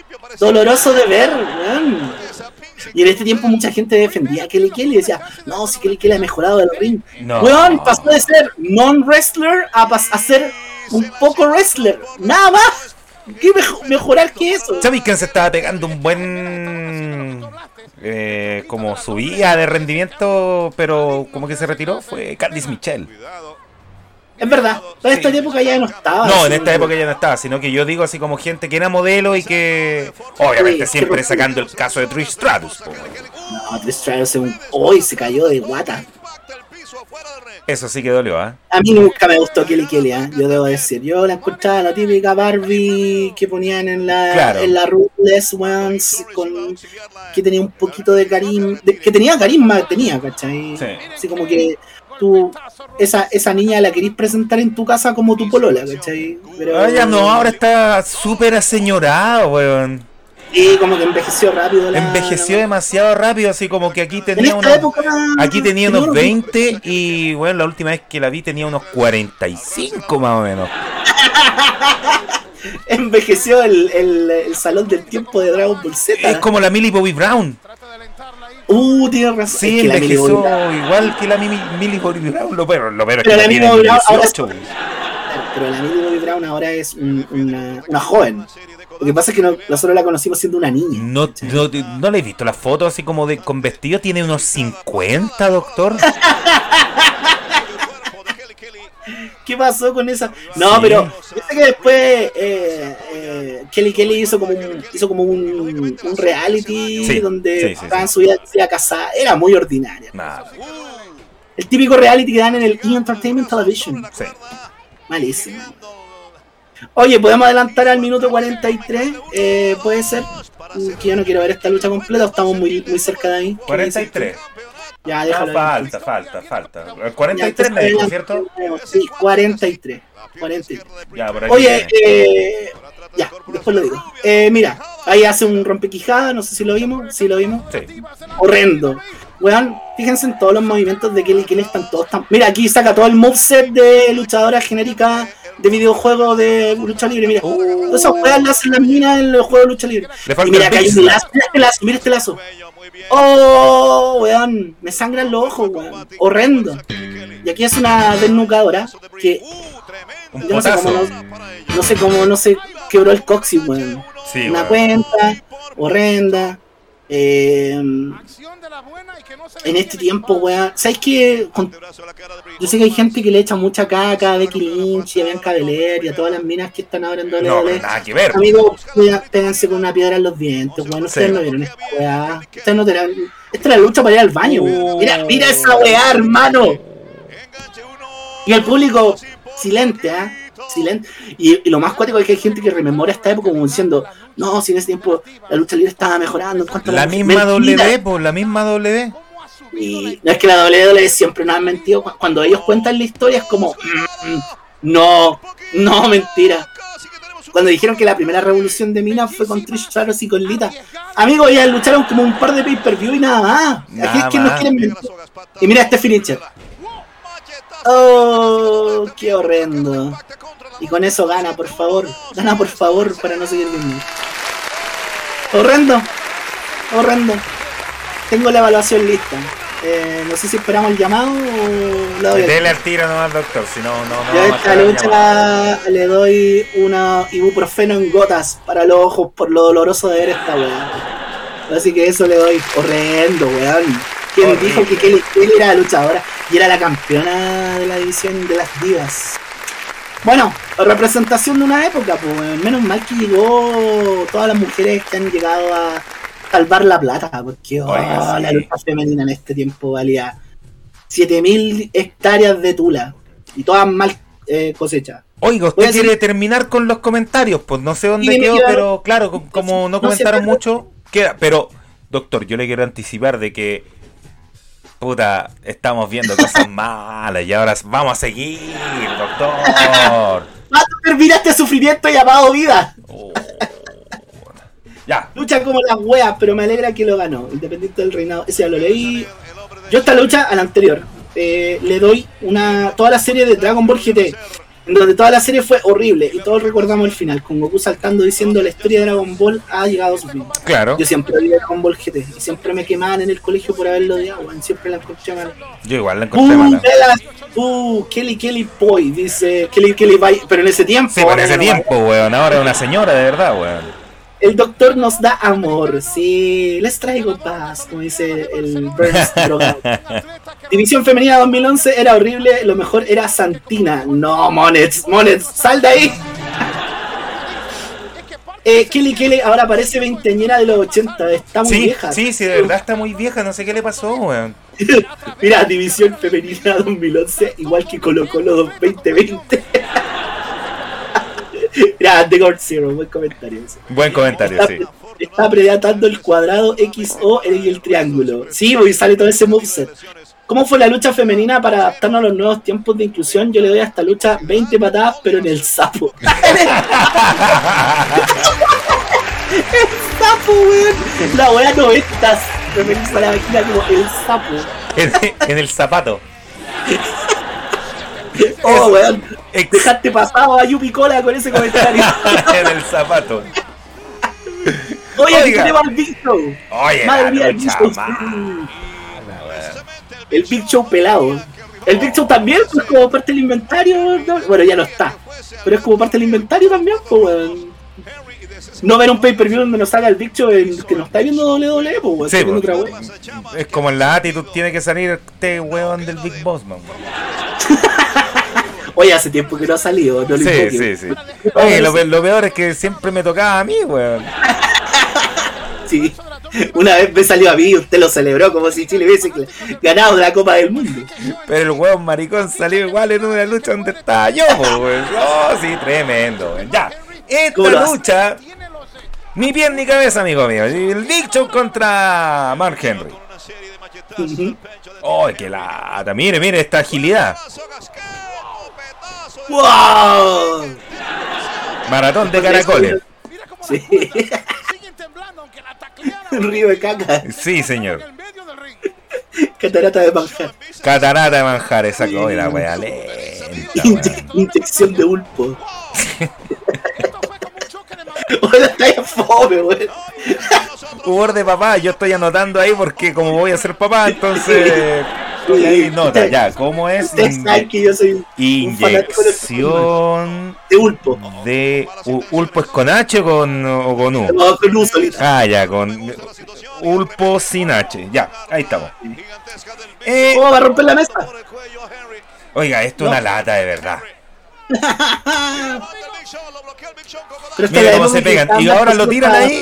[SPEAKER 1] Weón. Y en este tiempo mucha gente defendía a Kelly Kelly y decía, no, si Kelly Kelly ha mejorado el ring. No. Weón, pasó de ser non-wrestler a ser un poco wrestler. Nada más. ¿Qué mejorar que eso?
[SPEAKER 2] ¿Sabes quién se estaba pegando un buen... como subida de rendimiento, pero como que se retiró? Fue Candice Michelle.
[SPEAKER 1] Es verdad, en esta época ya no estaba.
[SPEAKER 2] No, en esta época ya no estaba, sino que yo digo así como gente que era modelo y que... Obviamente siempre sacando el caso de Trish Stratus.
[SPEAKER 1] No, Trish Stratus hoy se cayó de guata.
[SPEAKER 2] Eso sí que dolió, ¿eh?
[SPEAKER 1] A mí nunca me gustó Kelly Kelly, yo debo decir. Yo la encontraba la típica Barbie que ponían en la Ruthless Ones, que tenía un poquito de carisma, que tenía carisma, ¿cachai? Sí. Así como que tú, esa niña la querís presentar en tu casa como tu polola, ¿cachai? Pero
[SPEAKER 2] ya no, ahora está súper aseñorada, weón.
[SPEAKER 1] Sí, como que envejeció rápido.
[SPEAKER 2] Envejeció demasiado rápido, así como que aquí tenía unos 20 y bueno, la última vez que la vi tenía unos 45 más o menos.
[SPEAKER 1] Envejeció el salón del tiempo de Dragon Ball Z.
[SPEAKER 2] Es como la Millie Bobby Brown.
[SPEAKER 1] Tienes razón.
[SPEAKER 2] Sí, envejeció igual que la Millie Bobby Brown. Lo peor es que
[SPEAKER 1] la
[SPEAKER 2] la
[SPEAKER 1] tiene
[SPEAKER 2] 18.
[SPEAKER 1] Pero la Millie Bobby Brown ahora es una joven. Lo que pasa es que nosotros la conocimos siendo una niña.
[SPEAKER 2] ¿No le he visto las fotos así como con vestido? Tiene unos 50, doctor.
[SPEAKER 1] ¿Qué pasó con esa? No, sí. Pero fíjate que después Kelly hizo como un reality donde estaban su vida casada. Era muy ordinaria. El típico reality que dan en el Entertainment Television.
[SPEAKER 2] Sí.
[SPEAKER 1] Malísimo. Oye, ¿podemos adelantar al minuto 43? Puede ser. Que yo no quiero ver esta lucha completa, estamos muy cerca de ahí.
[SPEAKER 2] 43.
[SPEAKER 1] Ya, déjalo.
[SPEAKER 2] Falta. 43 me dijo, ¿cierto?
[SPEAKER 1] Sí, 43.
[SPEAKER 2] Ya, por aquí.
[SPEAKER 1] Oye, ya, después lo digo. Mira, ahí hace un rompequijada, no sé si lo vimos. Sí. Horrendo. Weón, fíjense en todos los movimientos de Kelly están todos tan... Mira, aquí saca todo el moveset de luchadora genérica de videojuegos de lucha libre, mira. Todas esas weas le hacen las minas en los juegos de lucha libre.
[SPEAKER 2] Le falta
[SPEAKER 1] Y mira,
[SPEAKER 2] el
[SPEAKER 1] acá hay un
[SPEAKER 2] pixel.
[SPEAKER 1] lazo, mira este lazo. Oh, weón, me sangran los ojos, weón. Horrendo. Y aquí es una desnucadora que
[SPEAKER 2] Un
[SPEAKER 1] yo no sé cómo
[SPEAKER 2] potazo.
[SPEAKER 1] no se quebró el coxis, weón.
[SPEAKER 2] Sí,
[SPEAKER 1] Una
[SPEAKER 2] weón.
[SPEAKER 1] cuenta horrenda. En este tiempo, weón, ¿sabes qué? Yo sé que hay gente que le echa mucha caca a Becky Lynch y a Bianca Belair y a todas las minas que están ahora en
[SPEAKER 2] No,
[SPEAKER 1] WWE.
[SPEAKER 2] nada que ver.
[SPEAKER 1] Amigos, péganse con una piedra en los dientes, weón. Ustedes
[SPEAKER 2] Sí.
[SPEAKER 1] no vieron esta weá. Ustedes no tenían. Esta es la lucha para ir al baño, weón. Mira esa weá, hermano. Y el público, silente, silente. Y lo más cuático es que hay gente que rememora esta época como diciendo, no, si en ese tiempo la lucha libre estaba mejorando. En cuanto a
[SPEAKER 2] La misma W, pues, la misma W.
[SPEAKER 1] Y no es que la WWE siempre nos han mentido. Cuando ellos cuentan la historia es como, no, mentira. Cuando dijeron que la primera revolución de Mina fue con Trish Stratus y con Lita, amigos, ellas lucharon como un par de pay-per-view y nada más. Aquí es que no quieren mentir. Y mira este finisher. Oh, qué horrendo. Y con eso gana, por favor, para no seguir viendo. Horrendo. Tengo la evaluación lista. No sé si esperamos el llamado o la doy.
[SPEAKER 2] Dele al tiro nomás, doctor, si no,
[SPEAKER 1] Yo a
[SPEAKER 2] vamos
[SPEAKER 1] esta
[SPEAKER 2] a estar
[SPEAKER 1] lucha le doy una ibuprofeno en gotas para los ojos por lo doloroso de ver esta weá. Así que eso le doy. Horrendo, weón. ¿Quién
[SPEAKER 2] Horrible.
[SPEAKER 1] dijo que Kelly era la luchadora y era la campeona de la división de las divas? Bueno, representación de una época, pues menos mal que llegó todas las mujeres que han llegado a salvar la plata, porque
[SPEAKER 2] Oiga, sí.
[SPEAKER 1] la lucha femenina en este tiempo valía 7.000 hectáreas de tula y todas mal cosechas.
[SPEAKER 2] Oiga,
[SPEAKER 1] Voy
[SPEAKER 2] usted
[SPEAKER 1] a decir-
[SPEAKER 2] quiere terminar con los comentarios, pues no sé dónde
[SPEAKER 1] Sí,
[SPEAKER 2] quedó,
[SPEAKER 1] mira,
[SPEAKER 2] pero claro, como no comentaron
[SPEAKER 1] sé,
[SPEAKER 2] mucho, queda. Pero, doctor, yo le quiero anticipar de que, puta, estamos viendo cosas malas y ahora vamos a seguir, doctor.
[SPEAKER 1] ¡Va a terminar este sufrimiento llamado vida!
[SPEAKER 2] Oh. Ya,
[SPEAKER 1] Lucha como las weas, pero me alegra que lo ganó, independiente del reinado. Ese ya lo leí. Yo esta lucha, a la anterior, le doy toda la serie de Dragon Ball GT, en donde toda la serie fue horrible y todos recordamos el final, con Goku saltando diciendo la historia de Dragon Ball ha llegado a su fin.
[SPEAKER 2] claro.
[SPEAKER 1] Yo siempre vi Dragon Ball GT y siempre me quemaban en el colegio por haberlo odiado, weón, siempre la encontré mal.
[SPEAKER 2] Yo igual la encontré mala.
[SPEAKER 1] Kelly Poi, dice Kelly Poi, pero en ese tiempo.
[SPEAKER 2] Sí, por
[SPEAKER 1] ahora
[SPEAKER 2] ese
[SPEAKER 1] ya no
[SPEAKER 2] tiempo, weón. Ahora es una señora, de verdad, weón.
[SPEAKER 1] El doctor nos da amor, sí, les traigo paz, como dice el Burns drogado. División femenina 2011 era horrible, lo mejor era Santina. No, Monets, sal de ahí. Kelly ahora parece veinteañera de los 80, está muy
[SPEAKER 2] Sí,
[SPEAKER 1] vieja.
[SPEAKER 2] sí, de verdad está muy vieja, no sé qué le pasó, weón.
[SPEAKER 1] Mira, División femenina 2011, igual que Colo Colo 2020. Mira, The God Zero, buen comentario.
[SPEAKER 2] Buen comentario, sí.
[SPEAKER 1] Está predando el cuadrado XO y el triángulo. Sí, y sale todo ese moveset. ¿Cómo fue la lucha femenina para adaptarnos a los nuevos tiempos de inclusión? Yo le doy a esta lucha 20 patadas, pero en el sapo. El sapo, weón. La weá 90. Referirse a la vagina como el sapo.
[SPEAKER 2] En el zapato.
[SPEAKER 1] Oh, weón.
[SPEAKER 2] Ex-
[SPEAKER 1] Dejaste pasado a Yupi Cola con ese comentario.
[SPEAKER 2] En el zapato.
[SPEAKER 1] Oye,
[SPEAKER 2] Oiga.
[SPEAKER 1] tenemos al Big Show.
[SPEAKER 2] Oye,
[SPEAKER 1] Madre
[SPEAKER 2] la
[SPEAKER 1] mía, el Big
[SPEAKER 2] lucha
[SPEAKER 1] Show.
[SPEAKER 2] mala, weón.
[SPEAKER 1] El Big Show pelado. El Big Show también, pues como parte del inventario. ¿No? Bueno, ya no está. Pero es como parte del inventario también, pues, weón. No ver un pay-per-view donde nos salga el Big Show que nos está viendo WWE, pues, weón.
[SPEAKER 2] Sí,
[SPEAKER 1] Está viendo
[SPEAKER 2] pues.
[SPEAKER 1] otra weón.
[SPEAKER 2] Es como en la Attitude tiene que salir este weón del Big Boss, man.
[SPEAKER 1] Oye, hace tiempo que no ha salido, no lo
[SPEAKER 2] Sí,
[SPEAKER 1] invoque.
[SPEAKER 2] sí, sí. Oye, lo peor es que siempre me tocaba a mí, weón.
[SPEAKER 1] Sí. Una vez me salió a mí y usted lo celebró como si Chile hubiese ganado la Copa del Mundo.
[SPEAKER 2] Pero el weón maricón salió igual en una lucha donde estaba yo, po, weón. Oh, sí, tremendo, weón. Ya,
[SPEAKER 1] ¿Cómo lo
[SPEAKER 2] esta
[SPEAKER 1] hace?
[SPEAKER 2] lucha, ni pie ni cabeza, amigo mío. El Big Show contra Mark Henry.
[SPEAKER 1] Ujú.
[SPEAKER 2] Oh, qué lata. Mire esta agilidad.
[SPEAKER 1] ¡Wow!
[SPEAKER 2] Maratón de caracoles.
[SPEAKER 1] Sí. Un río de caca.
[SPEAKER 2] Sí, señor.
[SPEAKER 1] Catarata de manjar.
[SPEAKER 2] Catarata de manjar, esa cosa, la wea lenta.
[SPEAKER 1] Inyección de Ulpo. Hola, está ahí fome, weón.
[SPEAKER 2] Humor de papá, yo estoy anotando ahí porque como voy a ser papá, entonces estoy ahí nota, ya, ¿cómo es?
[SPEAKER 1] Ustedes saben que yo soy un fanático
[SPEAKER 2] Inyección
[SPEAKER 1] de Ulpo.
[SPEAKER 2] de Ulpo es con H o con U.
[SPEAKER 1] No, con U solito.
[SPEAKER 2] Ah, ya, con Ulpo sin H, ya, ahí estamos.
[SPEAKER 1] ¿Cómo va a romper la mesa?
[SPEAKER 2] Oiga, esto es una lata de verdad.
[SPEAKER 1] Pero
[SPEAKER 2] Mira cómo se pegan. Y ahora lo tiran ahí.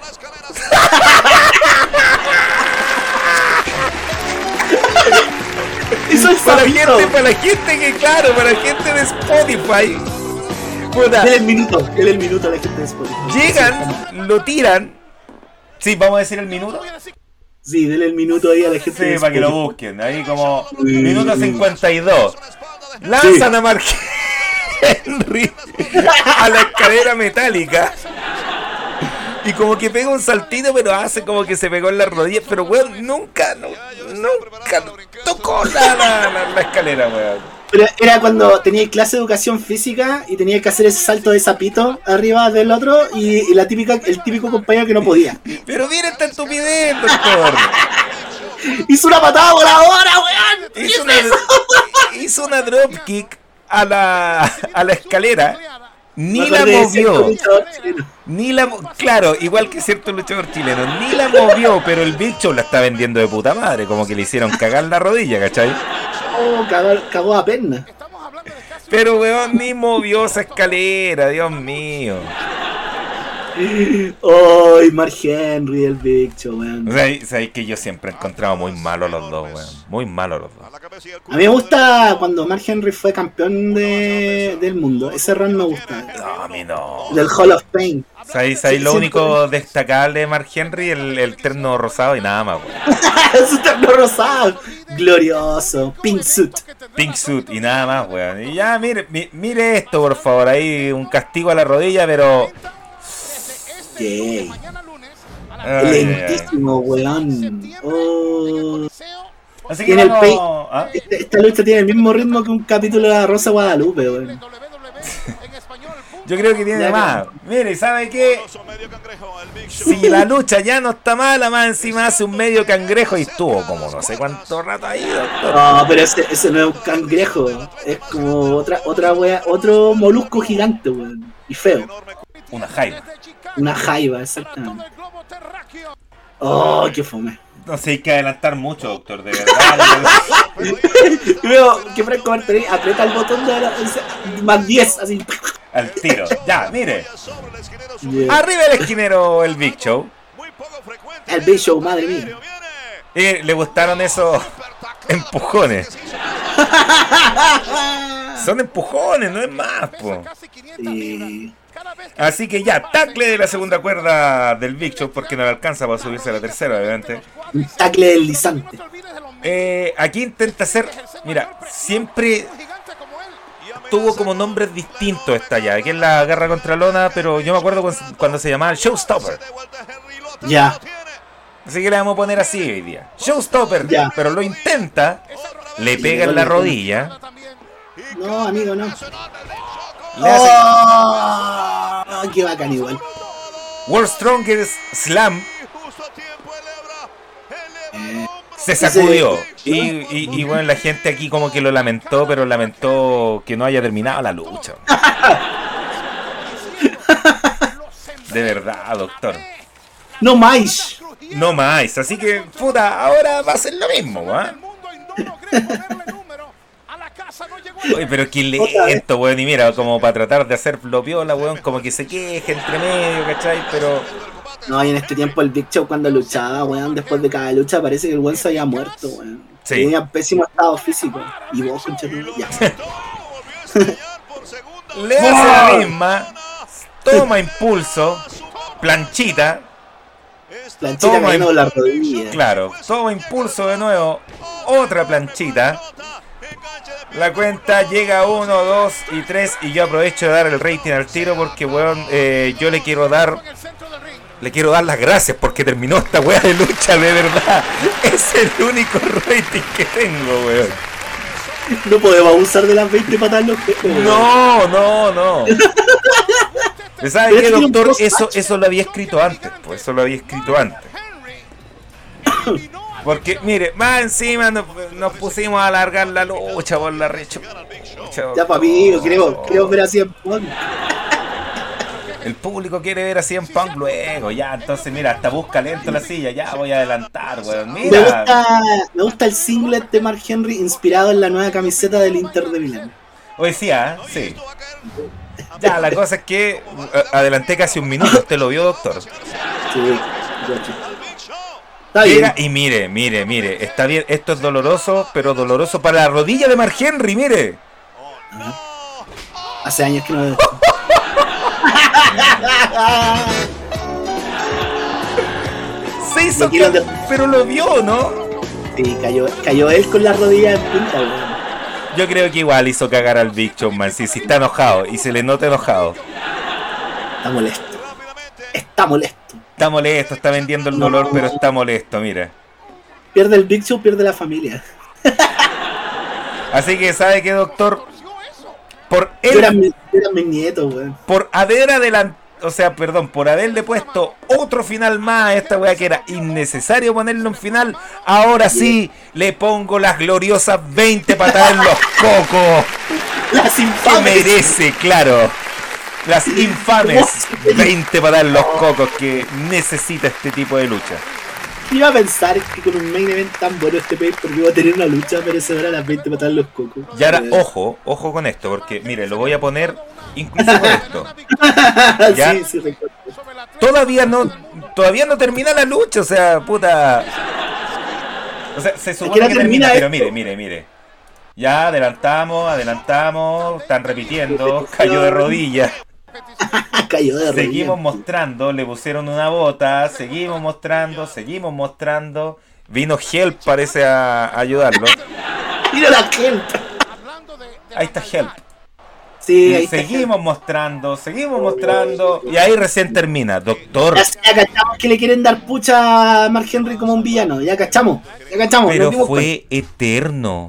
[SPEAKER 1] Eso es
[SPEAKER 2] para la gente que, claro, para la gente de Spotify. Puta,
[SPEAKER 1] Dele el minuto a la gente de Spotify.
[SPEAKER 2] llegan, lo tiran. Sí, vamos a decir el minuto.
[SPEAKER 1] Sí, dele el minuto ahí a la gente de
[SPEAKER 2] Sí,
[SPEAKER 1] Spotify.
[SPEAKER 2] para que lo busquen. Ahí como minuto 52. Lanzan a Mark Henry a la escalera metálica. Y como que pega un saltito, pero hace como que se pegó en la rodilla. Pero weón, nunca tocó la escalera, weón.
[SPEAKER 1] Pero era cuando tenía clase de educación física y tenía que hacer ese salto de sapito arriba del otro y el típico compañero que no podía.
[SPEAKER 2] Pero mira esta estupidez, doctor.
[SPEAKER 1] ¡Hizo una patada voladora, weón!
[SPEAKER 2] Hizo una dropkick a la escalera. Ni la movió. Claro, igual que cierto luchador chileno. Ni la movió, pero el Big Show la está vendiendo de puta madre. Como que le hicieron cagar la rodilla, ¿cachai?
[SPEAKER 1] Oh, cagó a perna.
[SPEAKER 2] Pero weón, ni movió esa escalera, Dios mío.
[SPEAKER 1] Ay, Mark Henry, el Big Show, weón.
[SPEAKER 2] O sea, sabéis que yo siempre he encontrado muy malos los dos, weón. Muy malos los dos.
[SPEAKER 1] A mí me gusta cuando Mark Henry fue campeón del mundo. Ese run me gusta.
[SPEAKER 2] No, a mí no.
[SPEAKER 1] Del Hall of Fame.
[SPEAKER 2] ¿Sabéis lo único destacable de Mark Henry? El terno rosado y nada más, weón.
[SPEAKER 1] Es un terno rosado. Glorioso. Pink suit.
[SPEAKER 2] Pink suit y nada más, weón. Y ya, mire esto, por favor. Ahí un castigo a la rodilla, pero...
[SPEAKER 1] Gay. Lentísimo, weón. Oh.
[SPEAKER 2] Así que
[SPEAKER 1] Tiene
[SPEAKER 2] vamos... ¿Ah?
[SPEAKER 1] Esta lucha tiene el mismo ritmo que un capítulo de La Rosa de Guadalupe, weón.
[SPEAKER 2] Yo creo que tiene más. Mire, ¿sabe qué? Si la lucha ya no está mala, más encima hace un medio cangrejo y estuvo como no sé cuánto rato ahí, doctor.
[SPEAKER 1] No, pero ese no es un cangrejo. Es como otra wea, otro molusco gigante, weón. Y feo.
[SPEAKER 2] Una jaiba.
[SPEAKER 1] Una jaiba, exactamente. Oh, qué fome.
[SPEAKER 2] No sé, hay que adelantar mucho, doctor, de verdad.
[SPEAKER 1] Veo que Franco Martinelli aprieta el botón de más 10, así.
[SPEAKER 2] Al tiro. Ya, mire.
[SPEAKER 1] Yeah.
[SPEAKER 2] Arriba el esquinero, el Big Show.
[SPEAKER 1] El Big Show, madre mía.
[SPEAKER 2] Le gustaron esos empujones. Son empujones, no es más, po.
[SPEAKER 1] Sí.
[SPEAKER 2] Así que ya, tackle de la segunda cuerda del Big Show porque no le alcanza para subirse a la tercera, obviamente.
[SPEAKER 1] Un tackle deslizante.
[SPEAKER 2] Aquí intenta hacer, mira, siempre tuvo como nombres distintos esta llave, que es la garra contra lona, pero yo me acuerdo cuando se llamaba el Showstopper.
[SPEAKER 1] Ya.
[SPEAKER 2] Así que le vamos a poner así hoy día. Showstopper,
[SPEAKER 1] Ya.
[SPEAKER 2] pero lo intenta, le pega en la rodilla.
[SPEAKER 1] No, amigo, no.
[SPEAKER 2] Le hace
[SPEAKER 1] Oh, qué bacán igual.
[SPEAKER 2] World Strongest Slam. Se sacudió. Y bueno, la gente aquí como que lo lamentó, pero lamentó que no haya terminado la lucha. De verdad, doctor.
[SPEAKER 1] No más.
[SPEAKER 2] No más. Así que, puta, ahora va a ser lo mismo, ¿va? Oye, pero qué lento, weón. Y mira, como para tratar de hacer flopiola, weón, como que se queja entre medio, ¿cachai? Pero...
[SPEAKER 1] No, y en este tiempo el Big Show cuando luchaba, weón, después de cada lucha parece que el weón se había muerto, weón.
[SPEAKER 2] Sí.
[SPEAKER 1] Tenía pésimo estado físico. Y vos, conchetito, ya.
[SPEAKER 2] Le hace la misma. Toma impulso. Planchita.
[SPEAKER 1] Planchita
[SPEAKER 2] Toma
[SPEAKER 1] cayendo la rodilla.
[SPEAKER 2] Claro, toma impulso de nuevo. Otra planchita. La cuenta llega a 1, 2 y 3. Y yo aprovecho de dar el rating al tiro porque, weón, yo le quiero dar las gracias porque terminó esta weá de lucha de verdad. Es el único rating que tengo, weón.
[SPEAKER 1] No podemos abusar de las 20 patadas en los cocos.
[SPEAKER 2] No. ¿Sabes qué, doctor? Eso lo había escrito antes. Pues eso lo había escrito antes. Porque, mire, más encima nos pusimos a alargar la lucha por la recha.
[SPEAKER 1] Ya, papi, creo ver así en Punk.
[SPEAKER 2] El público quiere ver a CM Punk luego, ya, entonces mira, hasta busca lento la silla, ya voy a adelantar, weón, mira.
[SPEAKER 1] Me gusta el singlet de Mark Henry inspirado en la nueva camiseta del Inter de Milán.
[SPEAKER 2] Hoy sí, sí. Ya, la cosa es que adelanté casi un minuto, ¿usted lo vio, doctor?
[SPEAKER 1] Sí, está bien.
[SPEAKER 2] Llega y mire, está bien, esto es doloroso, pero doloroso para la rodilla de Mark Henry, mire.
[SPEAKER 1] Hace años que no veo esto.
[SPEAKER 2] Se hizo, pero lo vio, ¿no?
[SPEAKER 1] Sí, cayó él con la rodilla en punta, weón.
[SPEAKER 2] Yo creo que igual hizo cagar al Big Show, man. Si está enojado y se le nota enojado.
[SPEAKER 1] Está molesto. Está
[SPEAKER 2] vendiendo el dolor, pero está molesto, mira.
[SPEAKER 1] Pierde el Big Show, pierde la familia.
[SPEAKER 2] Así que, ¿sabe qué, doctor? Por
[SPEAKER 1] eran mis nietos, weón.
[SPEAKER 2] Por haberle puesto otro final más a esta weá que era innecesario ponerle un final, ahora sí le pongo las gloriosas 20 patadas en los cocos.
[SPEAKER 1] Las infames.
[SPEAKER 2] Que merece, claro. Las infames 20 patadas en los cocos que necesita este tipo de lucha.
[SPEAKER 1] Iba a pensar que con un main event tan bueno este país porque iba a tener una lucha merecedora a las 20 patadas en los cocos.
[SPEAKER 2] Y ahora, ojo con esto, porque mire, lo voy a poner incluso con esto. ¿Ya?
[SPEAKER 1] Sí, recuerdo.
[SPEAKER 2] Todavía no termina la lucha, o sea, puta. O sea, se supone que termina, pero mire. Ya adelantamos, están repitiendo, cayó de rodillas. Seguimos mostrando, le pusieron una bota, seguimos mostrando. Vino Help, parece a ayudarlo.
[SPEAKER 1] Mira la Help.
[SPEAKER 2] Ahí está Help.
[SPEAKER 1] Sí, ahí
[SPEAKER 2] seguimos mostrando. Y ahí recién termina, doctor.
[SPEAKER 1] Ya cachamos que le quieren dar pucha a Mark Henry como un villano. Ya cachamos.
[SPEAKER 2] Pero fue eterno.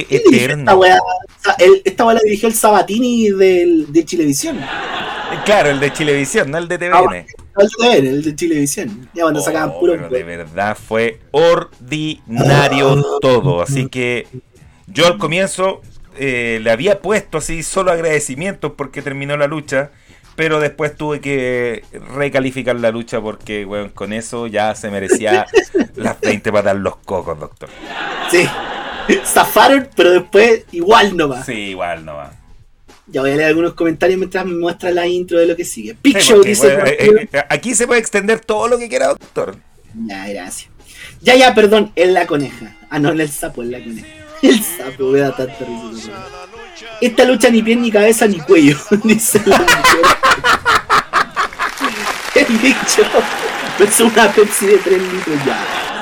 [SPEAKER 1] Esta weá la dirigió el Sabatini de Chilevisión.
[SPEAKER 2] Claro, el de Chilevisión, no el de TVN.
[SPEAKER 1] El de Chilevisión. Ya cuando sacaban puro.
[SPEAKER 2] Pero de verdad fue ordinario todo. Así que yo al comienzo le había puesto así solo agradecimientos porque terminó la lucha. Pero después tuve que recalificar la lucha porque, bueno, con eso ya se merecía las 20 patas los cocos, doctor.
[SPEAKER 1] Sí, zafaron, pero después igual no va.
[SPEAKER 2] Sí, igual no va.
[SPEAKER 1] Ya voy a leer algunos comentarios mientras me muestra la intro de lo que sigue. Big Show dice...
[SPEAKER 2] aquí se puede extender todo lo que quiera, doctor.
[SPEAKER 1] Ya, gracias. Ya, perdón, es la coneja. Ah, no, el sapo, es la coneja. El sapo, me da tanta risa. Esta lucha ni pie, ni cabeza, ni cuello. Dice la mujer. El Big Show es una Pepsi de 3 litros ya.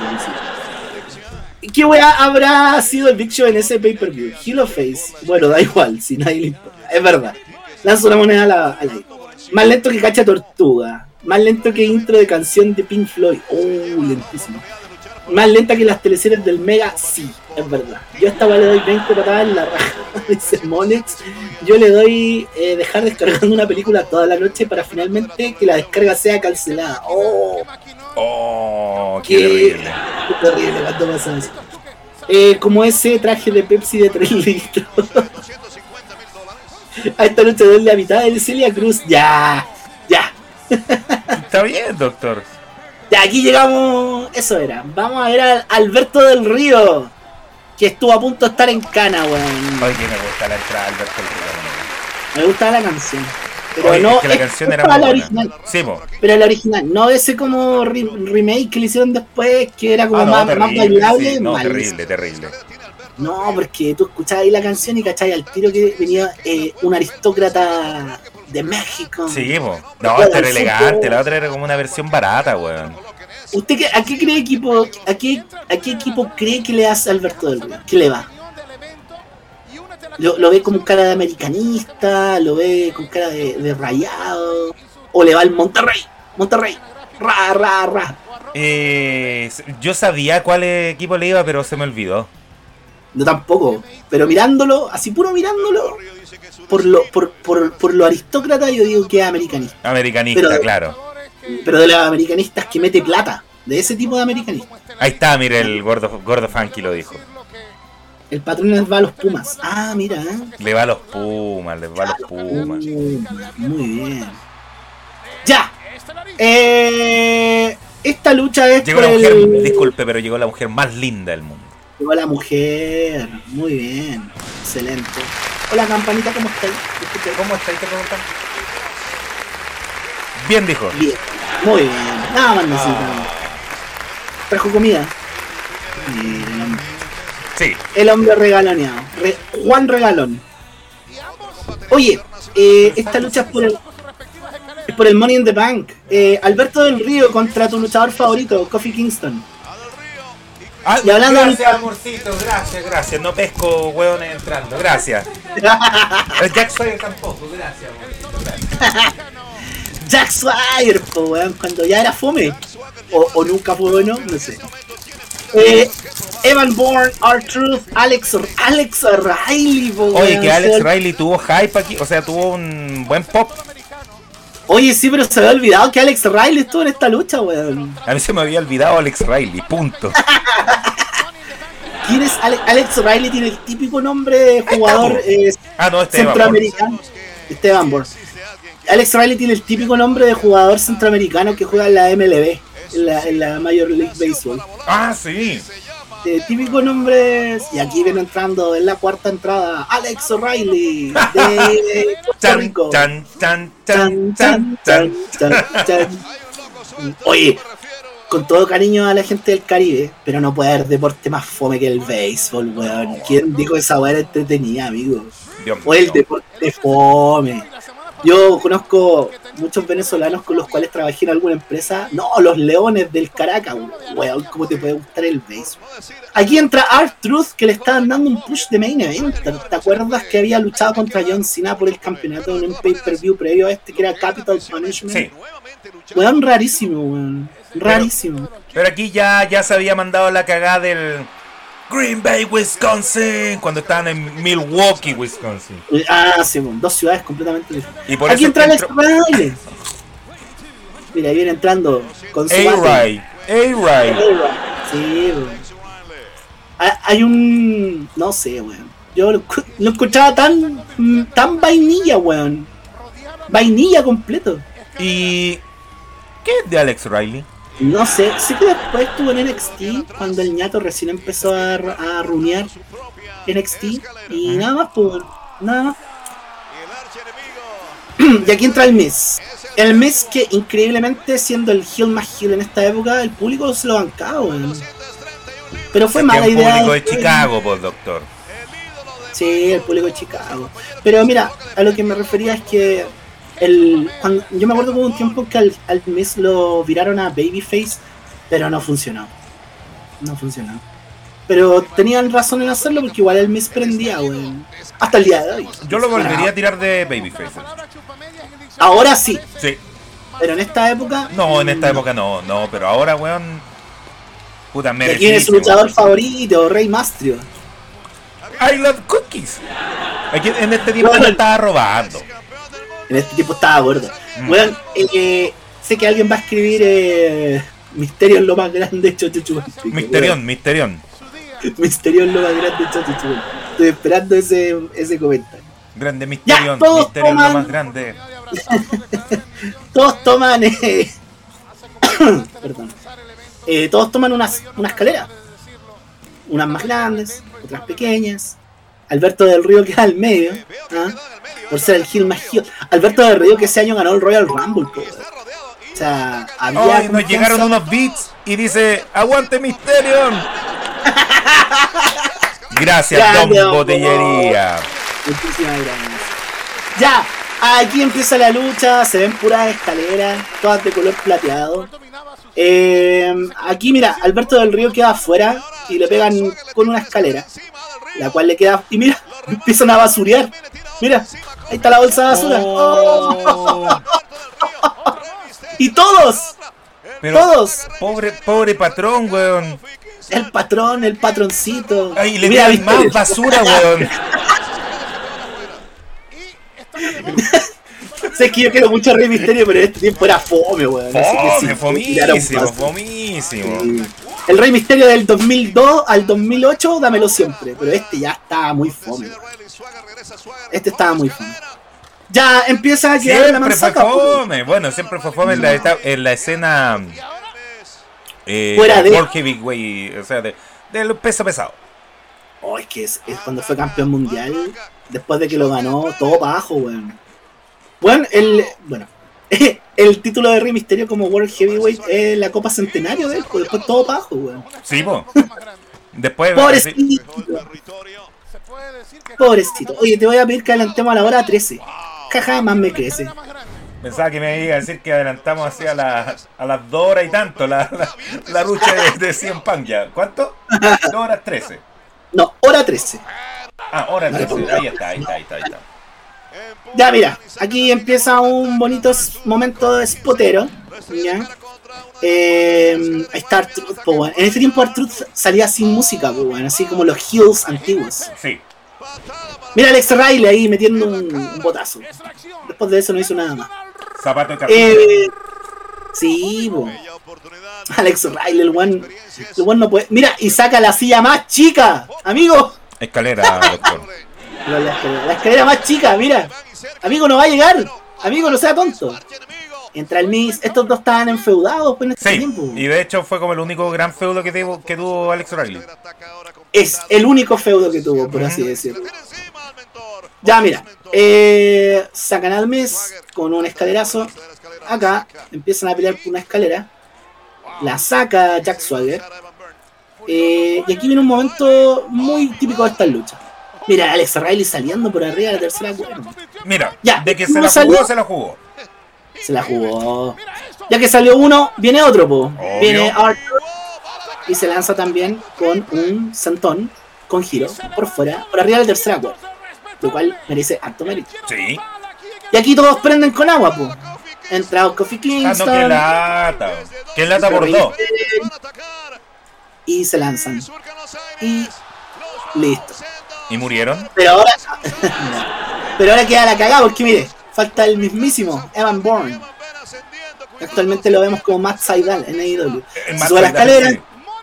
[SPEAKER 1] ¿Qué weá habrá sido el Big Show en ese pay-per-view? Heel of Face. Bueno, da igual, si nadie le importa. Es verdad. Lanza una moneda al aire. Más lento que Cacha Tortuga. Más lento que intro de canción de Pink Floyd. Lentísimo. Más lenta que las teleseries del Mega, sí, es verdad. Yo a esta weá le doy 20 patadas en la raja. Dice Monex. Yo le doy dejar descargando una película toda la noche para finalmente que la descarga sea cancelada.
[SPEAKER 2] Qué terrible.
[SPEAKER 1] Qué terrible cuando pasa eso. Como ese traje de Pepsi de 3 litros. A esta lucha de la mitad de Celia Cruz. Ya.
[SPEAKER 2] Está bien, doctor.
[SPEAKER 1] Ya, aquí llegamos. Eso era. Vamos a ver a Alberto del Río, que estuvo a punto de estar en Cana, weón.
[SPEAKER 2] Oye, que me gusta la entrada de Alberto del Río.
[SPEAKER 1] Me gustaba la canción. Pero
[SPEAKER 2] oye,
[SPEAKER 1] no,
[SPEAKER 2] es que la canción era muy buena. Original. Sí,
[SPEAKER 1] pero la original, no ese como remake que le hicieron después, que era como más bailable.
[SPEAKER 2] Sí, no, terrible.
[SPEAKER 1] No, porque tú escuchabas ahí la canción y cachabas al tiro que venía un aristócrata de México.
[SPEAKER 2] Sí, no, esta era elegante, la otra era como una versión barata, weón.
[SPEAKER 1] ¿Usted a qué cree equipo, a qué equipo cree que le hace Alberto del Río? ¿Qué le va? ¿Lo ve con cara de americanista? ¿Lo ve con cara de rayado? ¿O le va al Monterrey? Ra.
[SPEAKER 2] Yo sabía cuál equipo le iba, pero se me olvidó.
[SPEAKER 1] No tampoco. Pero mirándolo, así puro mirándolo, por lo aristócrata, yo digo que es americanista.
[SPEAKER 2] Americanista,
[SPEAKER 1] Pero-
[SPEAKER 2] claro.
[SPEAKER 1] Pero de los americanistas que mete plata. De ese tipo de americanistas.
[SPEAKER 2] Ahí está, mire, el gordo funky lo dijo.
[SPEAKER 1] El patrón les va a los Pumas. Ah, mira.
[SPEAKER 2] Le va a los Pumas, le va a los Pumas.
[SPEAKER 1] Muy bien. Ya. Esta lucha es
[SPEAKER 2] Llegó
[SPEAKER 1] por
[SPEAKER 2] la mujer,
[SPEAKER 1] el...
[SPEAKER 2] disculpe, pero llegó la mujer más linda del mundo.
[SPEAKER 1] Llegó la mujer. Muy bien. Excelente. Hola, campanita, ¿cómo estáis?
[SPEAKER 2] ¿Cómo estáis? Te preguntan. Bien, dijo.
[SPEAKER 1] Bien. Muy bien. Nada más necesitamos. Trajo comida. Bien.
[SPEAKER 2] Sí.
[SPEAKER 1] El hombre regaloneado. Juan Regalón. Oye, esta lucha es por el Money in the Bank. Alberto del Río contra tu luchador favorito, Kofi Kingston.
[SPEAKER 2] Ah,
[SPEAKER 1] Y hablando
[SPEAKER 2] gracias, amorcito, gracias. No pesco hueones entrando, gracias. El Jack Swagger tampoco, gracias, amorcito, gracias.
[SPEAKER 1] Jack Swagger, po, weón, cuando ya era fome. O nunca fue bueno, no sé. Evan Bourne, R-Truth, Alex Riley, po,
[SPEAKER 2] Oye,
[SPEAKER 1] weón,
[SPEAKER 2] que Alex Riley tuvo hype aquí, o sea, tuvo un buen pop.
[SPEAKER 1] Oye, sí, pero se había olvidado que Alex Riley estuvo en esta lucha, weón.
[SPEAKER 2] A mí se me había olvidado Alex Riley, punto.
[SPEAKER 1] ¿Quién es Alex Riley? Tiene el típico nombre de jugador
[SPEAKER 2] no, este
[SPEAKER 1] centroamericano. Esteban Bourne. Alex Riley tiene el típico nombre de jugador centroamericano que juega en la MLB, en la Major League Baseball.
[SPEAKER 2] Ah, sí.
[SPEAKER 1] Típico nombre. Y aquí viene entrando en la cuarta entrada Alex Riley de Puerto Rico.
[SPEAKER 2] Chan, chan, chan, chan, chan, chan.
[SPEAKER 1] Oye, con todo cariño a la gente del Caribe, pero no puede haber deporte más fome que el béisbol, weón. ¿Quién dijo esa weá era entretenida, amigo?
[SPEAKER 2] Dios
[SPEAKER 1] O el
[SPEAKER 2] mío.
[SPEAKER 1] deporte fome. Yo conozco muchos venezolanos con los cuales trabajé en alguna empresa. No, los Leones del Caracas, weón. ¿Cómo te puede gustar el béisbol? Aquí entra R-Truth, que le estaban dando un push de main event. ¿Te acuerdas que había luchado contra John Cena por el campeonato en un pay-per-view previo a este que era Capital Punishment?
[SPEAKER 2] Sí.
[SPEAKER 1] Weón, rarísimo, weón. Rarísimo.
[SPEAKER 2] Pero aquí ya se había mandado la cagada del Green Bay, Wisconsin, cuando estaban en Milwaukee, Wisconsin.
[SPEAKER 1] Ah, sí, weón. Dos ciudades completamente diferentes.
[SPEAKER 2] Y por
[SPEAKER 1] Aquí
[SPEAKER 2] eso
[SPEAKER 1] entra Alex
[SPEAKER 2] entró
[SPEAKER 1] Riley. Mira, ahí viene entrando con su bate.
[SPEAKER 2] A-Ray.
[SPEAKER 1] Sí, weón. Hay un... No sé, weón. Yo lo escuchaba tan vainilla, weón. Vainilla completo.
[SPEAKER 2] ¿Y qué es de Alex Riley?
[SPEAKER 1] No sé, sí que después estuvo en NXT cuando el ñato recién empezó a runear NXT y nada más, pues, nada más. Y aquí entra el Miz. El Miz que increíblemente siendo el heel más heel en esta época, el público se lo bancaba, weón. Pero fue mala
[SPEAKER 2] El
[SPEAKER 1] idea.
[SPEAKER 2] público de Chicago, pues, doctor.
[SPEAKER 1] Sí, el público de Chicago. Pero mira, a lo que me refería es que yo me acuerdo que hubo un tiempo que al Miz lo viraron a Babyface, pero no funcionó. No funcionó. Pero tenían razón en hacerlo porque igual el Miz prendía, weón. Hasta el día de hoy.
[SPEAKER 2] Yo lo volvería a tirar de Babyface.
[SPEAKER 1] Ahora sí,
[SPEAKER 2] Sí.
[SPEAKER 1] pero en esta época.
[SPEAKER 2] No, en esta época no, pero ahora, weón. Puta,
[SPEAKER 1] Y aquí viene su
[SPEAKER 2] merecidísimo.
[SPEAKER 1] luchador favorito, Rey Mastrio.
[SPEAKER 2] I love cookies. Aquí, en este tiempo
[SPEAKER 1] Bueno.
[SPEAKER 2] lo estaba robando.
[SPEAKER 1] En este tiempo estaba gordo. Weón, sé que alguien va a escribir Misterio es lo más grande de Chocho.
[SPEAKER 2] Misterión.
[SPEAKER 1] Misterio es lo más grande de Chocho. Estoy esperando ese comentario.
[SPEAKER 2] Grande Misterión.
[SPEAKER 1] todos
[SPEAKER 2] Misterio es lo
[SPEAKER 1] toman-
[SPEAKER 2] más grande.
[SPEAKER 1] Todos toman. Perdón. Todos toman una escalera. Unas más grandes, otras pequeñas. Alberto del Río queda al medio. ¿Ah? Por ser el heel más heel. Alberto del Río que ese año ganó el Royal Rumble. Po. O sea, había.
[SPEAKER 2] Hoy nos
[SPEAKER 1] confianza.
[SPEAKER 2] llegaron unos beats y dice: ¡Aguante Misterion! Gracias,
[SPEAKER 1] Grande,
[SPEAKER 2] Don
[SPEAKER 1] don
[SPEAKER 2] Botellería.
[SPEAKER 1] Muchísimas gracias. Ya, aquí empieza la lucha. Se ven puras escaleras, todas de color plateado. Aquí, mira, Alberto del Río queda afuera y le pegan con una escalera, la cual le queda. Y mira, empiezan a basurear. Mira, ahí está la bolsa de basura.
[SPEAKER 2] Oh.
[SPEAKER 1] Y todos,
[SPEAKER 2] Pero,
[SPEAKER 1] todos.
[SPEAKER 2] pobre patrón, weón.
[SPEAKER 1] El patrón, el patroncito.
[SPEAKER 2] Ay, le
[SPEAKER 1] Mira,
[SPEAKER 2] tiran más
[SPEAKER 1] ¿viste?
[SPEAKER 2] basura, weón.
[SPEAKER 1] Sé que yo quiero mucho a Rey Misterio, pero este tiempo era fome, weón. Así que
[SPEAKER 2] Fome,
[SPEAKER 1] sí, tiraron
[SPEAKER 2] fomísimo,
[SPEAKER 1] paso.
[SPEAKER 2] fomísimo.
[SPEAKER 1] Sí. El Rey Misterio del 2002 al 2008, dámelo siempre. Pero este ya está muy fome. Este estaba muy fome. Ya empieza a quedar la
[SPEAKER 2] Siempre fue
[SPEAKER 1] manzaca.
[SPEAKER 2] fome. Bueno, siempre fue fome en la escena
[SPEAKER 1] Fuera de-
[SPEAKER 2] World Heavyweight, o sea, del peso pesado.
[SPEAKER 1] Oh, es que es cuando fue campeón mundial, después de que lo ganó, todo para abajo, weón. Bueno, el título de Rey Misterio como World Heavyweight es la Copa Centenario de él, pues después todo para abajo, weón.
[SPEAKER 2] Sí, po. Después.
[SPEAKER 1] Pobrecito, pobrecito. Oye, te voy a pedir que adelantemos a la hora 13. Jaja, más me crece.
[SPEAKER 2] Pensaba que me iba a decir que adelantamos así a las 2 horas y tanto la lucha de 100 Punk ya. ¿Cuánto? 2 horas 13.
[SPEAKER 1] No, hora 13.
[SPEAKER 2] Ah, hora 13. Ahí está.
[SPEAKER 1] Ya, mira, aquí empieza un bonito momento spotero. ¿Ya? Ahí está R-Truth, po, weón. En ese tiempo R-Truth salía sin música, po, weón, así como los heels antiguos.
[SPEAKER 2] Sí.
[SPEAKER 1] Mira Alex Riley ahí metiendo un botazo. Después de eso no hizo nada más.
[SPEAKER 2] Zapato de cartón.
[SPEAKER 1] Sí, po. Alex Riley, el one no puede. Mira, y saca la silla más chica, amigo.
[SPEAKER 2] Escalera, doctor.
[SPEAKER 1] La escalera más chica, mira. Amigo, no va a llegar. Amigo, no sea tonto. Entra el Miz, estos dos estaban enfeudados pues, en este
[SPEAKER 2] Sí,
[SPEAKER 1] tiempo.
[SPEAKER 2] y de hecho fue como el único gran feudo que tuvo Alex O'Reilly.
[SPEAKER 1] Es el único feudo que tuvo, por así decirlo. Ya, mira. Sacan al Miz con un escalerazo. Acá empiezan a pelear por una escalera. La saca Jack Swagger. Y aquí viene un momento muy típico de estas luchas. Mira, Alex Riley saliendo por arriba de la tercera cuerda.
[SPEAKER 2] Mira,
[SPEAKER 1] Ya,
[SPEAKER 2] de que
[SPEAKER 1] ¿cómo
[SPEAKER 2] se la
[SPEAKER 1] salió?
[SPEAKER 2] jugó, se la jugó.
[SPEAKER 1] Se la jugó. Ya que salió uno, viene otro, po.
[SPEAKER 2] Obvio.
[SPEAKER 1] Viene Arthur. Y se lanza también con un santón con giro por fuera, por arriba de la tercera cuerda. Lo cual merece harto mérito.
[SPEAKER 2] Sí.
[SPEAKER 1] Y aquí todos prenden con agua, po. Entra Kofi
[SPEAKER 2] Ah, no,
[SPEAKER 1] Kingston.
[SPEAKER 2] que lata. Que lata por dos.
[SPEAKER 1] Y se lanzan. Y listo.
[SPEAKER 2] ¿Y murieron?
[SPEAKER 1] Pero ahora. Pero ahora queda la cagada porque mire, falta el mismísimo Evan Bourne. Actualmente lo vemos como Matt Sydal en AEW. Se sube a la escalera.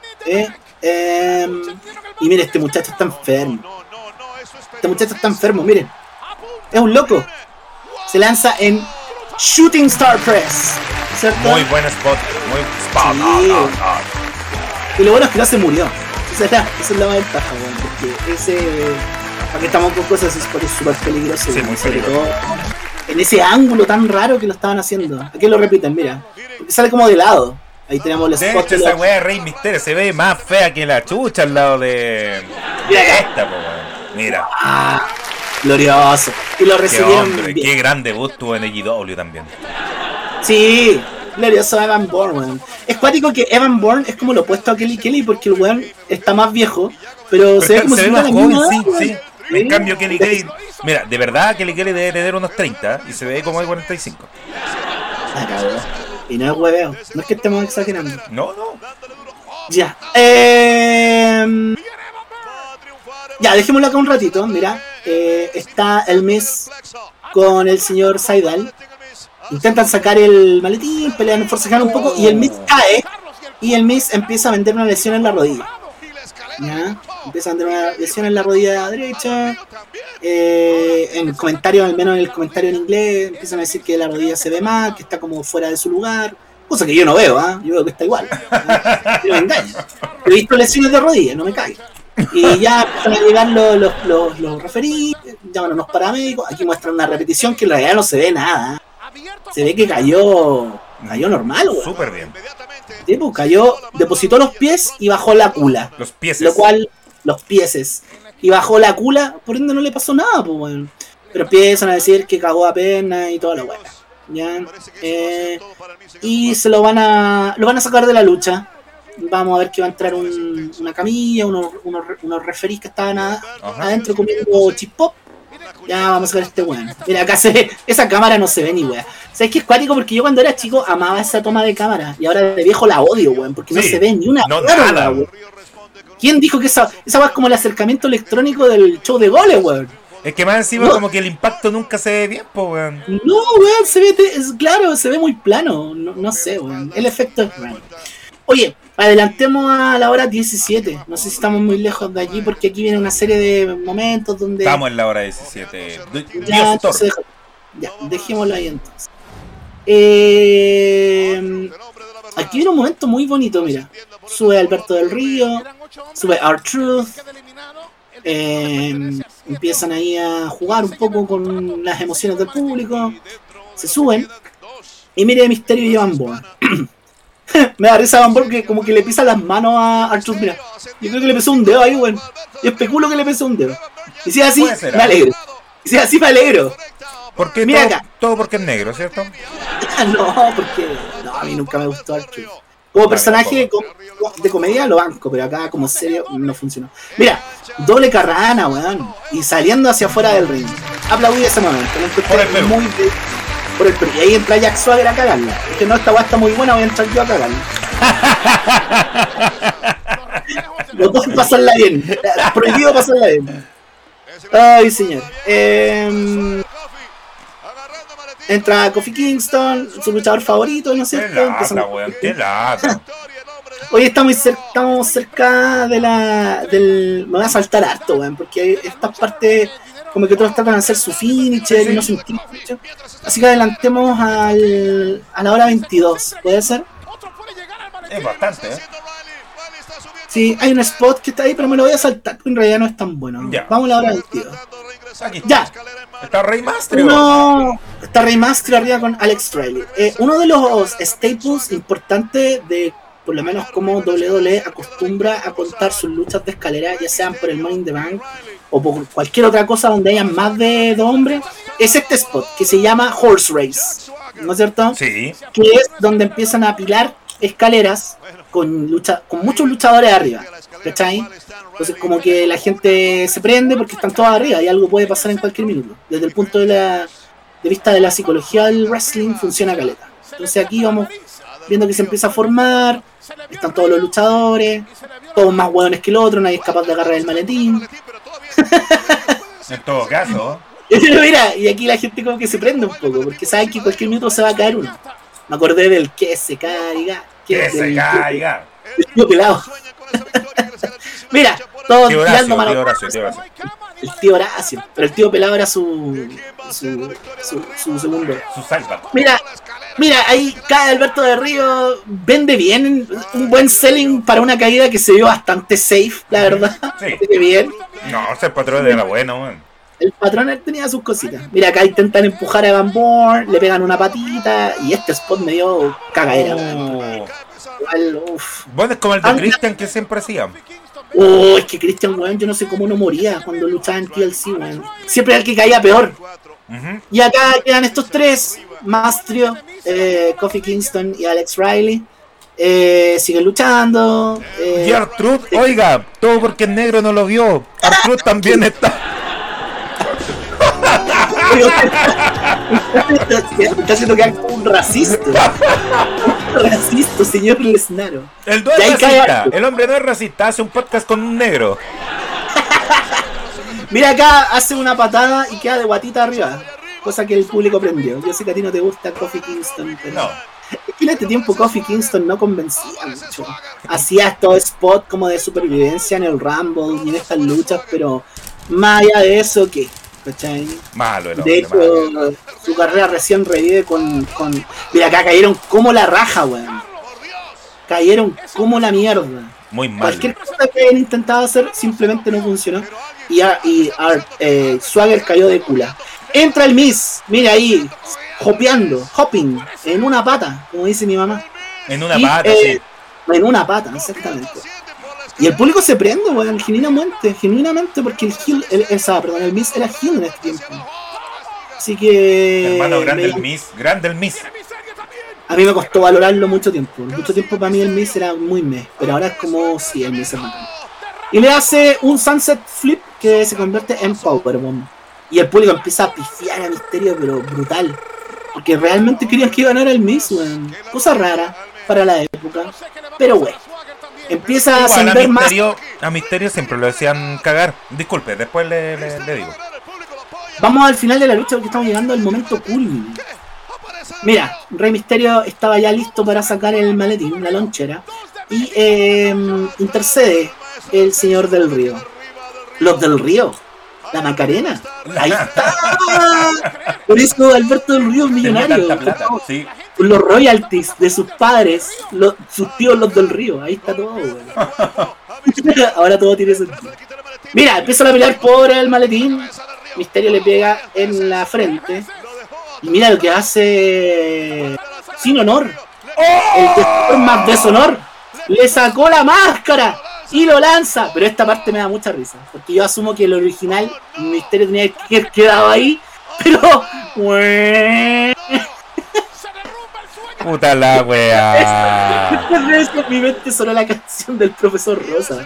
[SPEAKER 1] Y mire, este muchacho está enfermo. Este muchacho está enfermo, miren. Es un loco. Se lanza en Shooting Star Press. ¿Cierto?
[SPEAKER 2] Muy buen spot. Muy spot.
[SPEAKER 1] Sí. Y lo bueno es que no se murió. Esa es la más ventaja, weón. Porque ese. ¿Para qué estamos con cosas? Es súper peligroso.
[SPEAKER 2] Sí,
[SPEAKER 1] weón.
[SPEAKER 2] muy
[SPEAKER 1] Sobre
[SPEAKER 2] peligroso.
[SPEAKER 1] todo en ese ángulo tan raro que lo estaban haciendo. Aquí lo repiten, mira. Porque sale como de lado. Ahí tenemos el
[SPEAKER 2] De
[SPEAKER 1] spot.
[SPEAKER 2] hecho, esa weá de Rey Misterio se ve más fea que la chucha al lado de
[SPEAKER 1] Mira acá.
[SPEAKER 2] esta, po, weón. Mira,
[SPEAKER 1] Ah, glorioso. Y lo
[SPEAKER 2] qué
[SPEAKER 1] recibieron
[SPEAKER 2] hombre,
[SPEAKER 1] bien.
[SPEAKER 2] qué gran debut tuvo en AEW también.
[SPEAKER 1] Sí, glorioso Evan Bourne, weón. Es cuático que Evan Bourne es como lo opuesto a Kelly Kelly porque el weón está más viejo, pero se ve como si
[SPEAKER 2] se ve
[SPEAKER 1] fuera
[SPEAKER 2] más
[SPEAKER 1] la misma
[SPEAKER 2] joven,
[SPEAKER 1] edad,
[SPEAKER 2] sí,
[SPEAKER 1] weón.
[SPEAKER 2] sí. En cambio, Kelly Kelly, mira, de verdad Kelly Kelly debe tener unos 30 y se ve como de 45.
[SPEAKER 1] La cagó. Y no es hueveo, no es que estemos exagerando.
[SPEAKER 2] No, no.
[SPEAKER 1] Ya. Ya, dejémoslo acá un ratito, mira. Está el Miz con el señor Sydal. Intentan sacar el maletín, pelean, forcejan un poco y el Miz cae. Y el Miz empieza a vender una lesión en la rodilla. ¿Ya? Empieza a vender una lesión en la rodilla derecha. En el comentario, al menos en el comentario en inglés, empiezan a decir que la rodilla se ve mal, que está como fuera de su lugar. Cosa que yo no veo, ¿ah? Yo veo que está igual. No me engaño. He visto lesiones de rodilla, no me caigo. Y ya empiezan a llegar los referís, llaman a unos paramédicos. Aquí muestran una repetición que en realidad no se ve nada. Se ve que cayó normal, güey.
[SPEAKER 2] Súper bien.
[SPEAKER 1] Sí, pues, cayó, depositó los pies y bajó la cula.
[SPEAKER 2] Los pies.
[SPEAKER 1] Lo cual, los pieses. Y bajó la cula, por ende no le pasó nada, pues, bueno. Pero empiezan a decir que cagó apenas y toda la weá. ¿Ya? Y se lo van a sacar de la lucha. Vamos a ver que va a entrar una camilla, unos referís que estaban adentro comiendo chip pop. Ya vamos a ver este weón. Mira, acá esa cámara no se ve ni weón. ¿Sabes qué es cuático? Porque yo cuando era chico amaba esa toma de cámara. Y ahora de viejo la odio, weón. Porque no
[SPEAKER 2] Sí,
[SPEAKER 1] se ve ni una
[SPEAKER 2] no,
[SPEAKER 1] mierda,
[SPEAKER 2] nada.
[SPEAKER 1] weón. ¿Quién dijo que esa va como el acercamiento electrónico del show de goles, weón?
[SPEAKER 2] Es que más encima
[SPEAKER 1] No.
[SPEAKER 2] como que el impacto nunca se ve bien, po, weón.
[SPEAKER 1] No, weón, claro, se ve muy plano. No sé, weón. El efecto es raro. Oye, adelantemos a la hora 17. No sé si estamos muy lejos de allí porque aquí viene una serie de momentos donde...
[SPEAKER 2] Estamos en la hora 17.
[SPEAKER 1] Ya,
[SPEAKER 2] Dios Thor.
[SPEAKER 1] entonces, ya, dejémoslo ahí entonces. Aquí viene un momento muy bonito, mira. Sube Alberto del Río, sube R-Truth. Empiezan ahí a jugar un poco con las emociones del público. Se suben. Y mire Misterio y Bamboa. Me da risa Bamboa porque como que le pisa las manos a R-Truth. Mira, yo creo que le pesó un dedo ahí, weón. Yo especulo que le pesó un dedo. Y si es así,
[SPEAKER 2] Puede ser,
[SPEAKER 1] me alegro. Y si es así, me alegro.
[SPEAKER 2] Porque
[SPEAKER 1] Mira
[SPEAKER 2] todo,
[SPEAKER 1] acá.
[SPEAKER 2] todo porque es negro, ¿cierto?
[SPEAKER 1] No, porque no, a mí nunca me gustó R-Truth. Como personaje de comedia lo banco, pero acá como serio no funcionó. Mira, doble carrana, weón. Y saliendo hacia afuera del ring. Aplaudí ese momento. Lo encontré
[SPEAKER 2] Por el Perú.
[SPEAKER 1] muy bien. Por el Perú. Y ahí entra Jack Swagger a cagarla. Es que no, esta weá está muy buena, voy a entrar yo a cagarla. Los dos pasarla bien. Prohibido pasarla bien. Ay, señor. Entra Kofi Kingston, su luchador favorito, ¿no es
[SPEAKER 2] Qué
[SPEAKER 1] cierto?
[SPEAKER 2] lata, weón, qué lata.
[SPEAKER 1] Hoy estamos cerca de del... Me voy a saltar harto, weón, porque estas partes como que todos tratan de hacer su finisher y no se entiende mucho. Así que adelantemos a la hora 22, ¿puede ser?
[SPEAKER 2] Es bastante, ¿eh?
[SPEAKER 1] Sí, hay un spot que está ahí, pero me lo voy a saltar porque en realidad no es tan bueno.
[SPEAKER 2] Ya.
[SPEAKER 1] Vamos a la hora 22.
[SPEAKER 2] Aquí
[SPEAKER 1] Ya.
[SPEAKER 2] está Rey Master.
[SPEAKER 1] Está Rey Master arriba con Alex Riley. Uno de los staples importantes de, por lo menos como WWE acostumbra a contar sus luchas de escalera, ya sean por el Money in the Bank o por cualquier otra cosa donde hayan más de 2 hombres, es este spot que se llama Horse Race, ¿no es cierto?
[SPEAKER 2] Sí.
[SPEAKER 1] Que es donde empiezan a apilar escaleras con muchos luchadores arriba, ¿cachai? Entonces como que la gente se prende porque están todos arriba y algo puede pasar en cualquier minuto. Desde el punto de vista de la psicología del wrestling funciona caleta. Entonces aquí vamos viendo que se empieza a formar, están todos los luchadores, todos más hueones que el otro, nadie es capaz de agarrar el maletín.
[SPEAKER 2] En todo caso.
[SPEAKER 1] Mira, y aquí la gente como que se prende un poco, porque saben que en cualquier minuto se va a caer uno. Me acordé del que se caiga.
[SPEAKER 2] Que se caiga.
[SPEAKER 1] El tío pelado. Mira, todos
[SPEAKER 2] Tío
[SPEAKER 1] tirando
[SPEAKER 2] Horacio,
[SPEAKER 1] mano.
[SPEAKER 2] tío Horacio.
[SPEAKER 1] El tío Horacio, pero el tío pelado era su segundo.
[SPEAKER 2] Su salva.
[SPEAKER 1] Mira, ahí cae Alberto de Río, vende bien, un buen selling para una caída que se vio bastante safe, la verdad.
[SPEAKER 2] Sí.
[SPEAKER 1] Vende bien.
[SPEAKER 2] No, ese patrón era bueno, weón.
[SPEAKER 1] El patrón él tenía sus cositas. Mira, acá intentan empujar a Van Born, le pegan una patita y este spot me dio cagadera. Uf.
[SPEAKER 2] Bueno, es como el de Christian que siempre hacía.
[SPEAKER 1] Es que Christian, weón, yo no sé cómo no moría cuando luchaba en TLC, weón. Siempre era el que caía peor. Y acá quedan estos tres: Mastrio, Kofi Kingston y Alex Riley. Siguen luchando.
[SPEAKER 2] Y R-Truth, oiga, todo porque el negro no lo vio. R-Truth también está.
[SPEAKER 1] Está haciendo que como un racista. Un racista, señor Lesnaro.
[SPEAKER 2] El no es racista. El hombre no es racista. Hace un podcast con un negro.
[SPEAKER 1] Mira acá, hace una patada y queda de guatita arriba. Cosa que el público aprendió. Yo sé que a ti no te gusta Kofi Kingston, pero...
[SPEAKER 2] No.
[SPEAKER 1] Es que en este tiempo Kofi Kingston no convencía mucho. Hacía estos spots como de supervivencia en el Rumble y en estas luchas, pero más allá de eso, ¿qué? ¿Cachai?
[SPEAKER 2] Malo el
[SPEAKER 1] De
[SPEAKER 2] hombre,
[SPEAKER 1] hecho,
[SPEAKER 2] malo.
[SPEAKER 1] su carrera recién revive con... Mira, acá cayeron como la raja, weón. Cayeron como la mierda.
[SPEAKER 2] Muy mal.
[SPEAKER 1] Cualquier cosa que hayan intentado hacer simplemente no funcionó. Y Swagger cayó de cula. Entra el Miz, mira ahí, hopping, en una pata, como dice mi mamá.
[SPEAKER 2] En una pata, sí.
[SPEAKER 1] En una pata, exactamente. Y el público se prende, weón, genuinamente, porque el Miz era heel en este tiempo. Así que...
[SPEAKER 2] Hermano, grande el Miz.
[SPEAKER 1] A mí me costó valorarlo mucho tiempo. Mucho tiempo para mí el Miz era muy meh, pero ahora es como si el Miz es bacán. Y le hace un Sunset Flip que se convierte en Powerbomb. Y el público empieza a pifiar a Misterio, pero brutal. Porque realmente querían que ganara el Miz, weón. Cosa rara para la época. Pero bueno. empieza a
[SPEAKER 2] Igual
[SPEAKER 1] ascender más.
[SPEAKER 2] A Misterio siempre lo decían cagar. Disculpe, después le digo.
[SPEAKER 1] Vamos al final de la lucha porque estamos llegando al momento cool. Mira, Rey Misterio estaba ya listo para sacar el maletín, la lonchera. Y intercede el señor del Río. Los del Río. La Macarena. Ahí está. Por eso Alberto del Río es millonario.
[SPEAKER 2] Plata, sí.
[SPEAKER 1] Con los royalties de sus padres, sus tíos los del Río. Ahí está todo. Ahora todo tiene sentido. Mira, empieza a pelear por el maletín. Misterio le pega en la frente. Y mira lo que hace Sin Honor. El de más deshonor. Le sacó la máscara y lo lanza. Pero esta parte me da mucha risa. Porque yo asumo que el original Misterio tenía que haber quedado ahí. Pero...
[SPEAKER 2] Puta la wea.
[SPEAKER 1] En mi mente sonó la canción del profesor Rosa.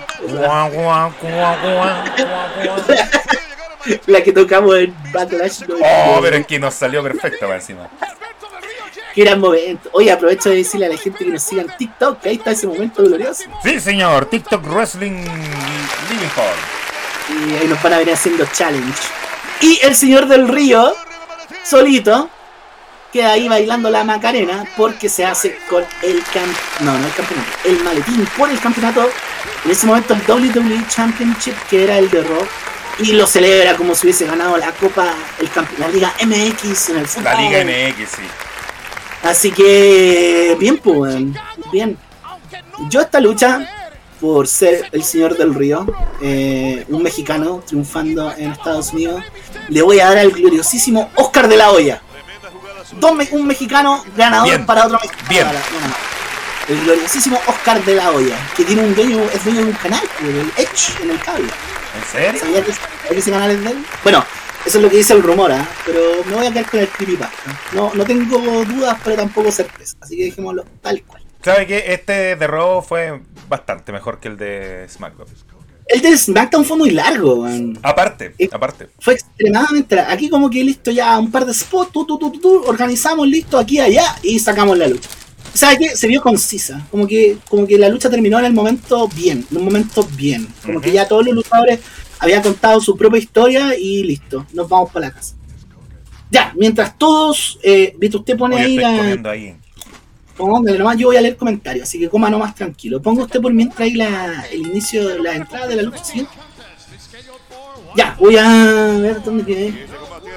[SPEAKER 1] La que tocamos en Backlash.
[SPEAKER 2] Oh, pero es que nos salió perfecto para encima.
[SPEAKER 1] Qué gran momento. Oye, aprovecho de decirle a la gente que nos siga en TikTok, que ahí está ese momento glorioso.
[SPEAKER 2] Sí, señor. TikTok Wrestling Living Hall.
[SPEAKER 1] Y ahí nos van a venir haciendo challenge. Y el señor del Río, solito, queda ahí bailando la Macarena porque se hace con el campeonato, el maletín por el campeonato. En ese momento el WWE Championship, que era el de Raw, y lo celebra como si hubiese ganado la Copa, la Liga MX en el fútbol.
[SPEAKER 2] La Liga MX, sí.
[SPEAKER 1] Así que, bien, pues, bien. Yo esta lucha, por ser el señor del Río, un mexicano triunfando en Estados Unidos, le voy a dar al gloriosísimo Oscar de la Hoya. Un mexicano ganador bien, para otro mexicano.
[SPEAKER 2] Bien.
[SPEAKER 1] El gloriosísimo Oscar de la Hoya, que tiene es dueño de un canal, el Edge, en el cable.
[SPEAKER 2] ¿En serio?
[SPEAKER 1] ¿Sabía que ese canal es de él? Bueno, eso es lo que dice el rumor, pero me voy a quedar con el creepypasta. No tengo dudas, pero tampoco certeza. Así que dejémoslo tal cual.
[SPEAKER 2] ¿Sabe qué? Este de Raw fue bastante mejor que el de SmackDown.
[SPEAKER 1] El de SmackDown fue muy largo, man.
[SPEAKER 2] Aparte.
[SPEAKER 1] Fue extremadamente largo. Aquí como que listo ya, un par de spots, organizamos listo aquí y allá y sacamos la lucha. ¿Sabes qué? Se vio concisa. Como que la lucha terminó en un momento bien. Como que ya todos los luchadores habían contado su propia historia y listo. Nos vamos para la casa. Ya, mientras todos... Vito, usted pone ahí Póngale nomás, yo voy a leer comentarios, así que coma nomás tranquilo. Ponga usted por mientras ahí el inicio de la entrada de la lucha siguiente. Ya, voy a ver dónde quedé.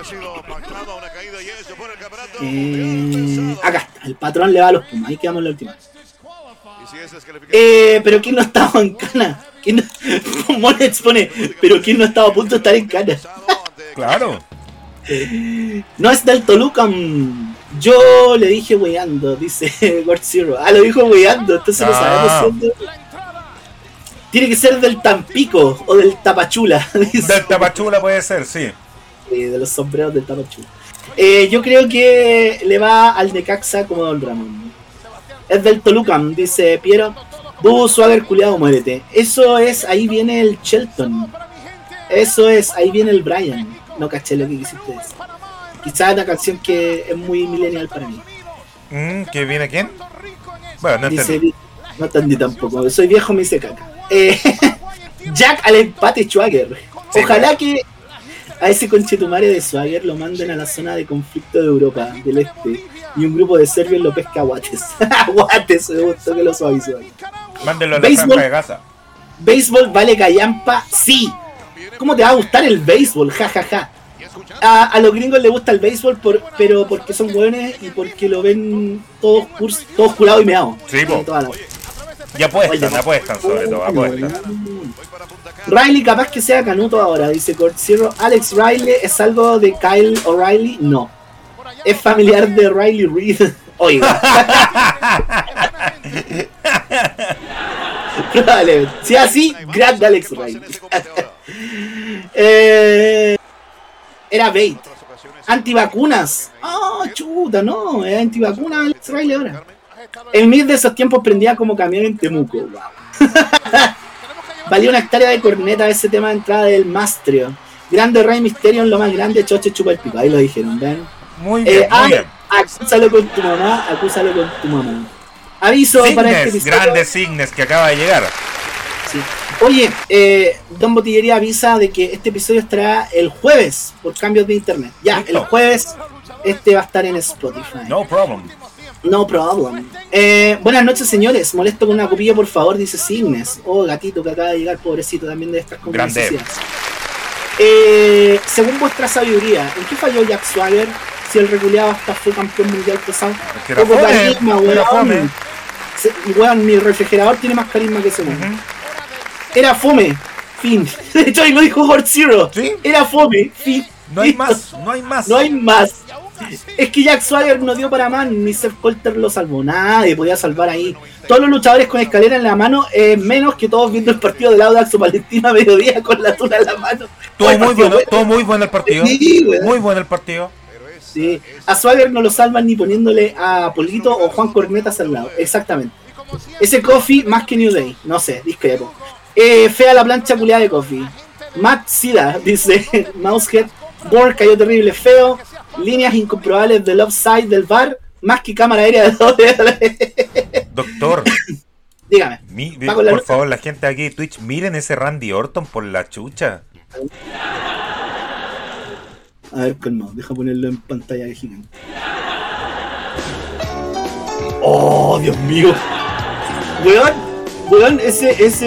[SPEAKER 1] Acá está, el patrón le va a los Pumas, ahí quedamos en la última. Pero ¿quién no estaba en cana? Monets pone, pero ¿quién no estaba a punto de estar en cana?
[SPEAKER 2] Claro.
[SPEAKER 1] No es del Toluca. Yo le dije weyando, dice God Zero. Lo dijo weyando, entonces lo sabemos. Tiene que ser del Tampico o del Tapachula. Dice.
[SPEAKER 2] Del Tapachula puede ser, sí.
[SPEAKER 1] De los sombreros del Tapachula. Yo creo que le va al Necaxa como Don Ramón. Es del Toluca, dice Piero. Swagger culiado, muérete. Eso es, ahí viene el Shelton. Eso es, ahí viene el Brian. No caché lo que quisiste decir. Quizás una canción que es muy millennial para mí.
[SPEAKER 2] ¿Que viene quién? Bueno, no entendí.
[SPEAKER 1] Dice, no entendí tampoco. Soy viejo, me hice caca. Jack al empate Swagger. Ojalá que a ese conchetumare de Swagger lo manden a la zona de conflicto de Europa del Este y un grupo de serbios lo pesca a Guates. Guates, me gustó que lo suavizó.
[SPEAKER 2] Mándenlo a la franja de Gaza.
[SPEAKER 1] ¿Béisbol vale callampa? Sí. ¿Cómo te va a gustar el béisbol? Ja, ja, ja. A los gringos les gusta el béisbol, pero porque son buenos y porque lo ven todos curados y meados.
[SPEAKER 2] Sí, y apuestan sobre todo, apuestan.
[SPEAKER 1] Riley capaz que sea Canuto ahora, dice Court Zero. Alex Riley es algo de Kyle O'Reilly, no. Es familiar de Riley Reid. Oiga. Probablemente. Si así, grande Alex Riley. Era Bait. Antivacunas. Chuta, no. Es antivacunas Alex Riley ahora. El Miz de esos tiempos prendía como camión en Temuco. Wow. Valía una hectárea de corneta ese tema de entrada del Mastrio. Grande Rey Misterio en lo más grande, Choche chupa el pico. Ahí lo dijeron, ¿ven?
[SPEAKER 2] Muy bien, muy bien.
[SPEAKER 1] Acúsalo con tu mamá, acúsalo con tu mamá. Aviso para este
[SPEAKER 2] Signes,
[SPEAKER 1] episodio.
[SPEAKER 2] grande Signes que acaba de llegar.
[SPEAKER 1] Sí. Oye, Don Botillería avisa de que este episodio estará el jueves por cambios de internet. Ya,
[SPEAKER 2] Listo.
[SPEAKER 1] el jueves este va a estar en Spotify.
[SPEAKER 2] No problem.
[SPEAKER 1] No problem. Buenas noches, señores. Molesto con una copilla, por favor, dice Signes. Oh, gatito que acaba de llegar, pobrecito, también de estas con
[SPEAKER 2] Grande.
[SPEAKER 1] necesidades. Según vuestra sabiduría, ¿en qué falló Jack Swagger si el reculeado hasta fue campeón mundial pesado?
[SPEAKER 2] Es que era
[SPEAKER 1] Poco
[SPEAKER 2] fome,
[SPEAKER 1] carisma,
[SPEAKER 2] era
[SPEAKER 1] weón.
[SPEAKER 2] fome.
[SPEAKER 1] Weón, mi refrigerador tiene más carisma que ese weón. Era fome. Fin. De hecho, ahí lo dijo Horde Zero.
[SPEAKER 2] ¿Sí?
[SPEAKER 1] Era fome. Fin.
[SPEAKER 2] No hay
[SPEAKER 1] Listo.
[SPEAKER 2] más, no hay más.
[SPEAKER 1] No hay más. Es que Jack Swagger no dio para más, ni Seth Coulter lo salvó. Nadie podía salvar ahí. Todos los luchadores con escalera en la mano, menos que todos viendo el partido del Audax o Palestina a mediodía con la tula en la mano.
[SPEAKER 2] Todo muy bueno el partido.
[SPEAKER 1] Sí, weón.
[SPEAKER 2] Muy bueno el partido.
[SPEAKER 1] Sí. A Swagger no lo salvan ni poniéndole a Polito o Juan Cornetas al lado. Exactamente. Ese Kofi más que New Day. No sé, discrepo. Fea la plancha culiada de Kofi. Matt Sida, dice Mousehead. Borg cayó terrible feo. Líneas incomprobables del offside del bar. Más que cámara aérea de doble.
[SPEAKER 2] Doctor,
[SPEAKER 1] Dígame. Va con la
[SPEAKER 2] por
[SPEAKER 1] lucha.
[SPEAKER 2] favor, la gente aquí de Twitch, miren ese Randy Orton por la chucha.
[SPEAKER 1] A ver, calma, deja ponerlo en pantalla de gigante. Oh, Dios mío. Weón, ese es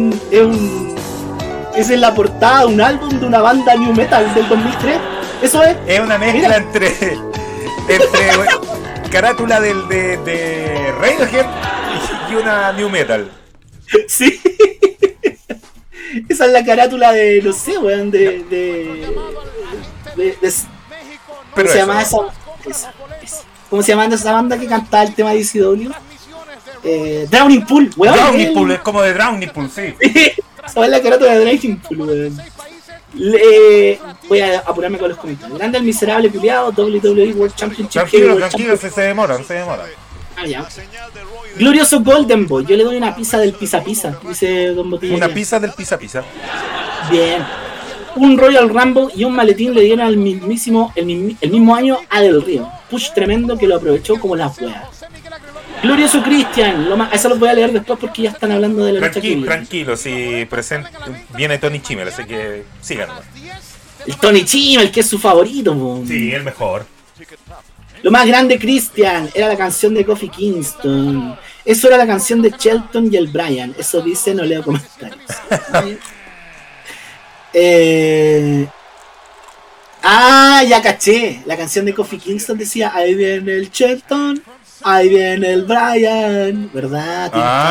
[SPEAKER 1] esa es la portada de un álbum de una banda new metal del 2003. Eso es.
[SPEAKER 2] Es una mezcla
[SPEAKER 1] Mira.
[SPEAKER 2] entre carátula de Radiohead y una new metal.
[SPEAKER 1] Sí. Esa es la carátula de, no sé, weón, ¿cómo
[SPEAKER 2] Pero
[SPEAKER 1] se
[SPEAKER 2] eso.
[SPEAKER 1] llama esa? ¿Cómo se llama esa banda que cantaba el tema de ECW? Drowning Pool, weón.
[SPEAKER 2] Drowning Pool, es como de Drowning Pool, sí.
[SPEAKER 1] Esa es la carátula de Drowning Pool, weón. Voy a apurarme con los comentarios. Grande el miserable culiado, WWE World Championship.
[SPEAKER 2] Tranquilo,
[SPEAKER 1] Heavyweight
[SPEAKER 2] tranquilo,
[SPEAKER 1] Championship.
[SPEAKER 2] se demora, no se demora.
[SPEAKER 1] Ah, ya. Glorioso Golden Boy, yo le doy una pizza del pizza pizza, dice Don Botilla.
[SPEAKER 2] Una pizza del pizza pizza.
[SPEAKER 1] Bien. Un Royal Rumble y un maletín le dieron al mismísimo el mismo año a Del Río. Push tremendo que lo aprovechó como las weas. Glorioso Christian, eso los voy a leer después porque ya están hablando de la lucha
[SPEAKER 2] Tranquilo,
[SPEAKER 1] que
[SPEAKER 2] tranquilo, si viene Tony Chimel, así que síganlo.
[SPEAKER 1] el Tony Chimel, que es su favorito, po.
[SPEAKER 2] Sí, el mejor.
[SPEAKER 1] Lo más grande, Christian, era la canción de Kofi Kingston. Eso era la canción de Shelton y el Brian. Eso dice, no leo comentarios. Ya caché. La canción de Kofi Kingston decía, ahí viene el Shelton, ahí viene el Brian. ¿Verdad?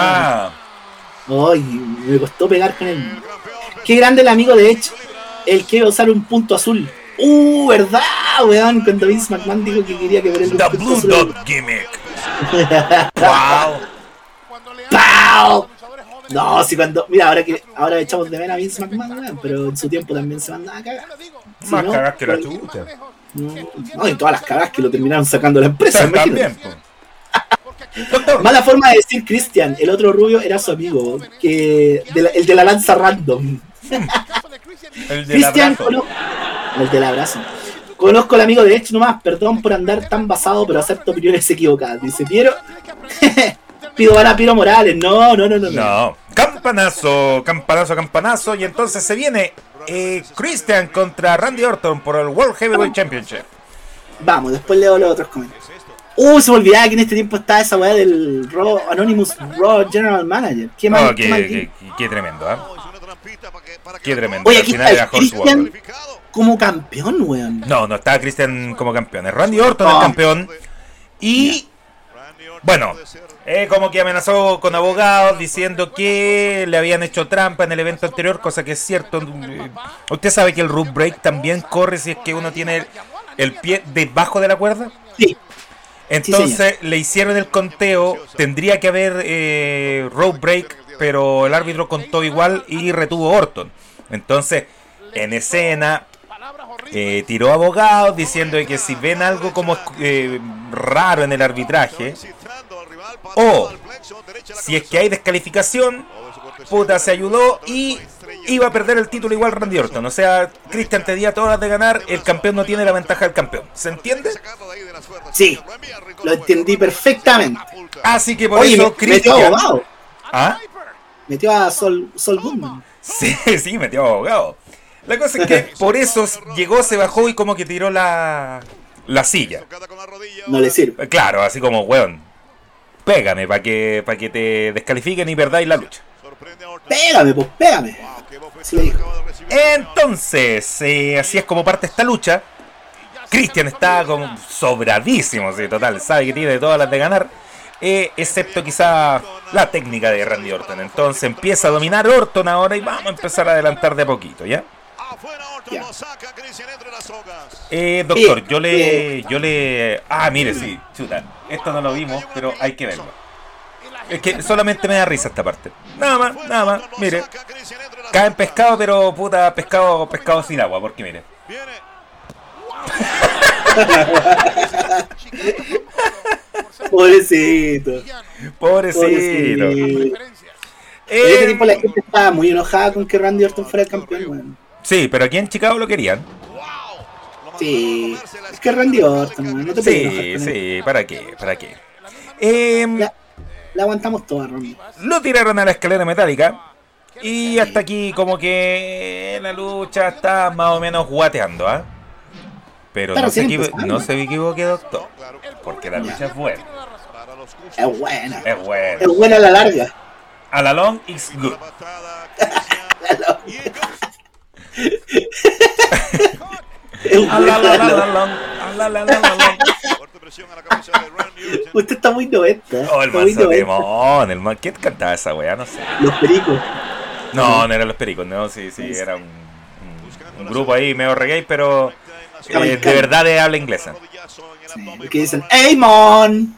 [SPEAKER 1] Ay, me costó pegar con él. Qué grande el amigo de Edge. Él quiere usar un punto azul. ¿Verdad, weón? Cuando Vince McMahon dijo que quería que por él
[SPEAKER 2] The Blue Dot Gimmick. Wow.
[SPEAKER 1] ¡Pau! No, si cuando. Mira, ahora echamos de ver a Vince McMahon, weón, pero en su tiempo también se mandaba a cagar. Si
[SPEAKER 2] Más
[SPEAKER 1] no,
[SPEAKER 2] cagas que la
[SPEAKER 1] pues,
[SPEAKER 2] chucha.
[SPEAKER 1] No, y todas las cagas que lo terminaron sacando la empresa, imagínate.
[SPEAKER 2] También, po. Doctor,
[SPEAKER 1] Mala forma de decir Christian, el otro rubio era su amigo, el de la lanza random.
[SPEAKER 2] el del
[SPEAKER 1] Christian,
[SPEAKER 2] abrazo.
[SPEAKER 1] el del abrazo. Conozco al amigo de Edge nomás, perdón por andar tan basado, pero acepto opiniones equivocadas. Dice Piero. Pido van a Piero Morales. No.
[SPEAKER 2] No, campanazo, campanazo, campanazo. Y entonces se viene Christian contra Randy Orton por el World Heavyweight Championship.
[SPEAKER 1] Vamos, después leo los otros comentarios. Se me olvidaba que en este tiempo está esa weá del Anonymous Raw General Manager. Qué mal,
[SPEAKER 2] Oh,
[SPEAKER 1] qué mal.
[SPEAKER 2] qué tremendo, ¿eh? Qué tremendo.
[SPEAKER 1] Oye,
[SPEAKER 2] Al
[SPEAKER 1] aquí
[SPEAKER 2] final
[SPEAKER 1] está
[SPEAKER 2] era
[SPEAKER 1] el Christian
[SPEAKER 2] Hornswoggle.
[SPEAKER 1] como campeón, weón.
[SPEAKER 2] No estaba Christian como campeón. Es Randy Orton el
[SPEAKER 1] Oh.
[SPEAKER 2] campeón. Y bueno, como que amenazó con abogados diciendo que le habían hecho trampa en el evento anterior, cosa que es cierto. Usted sabe que el rope break también corre si es que uno tiene el pie debajo de la cuerda.
[SPEAKER 1] Sí.
[SPEAKER 2] Entonces le hicieron el conteo, tendría que haber rope break, pero el árbitro contó igual y retuvo Orton. Entonces, en escena, tiró abogados diciendo que si ven algo como raro en el arbitraje, o si es que hay descalificación, puta, se ayudó y iba a perder el título igual Randy Orton. O sea, Christian tenía todas las de ganar, el campeón no tiene la ventaja del campeón. ¿Se entiende?
[SPEAKER 1] Sí, lo entendí perfectamente.
[SPEAKER 2] Así que por
[SPEAKER 1] Oye,
[SPEAKER 2] eso
[SPEAKER 1] metió
[SPEAKER 2] Christian...
[SPEAKER 1] abogado.
[SPEAKER 2] ¿Ah?
[SPEAKER 1] Metió a Sol Goodman.
[SPEAKER 2] Sí, sí, metió abogado. La cosa es que por eso llegó, se bajó y como que tiró la silla.
[SPEAKER 1] No le sirve.
[SPEAKER 2] Claro, así como, weón, pégame para que te descalifiquen y perdáis la lucha.
[SPEAKER 1] Pégame, pues, pégame. Así le dijo.
[SPEAKER 2] Entonces, así es como parte esta lucha. Christian está como sobradísimo, sí, total, sabe que tiene todas las de ganar, excepto quizá la técnica de Randy Orton. Entonces empieza a dominar Orton ahora y vamos a empezar a adelantar de a poquito, ¿ya?
[SPEAKER 1] Ya.
[SPEAKER 2] Doctor, yo le... Ah, mire, sí, chuta, esto no lo vimos, pero hay que verlo. Es que solamente me da risa esta parte. Nada más, mire. Cae en pescado, pero puta, pescado sin agua, porque mire.
[SPEAKER 1] Pobrecito.
[SPEAKER 2] Pobrecito.
[SPEAKER 1] Ese tipo la gente estaba muy enojada con que Randy Orton fuera el campeón, weón.
[SPEAKER 2] Sí, pero aquí en Chicago lo querían.
[SPEAKER 1] Sí, es que Randy Orton, weón, no te puedes enojar con él.
[SPEAKER 2] Sí, ¿para qué?
[SPEAKER 1] La aguantamos toda, Randy.
[SPEAKER 2] Lo tiraron a la escalera metálica. Y hasta aquí como que la lucha está más o menos guateando, ¿ah? Pero no se equivoque, doctor. Porque la lucha es buena.
[SPEAKER 1] Es buena.
[SPEAKER 2] Es buena.
[SPEAKER 1] Es buena a la larga.
[SPEAKER 2] A la long it's good. A la long.
[SPEAKER 1] Usted está muy 90.
[SPEAKER 2] Oh, el manso Demon, el man. ¿Quién cantaba esa weá? No sé.
[SPEAKER 1] Los pericos.
[SPEAKER 2] No eran los pericos, no, sí, era un grupo ahí medio reggae, pero de verdad de habla inglesa.
[SPEAKER 1] Sí, que dicen Amon.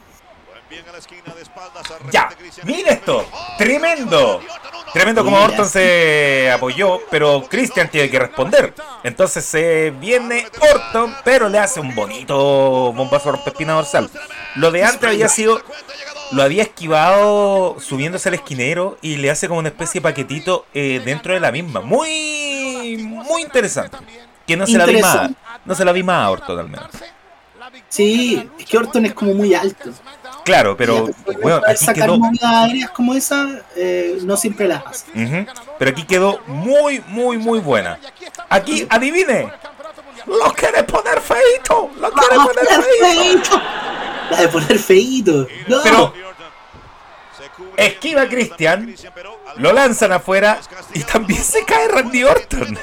[SPEAKER 2] Ya, mira esto, tremendo como Orton se apoyó, pero Christian tiene que responder. Entonces se viene Orton, pero le hace un bonito bombazo rompespina dorsal. Lo de antes había sido, lo había esquivado subiéndose al esquinero y le hace como una especie de paquetito dentro de la misma. Muy interesante. Que no se la vi más a Orton al menos.
[SPEAKER 1] Sí, es que Orton es como muy alto.
[SPEAKER 2] Claro, pero bueno, aquí
[SPEAKER 1] sacar
[SPEAKER 2] quedó
[SPEAKER 1] movidas aéreas como esa, no siempre las hace.
[SPEAKER 2] Pero aquí quedó muy buena. Aquí, adivine, lo quiere poner feito. Lo quiere poner feito.
[SPEAKER 1] La de poner feito. No.
[SPEAKER 2] Pero esquiva a Christian, lo lanzan afuera y también se cae Randy Orton.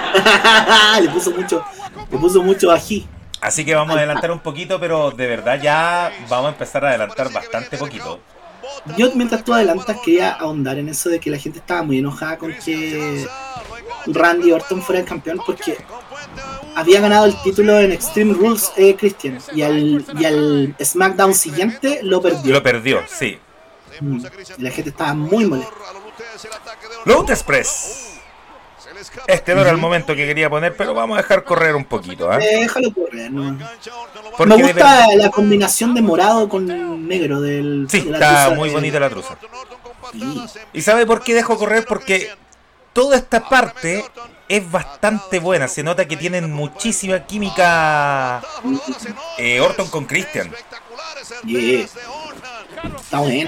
[SPEAKER 1] le puso mucho ají.
[SPEAKER 2] Así que vamos a adelantar un poquito, pero de verdad ya vamos a empezar a adelantar bastante poquito.
[SPEAKER 1] Yo mientras tú adelantas quería ahondar en eso de que la gente estaba muy enojada con que Randy Orton fuera el campeón porque había ganado el título en Extreme Rules Christian y al SmackDown siguiente lo perdió.
[SPEAKER 2] Lo perdió, sí.
[SPEAKER 1] Y la gente estaba muy molesta.
[SPEAKER 2] Lotus Express. Este no era el momento que quería poner, pero vamos a dejar correr un poquito, ¿eh?
[SPEAKER 1] Déjalo correr, ¿no? Me gusta la combinación de morado con negro del.
[SPEAKER 2] Sí, está muy bonita la truza. Sí. ¿Y sabe por qué dejo correr? Porque toda esta parte es bastante buena. Se nota que tienen muchísima química Orton con Christian.
[SPEAKER 1] Yeah. Está bueno.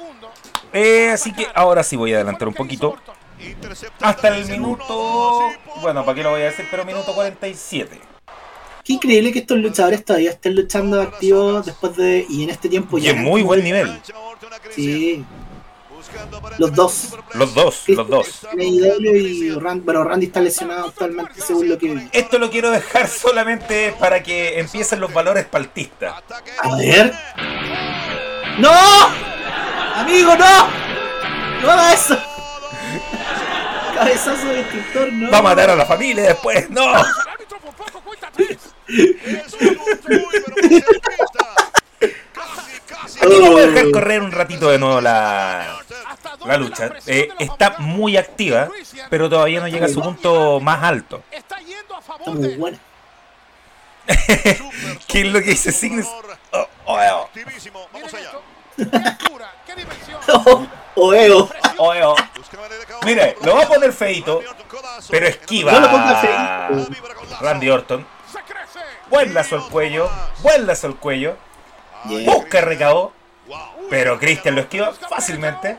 [SPEAKER 2] Así que ahora sí voy a adelantar un poquito. Hasta el minuto... Bueno, ¿para qué lo voy a decir? Pero minuto 47.
[SPEAKER 1] Qué increíble que estos luchadores todavía estén luchando activos después de... Y en este tiempo
[SPEAKER 2] ya... Y en muy buen nivel.
[SPEAKER 1] Sí. Los dos. Y Randy, bueno, Randy está lesionado actualmente según lo que vi.
[SPEAKER 2] Esto lo quiero dejar solamente para que empiecen los valores paltistas.
[SPEAKER 1] A ver. ¡No! ¡Amigo, no! ¡No haga eso! Cabezazo de escritor, no.
[SPEAKER 2] Va a matar a la familia después, no. Aquí vamos a dejar correr un ratito de nuevo la lucha. Está muy activa, pero todavía no llega a su punto más alto.
[SPEAKER 1] Está muy buena.
[SPEAKER 2] ¿Qué es lo que dice Signes?
[SPEAKER 3] Vamos allá.
[SPEAKER 1] Oeo.
[SPEAKER 2] Oeo. Mire, lo va a poner feito, pero esquiva
[SPEAKER 1] No lo ponga feito.
[SPEAKER 2] Randy Orton. Buen lazo al cuello. Buen lazo al cuello.
[SPEAKER 1] Yeah.
[SPEAKER 2] Busca RKO. Pero Christian lo esquiva fácilmente.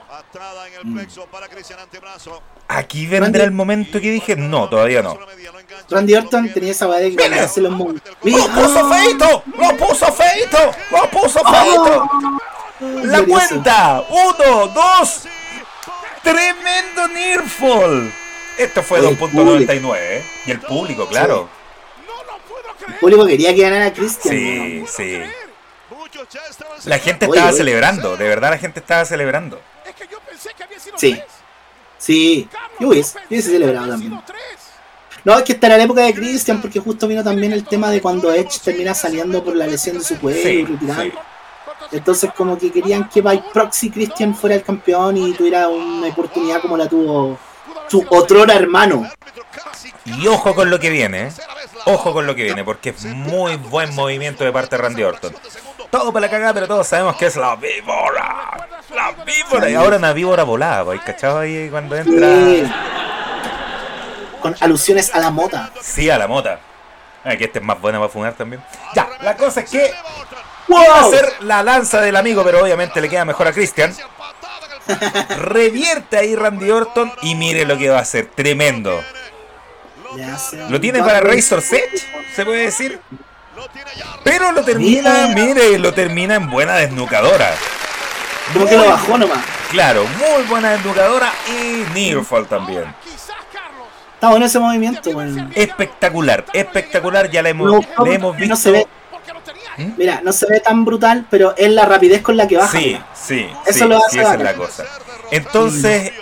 [SPEAKER 2] Aquí vendrá el momento que dije, no, todavía no.
[SPEAKER 1] Randy Orton tenía esa weá de ganarse los mundos.
[SPEAKER 2] ¡Lo puso feito! ¡Lo puso feito! ¡Lo puso feito! La cuenta. 1, 2. Tremendo Nearfall. Esto fue
[SPEAKER 1] Oye,
[SPEAKER 2] 2.99, ¿eh? Y el público, claro.
[SPEAKER 1] El público quería que ganara Christian.
[SPEAKER 2] Sí, sí. La gente estaba celebrando, de verdad la gente estaba celebrando.
[SPEAKER 1] Sí. Sí. Yo hubiese celebrado también. No, es que está en la época de Christian, porque justo vino también el tema de cuando Edge termina saliendo por la lesión de su cuello y retirando.
[SPEAKER 2] Sí.
[SPEAKER 1] Entonces como que querían que by proxy Christian fuera el campeón y tuviera una oportunidad como la tuvo su otrora hermano.
[SPEAKER 2] Y ojo con lo que viene, ¿eh? Ojo con lo que viene, porque es muy buen movimiento de parte de Randy Orton. Todo para la cagada, pero todos sabemos que es la víbora. La víbora. Y ahora una víbora volada, ¿pues? ¿Cachado ahí cuando entra?
[SPEAKER 1] Sí. Con alusiones a la mota.
[SPEAKER 2] Sí, a la mota. Que esta es más buena para fumar también. Ya, la cosa es que
[SPEAKER 1] ¡Wow!
[SPEAKER 2] va a ser la lanza del amigo, pero obviamente le queda mejor a Christian. Revierte ahí Randy Orton y mire lo que va a hacer. Tremendo. Lo tiene para Razor's Edge, se puede decir. Pero lo termina, mire, lo termina en buena desnucadora.
[SPEAKER 1] Como que lo bajó nomás.
[SPEAKER 2] Claro, muy buena desnucadora y Nearfall también.
[SPEAKER 1] Está bueno ese movimiento, bueno.
[SPEAKER 2] Espectacular, espectacular, ya le hemos visto.
[SPEAKER 1] No se ve. Mira, no se ve tan brutal, pero es la rapidez con la que baja.
[SPEAKER 2] Sí, sí,
[SPEAKER 1] eso
[SPEAKER 2] sí,
[SPEAKER 1] lo hace
[SPEAKER 2] esa es
[SPEAKER 1] bacán.
[SPEAKER 2] la cosa. Entonces,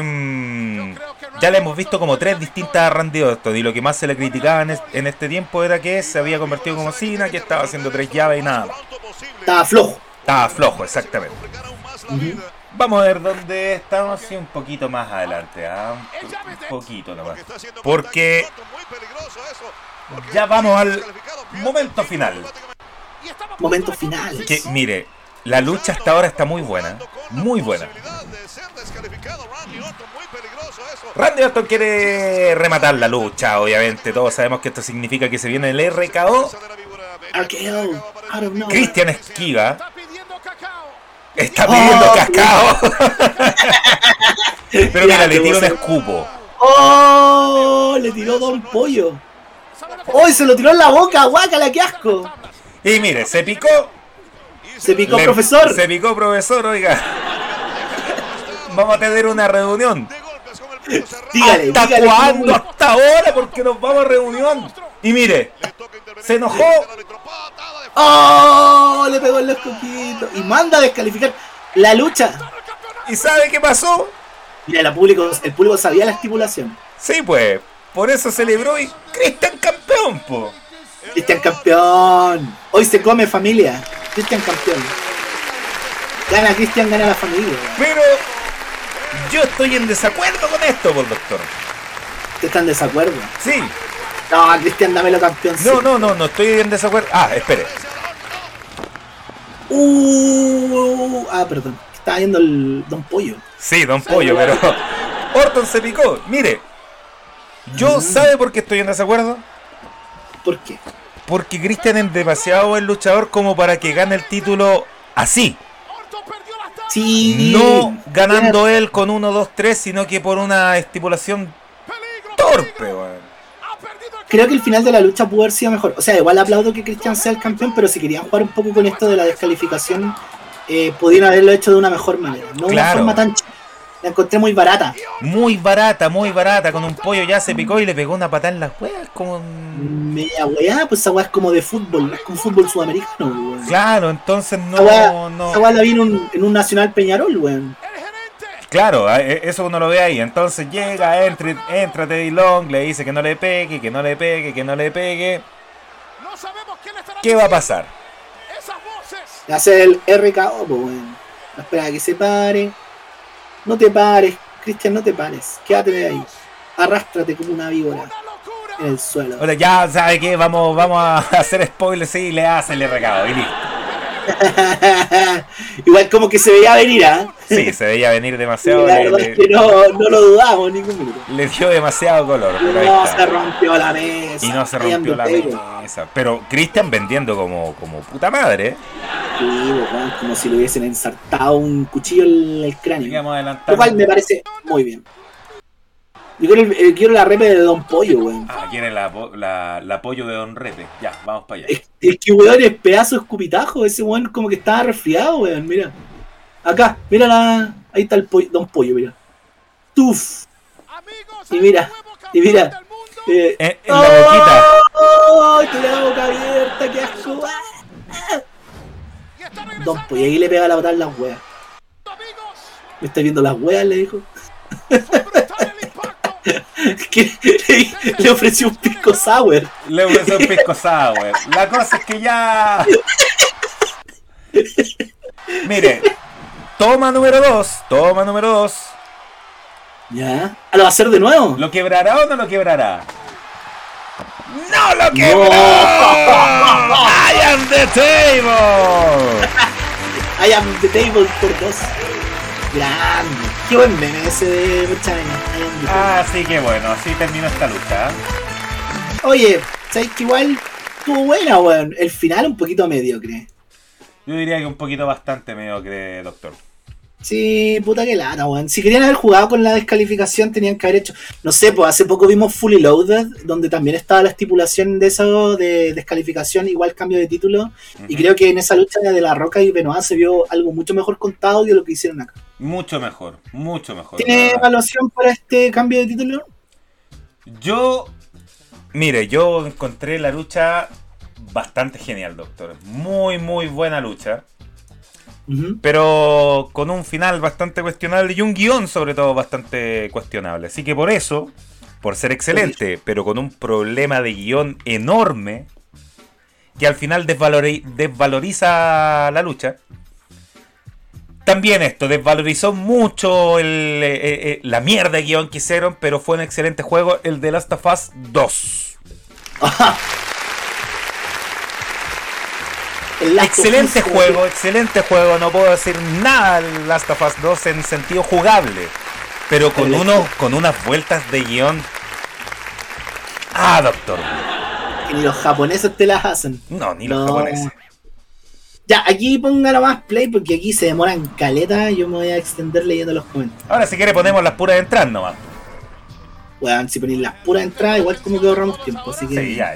[SPEAKER 2] ya le hemos visto como 3 distintas a Randy Orton, y lo que más se le criticaba en este tiempo era que se había convertido como Cena, que estaba haciendo 3 llaves y nada más.
[SPEAKER 1] Estaba flojo.
[SPEAKER 2] Estaba flojo, exactamente. Vamos a ver dónde estamos, sí, un poquito más adelante, un poquito nomás. Porque ya vamos al momento final.
[SPEAKER 1] Momentos finales.
[SPEAKER 2] Que mire, la lucha hasta ahora está muy buena, muy buena. Randy Orton quiere rematar la lucha, obviamente. Todos sabemos que esto significa que se viene el RKO.
[SPEAKER 1] RKO. I don't know.
[SPEAKER 2] Christian esquiva. Está pidiendo cacao. Pero mira, le tira un escupo.
[SPEAKER 1] ¡Oh! Le tiró Don Pollo. ¡Oh! Se lo tiró en la boca. ¡Guácala, qué asco!
[SPEAKER 2] Y mire, se picó.
[SPEAKER 1] Se picó, profesor.
[SPEAKER 2] Se picó, profesor, oiga. Vamos a tener una reunión.
[SPEAKER 1] Dígale,
[SPEAKER 2] ¿Hasta
[SPEAKER 1] dígale
[SPEAKER 2] cuándo?
[SPEAKER 1] cómo-
[SPEAKER 2] Hasta ahora, porque nos vamos a reunión. Y mire, se enojó.
[SPEAKER 1] ¡Oh! Le pegó en los coquitos. Y manda a descalificar la lucha.
[SPEAKER 2] ¿Y sabe qué pasó?
[SPEAKER 1] Mira, el público sabía la estipulación.
[SPEAKER 2] Sí, pues, por eso celebró y Christian campeón, po.
[SPEAKER 1] Cristian campeón. Hoy se come familia. Cristian campeón. Gana Cristian, gana la familia.
[SPEAKER 2] Pero yo estoy en desacuerdo con esto, por doctor.
[SPEAKER 1] ¿Ustedes están en desacuerdo?
[SPEAKER 2] Sí.
[SPEAKER 1] No, Cristian, dámelo campeón.
[SPEAKER 2] No estoy en desacuerdo. Ah, espere.
[SPEAKER 1] Perdón. Estaba viendo el Don Pollo.
[SPEAKER 2] Sí, Don Pollo, pero Orton se picó. Mire, yo ¿sabe por qué estoy en desacuerdo?
[SPEAKER 1] ¿Por qué?
[SPEAKER 2] Porque Christian es demasiado buen luchador como para que gane el título así.
[SPEAKER 1] Sí.
[SPEAKER 2] No ganando él con 1, 2, 3, sino que por una estipulación torpe, weón.
[SPEAKER 1] Creo que el final de la lucha pudo haber sido mejor. O sea, igual aplaudo que Christian sea el campeón, pero si querían jugar un poco con esto de la descalificación, podían haberlo hecho de una mejor manera. No de una
[SPEAKER 2] Claro.
[SPEAKER 1] forma tan chica. La encontré muy barata.
[SPEAKER 2] Muy barata. Con un pollo ya se picó y le pegó una patada en las huevas. Como un...
[SPEAKER 1] Media weá, pues esa weá es como de fútbol, es como fútbol sudamericano, weón.
[SPEAKER 2] Claro, entonces
[SPEAKER 1] Esa weá,
[SPEAKER 2] no.
[SPEAKER 1] esa weá la vi en un Nacional Peñarol, weón.
[SPEAKER 2] Claro, eso uno lo ve ahí. Entonces llega, entra Teddy Long, le dice que no le pegue, que no le pegue, que no le pegue. ¿Qué va a pasar?
[SPEAKER 1] Le hace el RKO, pues, weón. No espera a que se pare. No te pares, Cristian, no te pares. Quédate de ahí. Arrástrate como una víbora en el suelo.
[SPEAKER 2] O sea, ya sabe que vamos a hacer spoilers y le hace el recado y listo.
[SPEAKER 1] Igual como que se veía venir, ¿ah?
[SPEAKER 2] Sí, se veía venir demasiado.
[SPEAKER 1] La verdad es que no lo dudamos ningún minuto.
[SPEAKER 2] Le dio demasiado color. Pero ahí
[SPEAKER 1] No
[SPEAKER 2] está.
[SPEAKER 1] se rompió la mesa.
[SPEAKER 2] Y no se
[SPEAKER 1] I am
[SPEAKER 2] rompió
[SPEAKER 1] the
[SPEAKER 2] la
[SPEAKER 1] table.
[SPEAKER 2] mesa. Pero Christian vendiendo como puta madre, ¿eh?
[SPEAKER 1] Sí, weón, como si le hubiesen ensartado un cuchillo en el cráneo.
[SPEAKER 2] Sigamos
[SPEAKER 1] Lo
[SPEAKER 2] adelantando.
[SPEAKER 1] cual me parece muy bien. Yo quiero la repe de Don Pollo, weón.
[SPEAKER 2] Ah, quiere la apoyo de Don Repe. Ya, vamos para allá.
[SPEAKER 1] Es que, weón, es pedazo de escupitajo. Ese weón como que estaba resfriado, weón. Mira. Acá, mira la. Ahí está el pollo, Don Pollo, mira. Tuf. Y mira.
[SPEAKER 2] En la boquita.
[SPEAKER 1] ¡Oh! Tiene la boca abierta, qué asco. ¡Ah! Don Pollo, ahí le pega la patada en las weas. ¿Me está viendo las weas? Le dijo. Que le ofreció un pisco sour.
[SPEAKER 2] Le ofreció un pisco sour. La cosa es que ya. Mire, toma número 2.
[SPEAKER 1] Ya. ¿Lo va a hacer de nuevo?
[SPEAKER 2] ¿Lo quebrará o no lo quebrará? ¡No lo quebró! ¡I am the table!
[SPEAKER 1] I am the table por 2. Grande. Qué buen meme ese de China.
[SPEAKER 2] Así que bueno, así terminó esta lucha.
[SPEAKER 1] Oye, ¿sabes que igual estuvo buena, weón? El final un poquito mediocre.
[SPEAKER 2] Yo diría que un poquito bastante mediocre, doctor.
[SPEAKER 1] Sí, puta que lata, weón. Si querían haber jugado con la descalificación, tenían que haber hecho. No sé, pues hace poco vimos Fully Loaded, donde también estaba la estipulación de eso, de descalificación, igual cambio de título. Y creo que en esa lucha de La Roca y Benoit se vio algo mucho mejor contado que lo que hicieron acá.
[SPEAKER 2] Mucho mejor, mucho mejor.
[SPEAKER 1] ¿Tiene evaluación para este cambio de título?
[SPEAKER 2] Mire, yo encontré la lucha bastante genial, doctor. Muy, muy buena lucha. Pero con un final bastante cuestionable y un guión sobre todo bastante cuestionable. Así que por eso, por ser excelente, pero con un problema de guión enorme, que al final desvaloriza la lucha. También esto, desvalorizó mucho la mierda de guión que hicieron, pero fue un excelente juego, el de Last of Us 2. Excelente juego, no puedo decir nada del Last of Us 2 en sentido jugable, pero con unas vueltas de guión. Doctor.
[SPEAKER 1] Que ni los japoneses te las hacen.
[SPEAKER 2] No, ni los japoneses.
[SPEAKER 1] Ya, aquí póngalo más play porque aquí se demoran caleta. Yo me voy a extender leyendo los comentarios.
[SPEAKER 2] Ahora si quiere ponemos las puras entradas nomás.
[SPEAKER 1] Weón, si ponéis las puras entradas, igual como que ahorramos tiempo. Así que...
[SPEAKER 2] Sí, ya.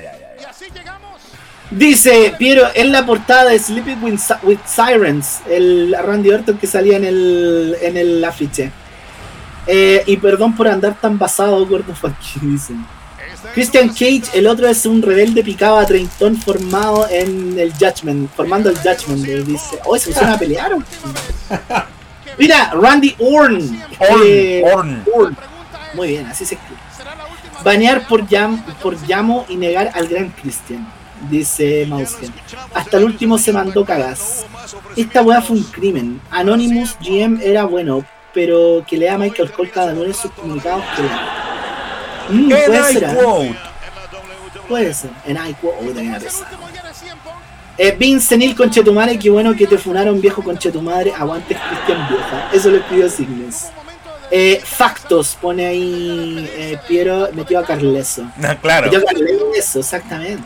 [SPEAKER 1] Dice Piero, en la portada de Sleeping with Sirens, el Randy Orton que salía en el afiche. Y perdón por andar tan basado, gordo funky, dicen. Christian Cage, el otro es un rebelde picado a treintón formando el Judgment, dice. Oh, se pusieron a pelear. Mira, Randy Orton.
[SPEAKER 2] Orton.
[SPEAKER 1] Muy bien, así se escribe. Banear por llamo y negar al gran Christian, dice Mausken. Hasta el último se mandó cagas. Esta weá fue un crimen. Anonymous GM era bueno, pero que lea Michael Cole cada lunes sus comunicados que puede ser. Puede ser. En iQuote. Vince Neil conchetumare, qué bueno que te funaron, viejo conchetumadre. Aguantes Christian vieja. Eso le pidió Signes. Factos, pone ahí Piero, metió a Carleso.
[SPEAKER 2] Claro.
[SPEAKER 1] Metió a Carleso, exactamente.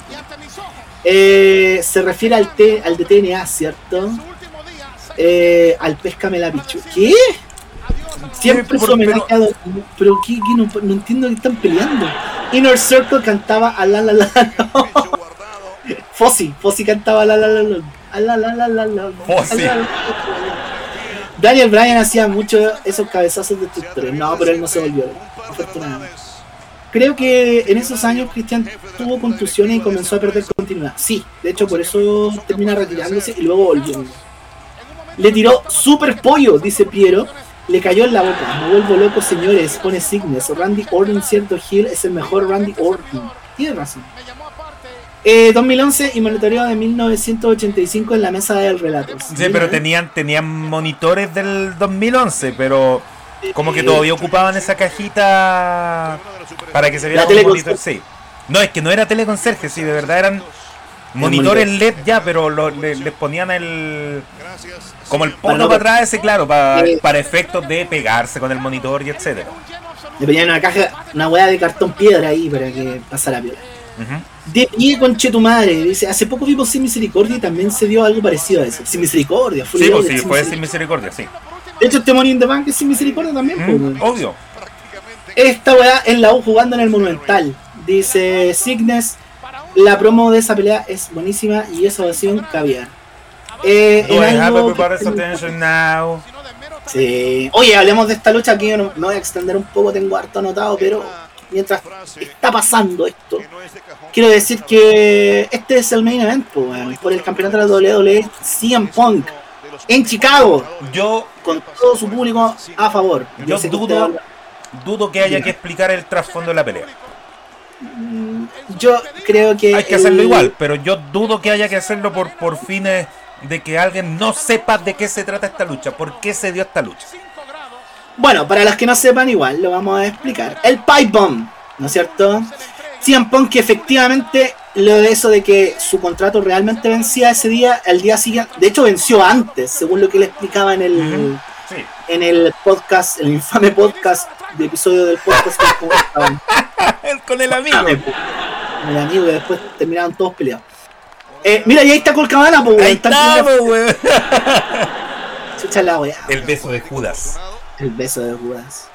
[SPEAKER 1] Se refiere al de TNA, ¿cierto? Al Péscame la Pichu. ¿Qué? Siempre su homenaje a pero ¿qué? No entiendo que están peleando. Inner Circle cantaba a la. Fossi cantaba a la. Fossi. Daniel Bryan hacía mucho esos cabezazos destructores. No, pero él no se volvió, afortunadamente. Creo que en esos años Christian tuvo contusiones y comenzó a perder continuidad. Sí, de hecho por eso termina retirándose y luego volvió. Le tiró super pollo, dice Piero. Le cayó en la boca. Me vuelvo loco, señores, pone Signes. Randy Orton, cierto Hill, es el mejor Randy Orton. Tiene razón. 2011 y monitoreo de 1985 en la mesa del relato.
[SPEAKER 2] Sí, pero tenían monitores del 2011, pero como que todavía ocupaban esa cajita para que se viera un monitor. Sí. No, es que no era teleconserje, sí, de verdad Monitores LED ya, pero les ponían como el poto para atrás ese, claro, para efectos de pegarse con el monitor y etcétera.
[SPEAKER 1] Le ponían una caja, una hueá de cartón piedra ahí para que pasara piola. De pie, conche tu madre. Dice, hace poco vimos Sin Misericordia y también se dio algo parecido a eso. Sin Misericordia,
[SPEAKER 2] fue Sin Misericordia, sí.
[SPEAKER 1] De hecho, este Money in the Bank es Sin Misericordia también.
[SPEAKER 2] Obvio.
[SPEAKER 1] Esta weá es la U jugando en el Monumental. Dice Cygnus, la promo de esa pelea es buenísima y esa ovación caviar. Sí. Oye, hablemos de esta lucha aquí. No voy a extender un poco, tengo harto anotado, pero mientras está pasando esto, quiero decir que este es el main event por el campeonato de la WWE. CM Punk en Chicago, con todo su público a favor.
[SPEAKER 2] Yo dudo que haya que explicar el trasfondo de la pelea.
[SPEAKER 1] Yo creo que
[SPEAKER 2] hay que hacerlo igual, pero yo dudo que haya que hacerlo por fines de que alguien no sepa de qué se trata esta lucha, por qué se dio esta lucha.
[SPEAKER 1] Bueno, para los que no sepan, igual lo vamos a explicar. El Pipe Bomb, ¿no es cierto? CM Punk, que efectivamente lo de eso de que su contrato realmente vencía ese día, el día siguiente, de hecho venció antes, según lo que le explicaba en el en el podcast, el infame podcast de episodio del podcast
[SPEAKER 2] con el amigo.
[SPEAKER 1] Con el amigo, y después terminaron todos peleados. Mira, y ahí está Colt Cabana, pues,
[SPEAKER 2] ahí está, weón.
[SPEAKER 1] Chucha la weá.
[SPEAKER 2] El beso de Judas.
[SPEAKER 1] El beso de Judas.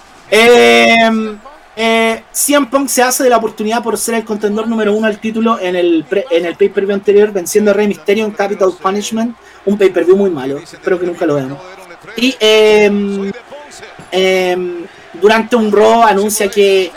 [SPEAKER 1] CM Punk se hace de la oportunidad por ser el contendor número 1 al título en el pay-per-view anterior, venciendo a Rey Mysterio en Capital Punishment, un pay-per-view muy malo, espero que nunca lo veamos. Y durante un Raw anuncia que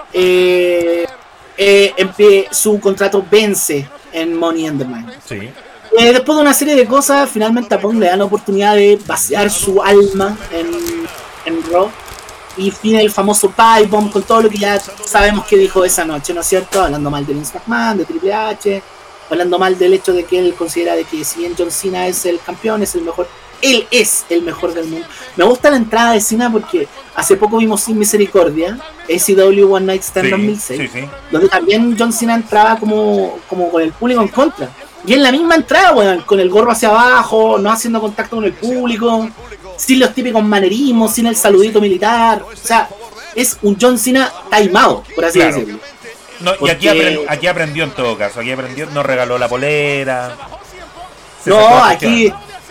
[SPEAKER 1] su contrato vence en Money in the Bank.
[SPEAKER 2] Sí.
[SPEAKER 1] Después de una serie de cosas, finalmente a Punk le dan la oportunidad de vaciar su alma en Raw. Y fin el famoso Pipe Bomb con todo lo que ya sabemos que dijo esa noche, ¿no es cierto? Hablando mal de Vince McMahon, de Triple H, hablando mal del hecho de que él considera de que si bien John Cena es el campeón, es el mejor, él es el mejor del mundo. Me gusta la entrada de Cena porque hace poco vimos Sin Misericordia, ACW One Night Stand 2006, donde también John Cena entraba como con el público en contra. Y en la misma entrada, weón, con el gorro hacia abajo, no haciendo contacto con el público, sin los típicos manerismos, sin el saludito militar. O sea, es un John Cena taimado, por así decirlo.
[SPEAKER 2] No, porque... Y aquí aprendió en todo caso, aquí aprendió, nos regaló la polera.
[SPEAKER 1] No, aquí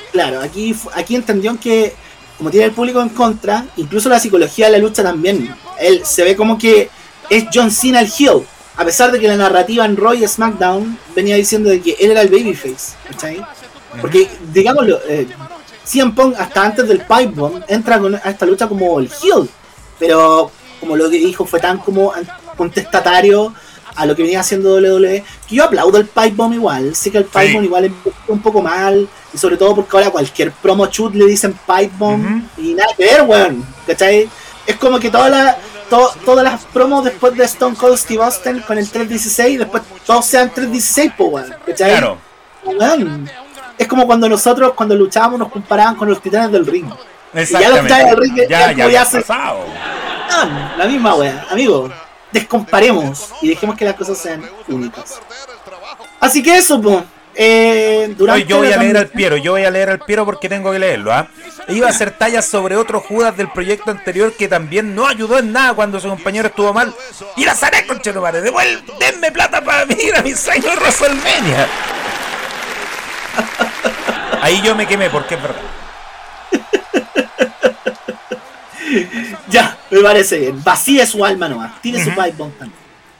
[SPEAKER 1] entendió que como tiene el público en contra, incluso la psicología de la lucha también, él se ve como que es John Cena el heel. A pesar de que la narrativa en Raw y SmackDown venía diciendo de que él era el babyface, ¿cachai? Porque, digámoslo, CM Punk hasta antes del Pipe Bomb entra a esta lucha como el heel, pero como lo que dijo fue tan como contestatario a lo que venía haciendo WWE, que yo aplaudo el Pipe Bomb igual. Sé que el Pipe Bomb igual es un poco mal, y sobre todo porque ahora cualquier promo shoot le dicen Pipe Bomb y nada que ver, weón, ¿cachai? Es como que todas las promos después de Stone Cold Steve Austin con el 316, después todos sean 316, pues, weón, ¿cachai? Claro. Weón. Es como cuando nosotros, cuando luchábamos, nos comparaban con los titanes del ring.
[SPEAKER 2] Exactamente.
[SPEAKER 1] Y ya los titanes del ring
[SPEAKER 2] ya pasado.
[SPEAKER 1] La misma weón, amigo. Descomparemos y dejemos que las cosas sean únicas. Así que eso, pues.
[SPEAKER 2] Yo voy a leer al Piero porque tengo que leerlo, ¿ah? Iba a hacer tallas sobre otro Judas del proyecto anterior que también no ayudó en nada cuando su compañero estuvo mal. Y la saré, conchetumare, denme plata para ir a mi sueño de WrestleMania. Ahí yo me quemé porque es verdad.
[SPEAKER 1] Ya, me parece bien. Vacíe su alma nomás. Tire su Pipe Bomb también.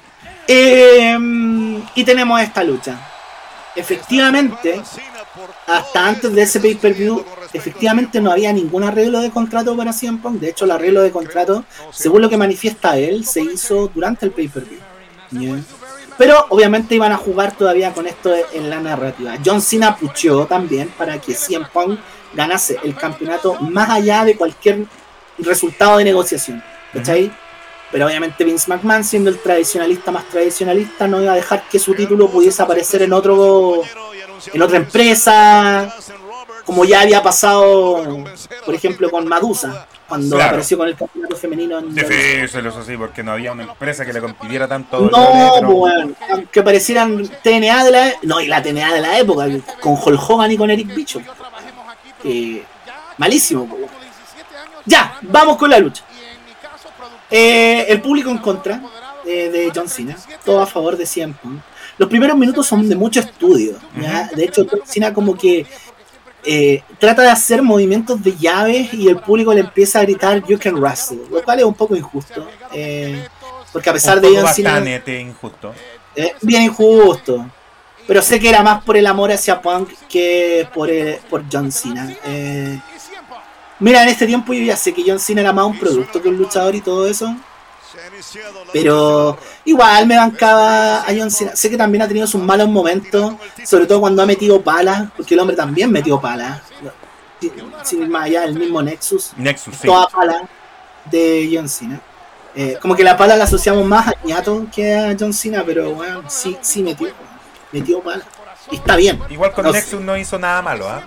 [SPEAKER 1] Y tenemos esta lucha. Efectivamente, hasta antes de ese pay-per-view, efectivamente no había ningún arreglo de contrato para CM Punk. De hecho, el arreglo de contrato, según lo que manifiesta él, se hizo durante el pay-per-view. Bien. Pero obviamente iban a jugar todavía con esto en la narrativa. John Cena pucheó también para que CM Punk ganase el campeonato más allá de cualquier resultado de negociación, ¿cachai? Pero obviamente Vince McMahon, siendo el tradicionalista más tradicionalista, no iba a dejar que su título pudiese aparecer en otra empresa, como ya había pasado, por ejemplo, con Madusa, cuando apareció con el campeonato femenino en
[SPEAKER 2] difícil, eso sí, porque no había una empresa que le compitiera tanto.
[SPEAKER 1] No, pues bueno, aunque aparecieran TNA de la no, y la TNA de la época, con Hulk Hogan y con Eric Bischoff. Malísimo, pues. Ya, vamos con la lucha. El público en contra de John Cena, todo a favor de CM Punk. Los primeros minutos son de mucho estudio, ¿ya? De hecho, John Cena como que trata de hacer movimientos de llaves y el público le empieza a gritar "You can wrestle", lo cual es un poco injusto, porque a pesar de John Cena,
[SPEAKER 2] injusto,
[SPEAKER 1] bien injusto, pero sé que era más por el amor hacia Punk que por John Cena. Mira, en este tiempo yo ya sé que John Cena era más un producto que un luchador y todo eso, pero igual me bancaba a John Cena. Sé que también ha tenido sus malos momentos, sobre todo cuando ha metido palas, porque el hombre también metió palas, sin ir más allá del mismo Nexus sí. Toda pala de John Cena. Como que la pala la asociamos más a Ñato que a John Cena, pero bueno, sí metió pala. Y está bien.
[SPEAKER 2] Igual con Nexus no hizo nada malo, ¿ah?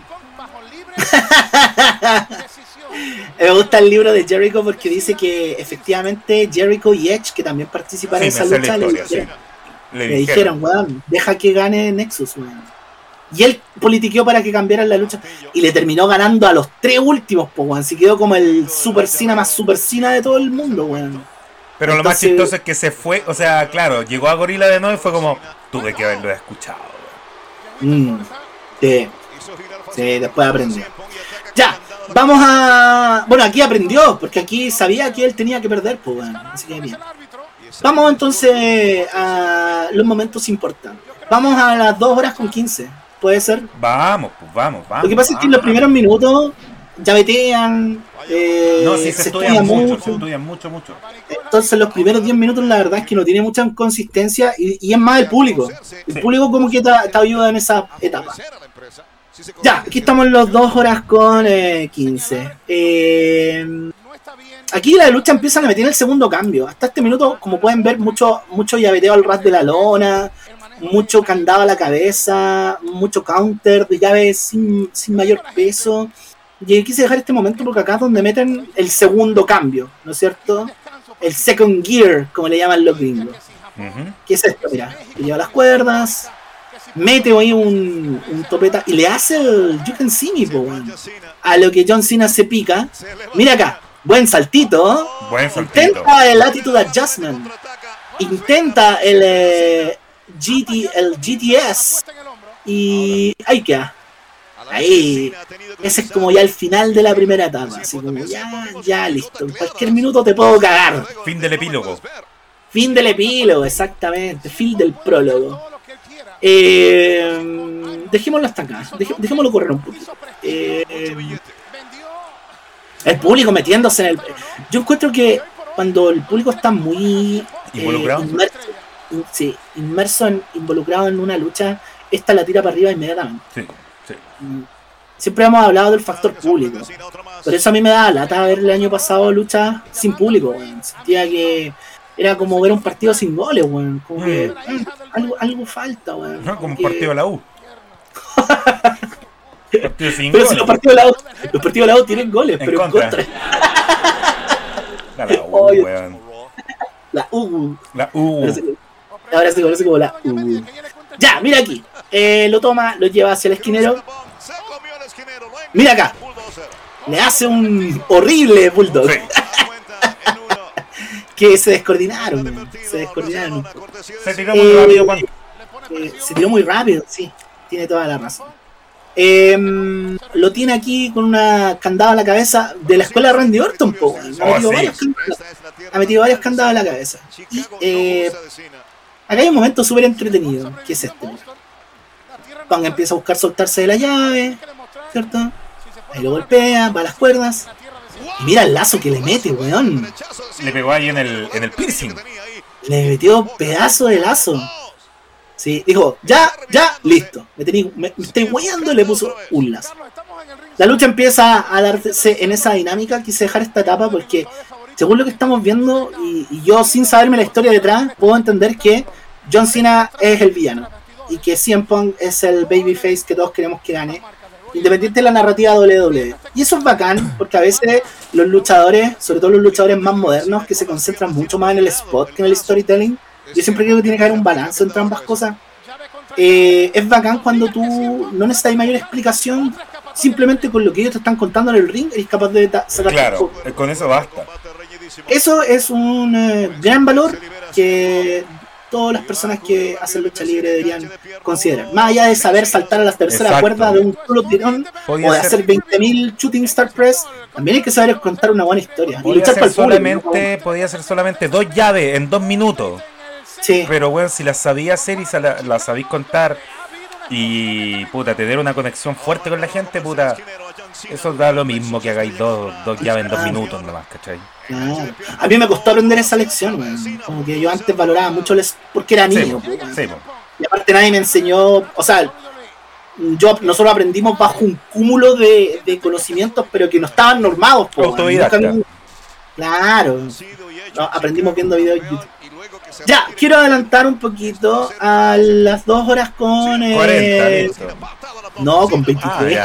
[SPEAKER 1] Me gusta el libro de Jericho porque dice que efectivamente Jericho y Edge, que también participaron en esa lucha, le dijeron, weón, deja que gane Nexus, weón. Y él politiqueó para que cambiaran la lucha y le terminó ganando a los 3 últimos, pues, weón. Se quedó como el Super Cena más Super Cena de todo el mundo, weón.
[SPEAKER 2] Pero entonces, lo más chistoso es que se fue, o sea, claro, llegó a Gorilla de nuevo y fue como, tuve que haberlo escuchado, weón.
[SPEAKER 1] Sí, después aprendí. Ya, vamos a... Bueno, aquí aprendió, porque aquí sabía que él tenía que perder, pues bueno, así que bien. Vamos entonces a los momentos importantes. Vamos a las 2:15, ¿puede ser?
[SPEAKER 2] Vamos.
[SPEAKER 1] Lo que pasa es que en los primeros minutos llavetean,
[SPEAKER 2] se estudian mucho.
[SPEAKER 1] Entonces los primeros 10 minutos la verdad es que no tiene mucha consistencia y es más el público. El público como que te ayuda en esa etapa. Ya, aquí estamos en los 2:15. Aquí la lucha empieza a meter el segundo cambio. Hasta este minuto, como pueden ver, mucho llaveteo al ras de la lona, mucho candado a la cabeza, mucho counter de llaves sin mayor peso. Y quise dejar este momento porque acá es donde meten el segundo cambio, ¿no es cierto? El second gear, como le llaman los gringos. ¿Qué es esto? Mira, que lleva las cuerdas, mete ahí un topeta y le hace el You Can See Me, a lo que John Cena se pica. Mira acá, buen saltito. Intenta el Attitude Adjustment, intenta el GTS y ahí queda. Ahí, ese es como ya el final de la primera etapa, así como ya listo, en cualquier minuto te puedo cagar.
[SPEAKER 2] Fin del epílogo,
[SPEAKER 1] exactamente, fin del prólogo. Dejémoslo hasta acá, dejémoslo correr un poquito. El público metiéndose en el... Yo encuentro que cuando el público está muy involucrado en una lucha, esta la tira para arriba inmediatamente. Sí. Siempre hemos hablado del factor público, por eso a mí me da lata ver el año pasado luchas sin público, weón. Sentía que era como ver un partido sin goles, weón. Como que algo falta, weón.
[SPEAKER 2] No, como un partido de la U.
[SPEAKER 1] Partido sin pero goles. Si los partidos de la U tienen goles, pero en contra.
[SPEAKER 2] La U, weón.
[SPEAKER 1] La U. Ahora se conoce como la U. Ya, mira aquí. Lo toma, lo lleva hacia el esquinero. Mira acá. Le hace un horrible bulldog. Sí. Que se descoordinaron un poco.
[SPEAKER 2] Se tiró muy rápido, Juan.
[SPEAKER 1] Se tiró muy rápido, sí. Tiene toda la razón. Lo tiene aquí con una candada a la cabeza de la escuela de Randy Orton, ha metido varios candados a la cabeza. Y acá hay un momento súper entretenido, que es este. Punk empieza a buscar soltarse de la llave, ¿cierto? Ahí lo golpea, va a las cuerdas. Y mira el lazo que le mete, weón.
[SPEAKER 2] Le pegó ahí en el piercing.
[SPEAKER 1] Le metió pedazo de lazo. Sí, dijo, ya, listo. Me estoy weando y le puso un lazo. La lucha empieza a darse en esa dinámica. Quise dejar esta etapa porque, según lo que estamos viendo, y yo sin saberme la historia detrás, puedo entender que John Cena es el villano y que CM Punk es el babyface que todos queremos que gane, independiente de la narrativa WWE. Y eso es bacán, porque a veces los luchadores, sobre todo los luchadores más modernos, que se concentran mucho más en el spot que en el storytelling, yo siempre creo que tiene que haber un balance entre ambas cosas. Es bacán cuando tú no necesitas mayor explicación, simplemente con lo que ellos te están contando en el ring, eres capaz de sacar.
[SPEAKER 2] Claro, con eso basta.
[SPEAKER 1] Eso es un gran valor que todas las personas que hacen lucha libre deberían considerar. Más allá de saber saltar a la tercera cuerda de un solo tirón o de hacer 20.000 shooting star press, también hay que saber contar una buena historia. Y luchar para el público, ¿no?
[SPEAKER 2] Podía ser solamente 2 llaves en 2 minutos.
[SPEAKER 1] Sí.
[SPEAKER 2] Pero bueno, si las sabías hacer y las sabéis contar y puta, tener una conexión fuerte con la gente, puta, eso da lo mismo que hagáis dos llaves en 2 minutos nomás, ¿cachai?
[SPEAKER 1] Claro. A mí me costó aprender esa lección, man. Como que yo antes valoraba mucho porque era niño.
[SPEAKER 2] Sí.
[SPEAKER 1] Y aparte nadie me enseñó, o sea, nosotros aprendimos bajo un cúmulo de conocimientos, pero que no estaban normados.
[SPEAKER 2] Autodidacta.
[SPEAKER 1] Claro. No, aprendimos viendo videos de YouTube. Ya, quiero adelantar un poquito a las 2 horas con...
[SPEAKER 2] 40,
[SPEAKER 1] no, con 23.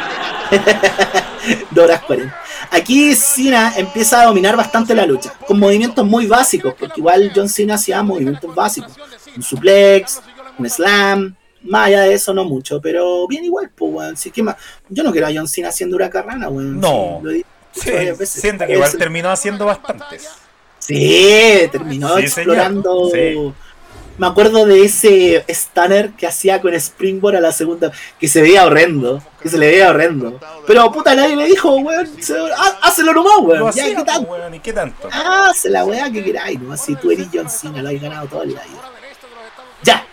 [SPEAKER 1] 2 horas 40. Aquí Cena empieza a dominar bastante la lucha, con movimientos muy básicos, porque igual John Cena hacía movimientos básicos. Un suplex, un slam, más allá de eso no mucho, pero bien igual, pues, weón. Así que yo no quiero a John Cena haciendo huracarrana, weón.
[SPEAKER 2] No.
[SPEAKER 1] Sí,
[SPEAKER 2] siento que igual terminó haciendo bastantes.
[SPEAKER 1] Sí, terminó explorando. Sí. Me acuerdo de ese stunner que hacía con Springboard a la segunda, que se veía horrendo, Pero puta, nadie le dijo, weón, hácelo nomás, weón.
[SPEAKER 2] Ya, ¿qué tanto? Weón, ¿y qué tanto?
[SPEAKER 1] Hace la weá que queráis, ¿no? Si tú eres John Cena, lo has ganado toda la vida. Ya,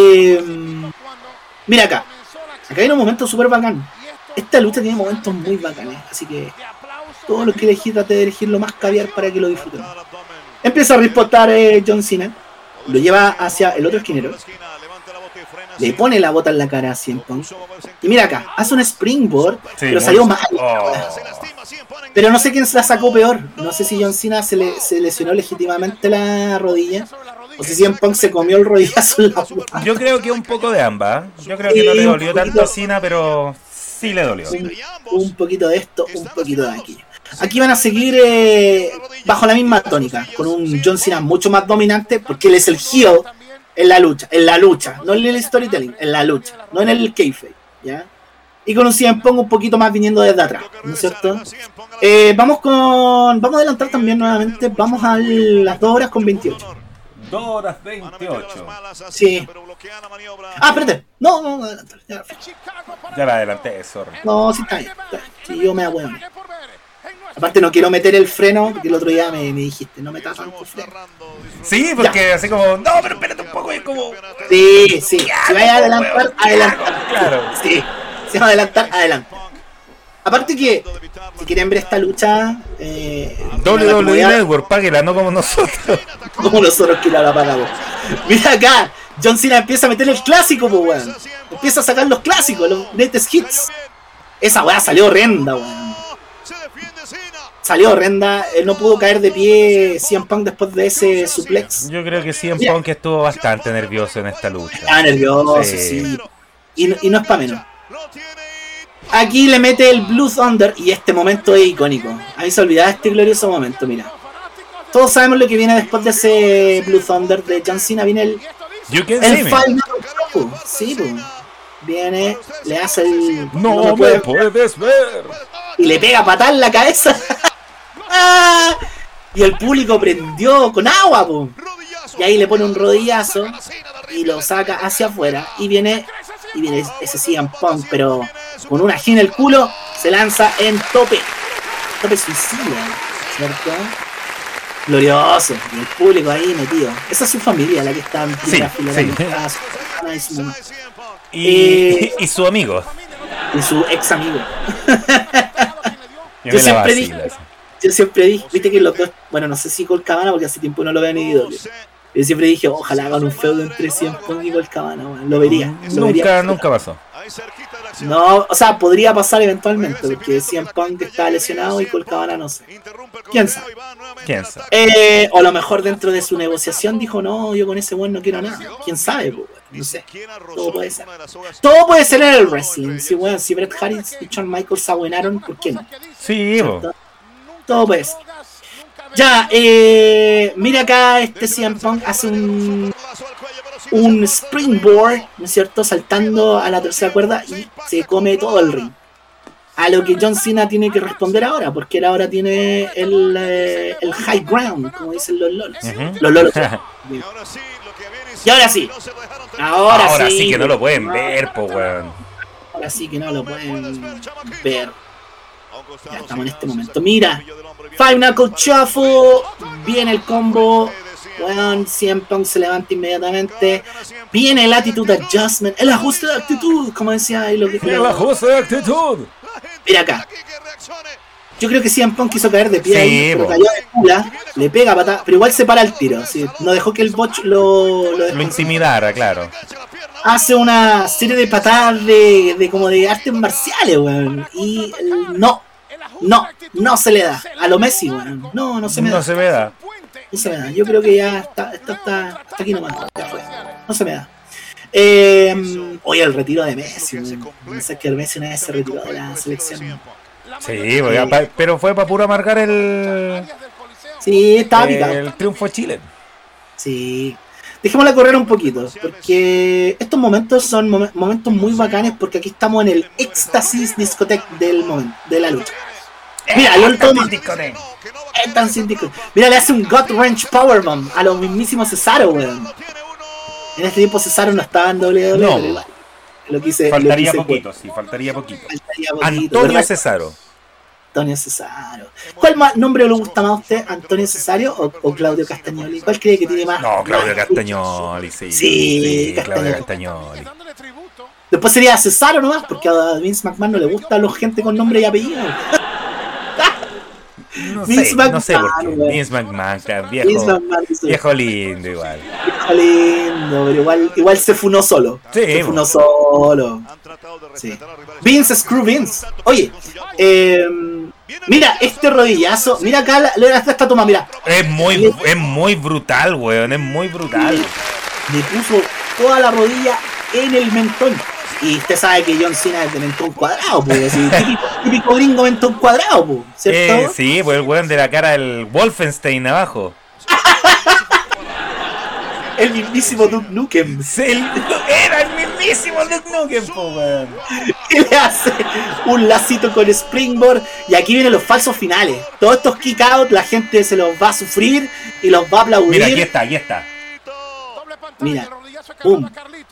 [SPEAKER 1] mira acá hay un momento súper bacán. Esta lucha tiene momentos muy bacanes, así que todos los que elegí, trate de elegir lo más caviar para que lo disfruten. Empieza a respotar John Cena, lo lleva hacia el otro esquinero, le pone la bota en la cara a CM Punk, y mira acá, hace un springboard, pero salió mal. Pero no sé quién se la sacó peor, no sé si John Cena se lesionó legítimamente la rodilla, o si CM Punk se comió el rodillazo en la boca.
[SPEAKER 2] Yo creo que un poco de ambas. Yo creo que no le dolió tanto a Cena, pero sí le dolió.
[SPEAKER 1] Un poquito de esto, un poquito de aquello. Aquí van a seguir bajo la misma tónica, con un John Cena mucho más dominante, porque él es el heel en la lucha, no en el storytelling, en la lucha, no en el kayfabe, ¿ya? Y con un CM Punk un poquito más viniendo desde atrás, ¿no es cierto? Vamos a adelantar también nuevamente, vamos a las 2 horas con 28.
[SPEAKER 2] 2 horas 28.
[SPEAKER 1] Sí. Espérate. No, adelantar.
[SPEAKER 2] Ya la adelanté, sorry.
[SPEAKER 1] No, sí está bien. Sí, yo me da hueón. Aparte no quiero meter el freno, porque el otro día me dijiste, no metas tanto freno.
[SPEAKER 2] Sí, porque así como, no, pero espérate un poco, es como...
[SPEAKER 1] Sí, si vais a adelantar, adelantar.
[SPEAKER 2] Claro.
[SPEAKER 1] Sí, si vas a adelantar, adelanta. Aparte que, si quieren ver esta lucha...
[SPEAKER 2] WWE Network, páguela, no como nosotros.
[SPEAKER 1] Como nosotros que la pagamos. Mira acá, John Cena empieza a meter el clásico, pues, weón. Empieza a sacar los clásicos, los greatest hits. Esa weá salió horrenda, weón. Salió horrenda, él no pudo caer de pie CM Punk después de ese suplex.
[SPEAKER 2] Yo creo que CM Punk estuvo bastante nervioso en esta lucha.
[SPEAKER 1] Estaba nervioso, sí. Y no es para menos. Aquí le mete el Blue Thunder y este momento es icónico. A mí se olvidaba este glorioso momento, mira. Todos sabemos lo que viene después de ese Blue Thunder de John Cena. Viene el Final Show. Sí, pues. Viene, le hace el...
[SPEAKER 2] No me puedes ver.
[SPEAKER 1] Y le pega patada en la cabeza. Y el público prendió con agua, po. Y ahí le pone un rodillazo y lo saca hacia afuera. Y viene ese CM Punk, pero con una G en el culo, se lanza en tope suicida, ¿cierto? Glorioso, y el público ahí metido. Esa es su familia, la que está en primera fila.
[SPEAKER 2] Y su amigo.
[SPEAKER 1] Y su ex amigo. Yo siempre dije, viste que los dos, bueno, no sé si Colt Cabana, porque hace tiempo no lo veo en IW. Yo siempre dije, ojalá hagan un feudo entre CM Punk y Colt Cabana, bueno, lo vería.
[SPEAKER 2] Nunca pasó.
[SPEAKER 1] No, o sea, podría pasar eventualmente, porque CM Punk está lesionado y Colt Cabana no sé. ¿Quién sabe? O a lo mejor dentro de su negociación dijo, no, yo con ese weón no quiero nada. ¿Quién sabe, pues? No sé. Todo puede ser. Todo puede ser en el wrestling. Si, bueno, si Bret Harris y Shawn Michaels se abuenaron, ¿por qué no?
[SPEAKER 2] Sí, bo.
[SPEAKER 1] Todo puede ser. Ya, mira acá, este CM Punk hace un springboard, ¿no es cierto? Saltando a la tercera cuerda y se come todo el ring. A lo que John Cena tiene que responder ahora, porque él ahora tiene el high ground, como dicen los lolos. Los lolos. Y ahora sí.
[SPEAKER 2] Ahora sí que no lo pueden ver, po, weón.
[SPEAKER 1] Ahora sí que no lo pueden ver. Ya estamos en este momento. Mira, Five Knuckle Shuffle. Viene el combo. Weón, CM Punk se levanta inmediatamente. Viene el Attitude Adjustment. El ajuste de actitud, como decía ahí lo que
[SPEAKER 2] El ajuste de actitud.
[SPEAKER 1] Mira acá. Yo creo que CM Punk quiso caer de pie
[SPEAKER 2] Sí,
[SPEAKER 1] ahí, pero
[SPEAKER 2] bo.
[SPEAKER 1] cayó de cula, le pega patada, pero igual se para el tiro. ¿Sí? No dejó que el botch
[SPEAKER 2] Lo intimidara, claro.
[SPEAKER 1] hace una serie de patadas de como de artes marciales, weón. Y no se le da. A lo Messi, weón. No se me da.
[SPEAKER 2] No se me da.
[SPEAKER 1] No se me da. Yo creo que ya está aquí nomás. Ya fue. No se me da. Oye, el retiro de Messi, weón. No sé que el Messi una vez se retiró de la selección.
[SPEAKER 2] Sí, pero fue para puro amargar el
[SPEAKER 1] Sí, estaba picado.
[SPEAKER 2] el triunfo de Chile.
[SPEAKER 1] Sí. Dejémosla correr un poquito, porque estos momentos son momentos muy bacanes, porque aquí estamos en el éxtasis discoteca del momento, de la lucha. Mira, LOL toma. Mira, le hace un God Wrench Powerbomb a los mismísimos Cesaro, weón. En este tiempo Cesaro no estaba en WWE,
[SPEAKER 2] No.
[SPEAKER 1] pero igual. Lo quise,
[SPEAKER 2] Faltaría
[SPEAKER 1] lo quise,
[SPEAKER 2] poquito, sí, faltaría poquito.
[SPEAKER 1] faltaría poquito,
[SPEAKER 2] Antonio
[SPEAKER 1] ¿verdad?
[SPEAKER 2] Cesaro.
[SPEAKER 1] Antonio Cesaro. ¿Cuál nombre le gusta más a usted? ¿Antonio Cesaro o Claudio Castagnoli? ¿Cuál cree que tiene más?
[SPEAKER 2] No, Claudio Castagnoli, sí.
[SPEAKER 1] Sí,
[SPEAKER 2] Claudio
[SPEAKER 1] Castagnoli.
[SPEAKER 2] Castagnoli.
[SPEAKER 1] Después sería Cesaro nomás, porque a Vince McMahon no le gusta a la gente con nombre y apellido.
[SPEAKER 2] No
[SPEAKER 1] Vince
[SPEAKER 2] sé,
[SPEAKER 1] McMahon,
[SPEAKER 2] no sé por qué.
[SPEAKER 1] weón.
[SPEAKER 2] Vince McMahon, claro,
[SPEAKER 1] Vince
[SPEAKER 2] viejo,
[SPEAKER 1] McMahon hizo-
[SPEAKER 2] viejo lindo igual.
[SPEAKER 1] viejo lindo, pero igual se funó solo.
[SPEAKER 2] Sí,
[SPEAKER 1] Se funó
[SPEAKER 2] bueno.
[SPEAKER 1] solo. Sí. Vince Screw Vince. Oye, mira este rodillazo. Mira acá esta toma, mira.
[SPEAKER 2] Es muy brutal, weón, es muy brutal.
[SPEAKER 1] Le puso toda la rodilla en el mentón. Y usted sabe que John Cena es de mentón cuadrado, pues, así, típico gringo mentón cuadrado, pues, ¿cierto?
[SPEAKER 2] Sí, pues el weón de la cara del Wolfenstein abajo.
[SPEAKER 1] El mismísimo Duke Nukem.
[SPEAKER 2] Era el mismísimo Duke Nukem, po, weón.
[SPEAKER 1] Y le hace un lacito con springboard. Y aquí vienen los falsos finales. Todos estos kick out, la gente se los va a sufrir y los va a aplaudir.
[SPEAKER 2] Mira, aquí está.
[SPEAKER 1] Mira. ¡Pum!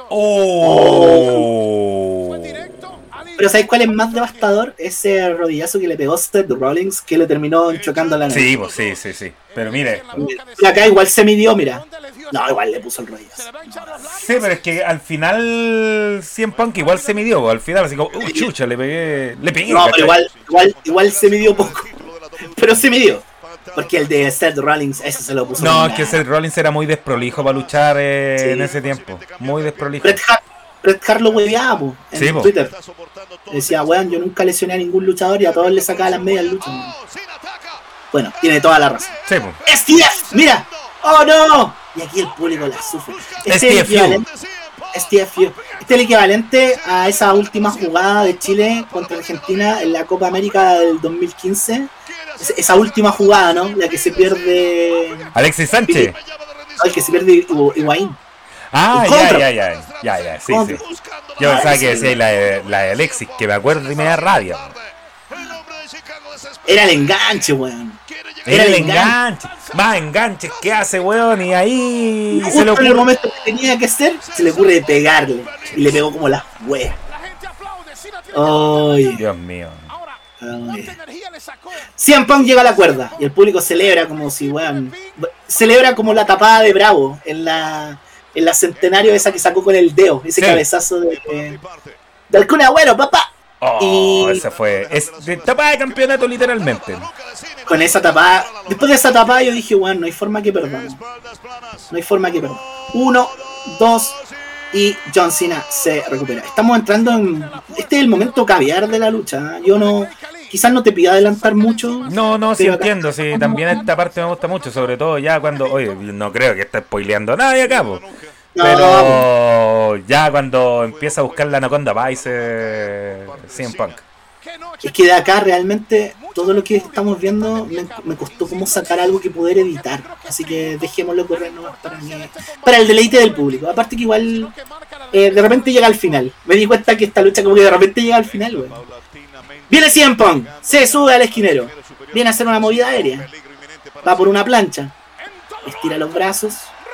[SPEAKER 2] ¡Oh!
[SPEAKER 1] Pero ¿sabes cuál es más devastador? Ese rodillazo que le pegó Seth Rollins, que le terminó chocando la nariz.
[SPEAKER 2] Sí, pues sí. Pero mire,
[SPEAKER 1] Y acá igual se midió, mira. No, igual le puso el rodillazo.
[SPEAKER 2] sí, pero es que al final CM Punk igual se midió, po, al final así como, chucha, le pegué,
[SPEAKER 1] No, pero
[SPEAKER 2] ¿cachai?
[SPEAKER 1] igual se midió poco. Pero se midió. Porque el de Seth Rollins, ese se lo puso.
[SPEAKER 2] No,
[SPEAKER 1] muy
[SPEAKER 2] es que
[SPEAKER 1] mal.
[SPEAKER 2] Seth Rollins era muy desprolijo para luchar en ese tiempo. Muy desprolijo.
[SPEAKER 1] Bret Hart lo hueveaba, po, en
[SPEAKER 2] Sí, po.
[SPEAKER 1] Twitter. Decía, weón, yo nunca lesioné a ningún luchador y a todos les sacaba las medias luchas. weón. Bueno, tiene toda la razón.
[SPEAKER 2] Sí, po.
[SPEAKER 1] ¡STF! ¡Mira! ¡Oh no! Y aquí el público la sufre. Este es el
[SPEAKER 2] STFU.
[SPEAKER 1] equivalente. STFU. Este es el equivalente a esa última jugada de Chile contra Argentina en la Copa América del 2015. Esa última jugada, ¿no? La que se pierde.
[SPEAKER 2] Alexis Sánchez.
[SPEAKER 1] El que se pierde Higuaín.
[SPEAKER 2] Ah,
[SPEAKER 1] Contra.
[SPEAKER 2] ya, sí.
[SPEAKER 1] Contra.
[SPEAKER 2] Yo pensaba
[SPEAKER 1] sí.
[SPEAKER 2] que decía la de Alexis, que me acuerdo y me da rabia.
[SPEAKER 1] Era el enganche, weón.
[SPEAKER 2] Era el enganche. Más enganches que hace, weón, y ahí
[SPEAKER 1] Y
[SPEAKER 2] se le
[SPEAKER 1] justo en el
[SPEAKER 2] ocurre.
[SPEAKER 1] momento que tenía que ser, se le ocurre pegarle. Y le pegó como la wea. Ay,
[SPEAKER 2] Dios mío.
[SPEAKER 1] ay. CM Punk llega a la cuerda y el público celebra como si, weón. Celebra como la tapada de Bravo en la centenario esa que sacó con el dedo, ese
[SPEAKER 2] Sí.
[SPEAKER 1] cabezazo de Kun Agüero, papá.
[SPEAKER 2] Oh,
[SPEAKER 1] Y-
[SPEAKER 2] esa fue. Es de tapa de campeonato, literalmente.
[SPEAKER 1] Con esa tapada, después de esa tapada yo dije, weón, no hay forma que perdamos. No hay forma que perdamos. 1, 2 y John Cena se recupera. Estamos entrando en. Este es el momento caviar de la lucha. ¿Eh? Yo no. Quizás no te pida adelantar mucho.
[SPEAKER 2] No, sí
[SPEAKER 1] pero acá-
[SPEAKER 2] entiendo, sí, también esta parte me gusta mucho, sobre todo ya cuando, oye, no creo que esté spoileando a nadie acá, po.
[SPEAKER 1] No,
[SPEAKER 2] Pero pero ya cuando empieza a buscar la Anaconda Vice, CM Punk.
[SPEAKER 1] Es que de acá realmente todo lo que estamos viendo me costó como sacar algo que poder editar. Así que dejémoslo correr nomás para el deleite del público. Aparte que igual de repente llega al final. Me di cuenta que esta lucha como que de repente llega al final, güey. Viene CM Punk, se sube al esquinero, viene a hacer una movida aérea, va por una plancha, estira los brazos.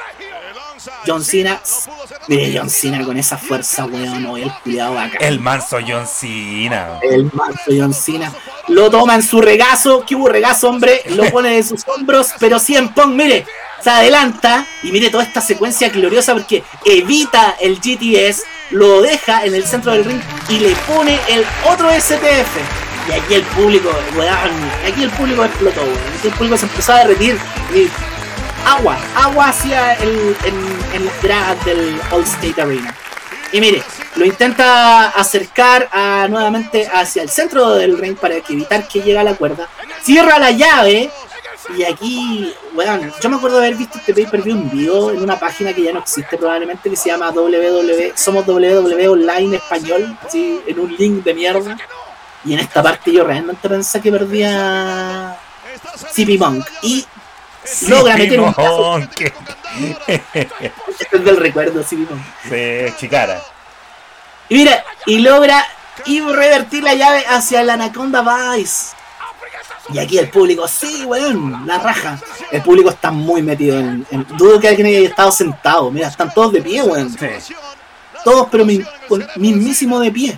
[SPEAKER 1] John Cena, mire John Cena con esa fuerza, weón, no, el cuidado acá.
[SPEAKER 2] El manso John Cena.
[SPEAKER 1] El manso John Cena. Lo toma en su regazo, que hubo regazo, hombre, lo pone de sus hombros, pero CM Punk, mire, se adelanta y mire toda esta secuencia gloriosa porque evita el GTS, lo deja en el centro del ring y le pone el otro STF. Y aquí el público, weón, aquí el público explotó, weón. Aquí el público se empezó a derretir y agua hacia en las gradas del Allstate Arena. Y mire, lo intenta acercar nuevamente hacia el centro del ring para evitar que llegue a la cuerda. Cierra la llave. Y aquí, bueno, yo me acuerdo de haber visto este pay-per-view en vivo en una página que ya no existe probablemente, que se llama Somos WWE Online Español, ¿sí? En un link de mierda. Y en esta parte yo realmente pensé que perdía CM Punk. Y logra meter un caso. Este es del recuerdo, CM Punk.
[SPEAKER 2] Sí, chicara.
[SPEAKER 1] Y mira, y logra revertir la llave hacia la Anaconda Vice. Y aquí el público, sí, weón, la raja. El público está muy metido en dudo que alguien haya estado sentado. Mira, están todos de pie, weón.
[SPEAKER 2] Sí.
[SPEAKER 1] Todos, pero mismísimo de pie.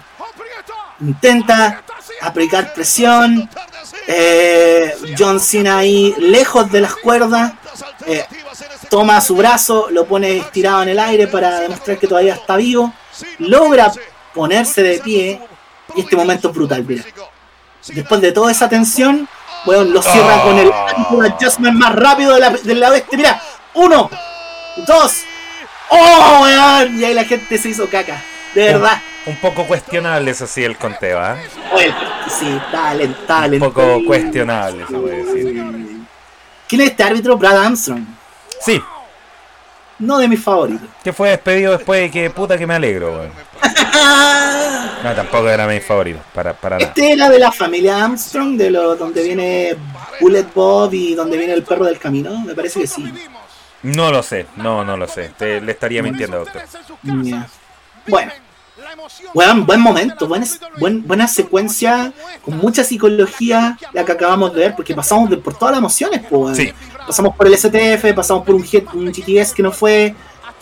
[SPEAKER 1] Intenta aplicar presión. John Cena ahí, lejos de las cuerdas. Toma su brazo, lo pone estirado en el aire para demostrar que todavía está vivo. Logra ponerse de pie. Y este momento es brutal, mira. Después de toda esa tensión, bueno, lo cierra con el adjustment más rápido de la oeste. Mira, 1, 2, ¡oh, weón! Y ahí la gente se hizo caca, de verdad.
[SPEAKER 2] Un poco cuestionable, eso sí, el conteo, ¿eh?
[SPEAKER 1] Bueno, sí, talent.
[SPEAKER 2] Un poco cuestionable, se puede decir.
[SPEAKER 1] ¿Quién es este árbitro? Brad Armstrong.
[SPEAKER 2] Sí.
[SPEAKER 1] No de mis favoritos.
[SPEAKER 2] Que fue despedido después de que puta que me alegro, weón. No, tampoco era mi favorito, para nada.
[SPEAKER 1] Este era de la familia Armstrong, donde viene Bullet Bob y donde viene el perro del camino, me parece que sí.
[SPEAKER 2] No lo sé, no lo sé. Le estaría mintiendo, doctor.
[SPEAKER 1] Yeah. Bueno, buen momento, buena secuencia, con mucha psicología la que acabamos de ver, porque pasamos por todas las emociones, pues.
[SPEAKER 2] Sí.
[SPEAKER 1] Pasamos por el STF, pasamos por un GTS que no fue,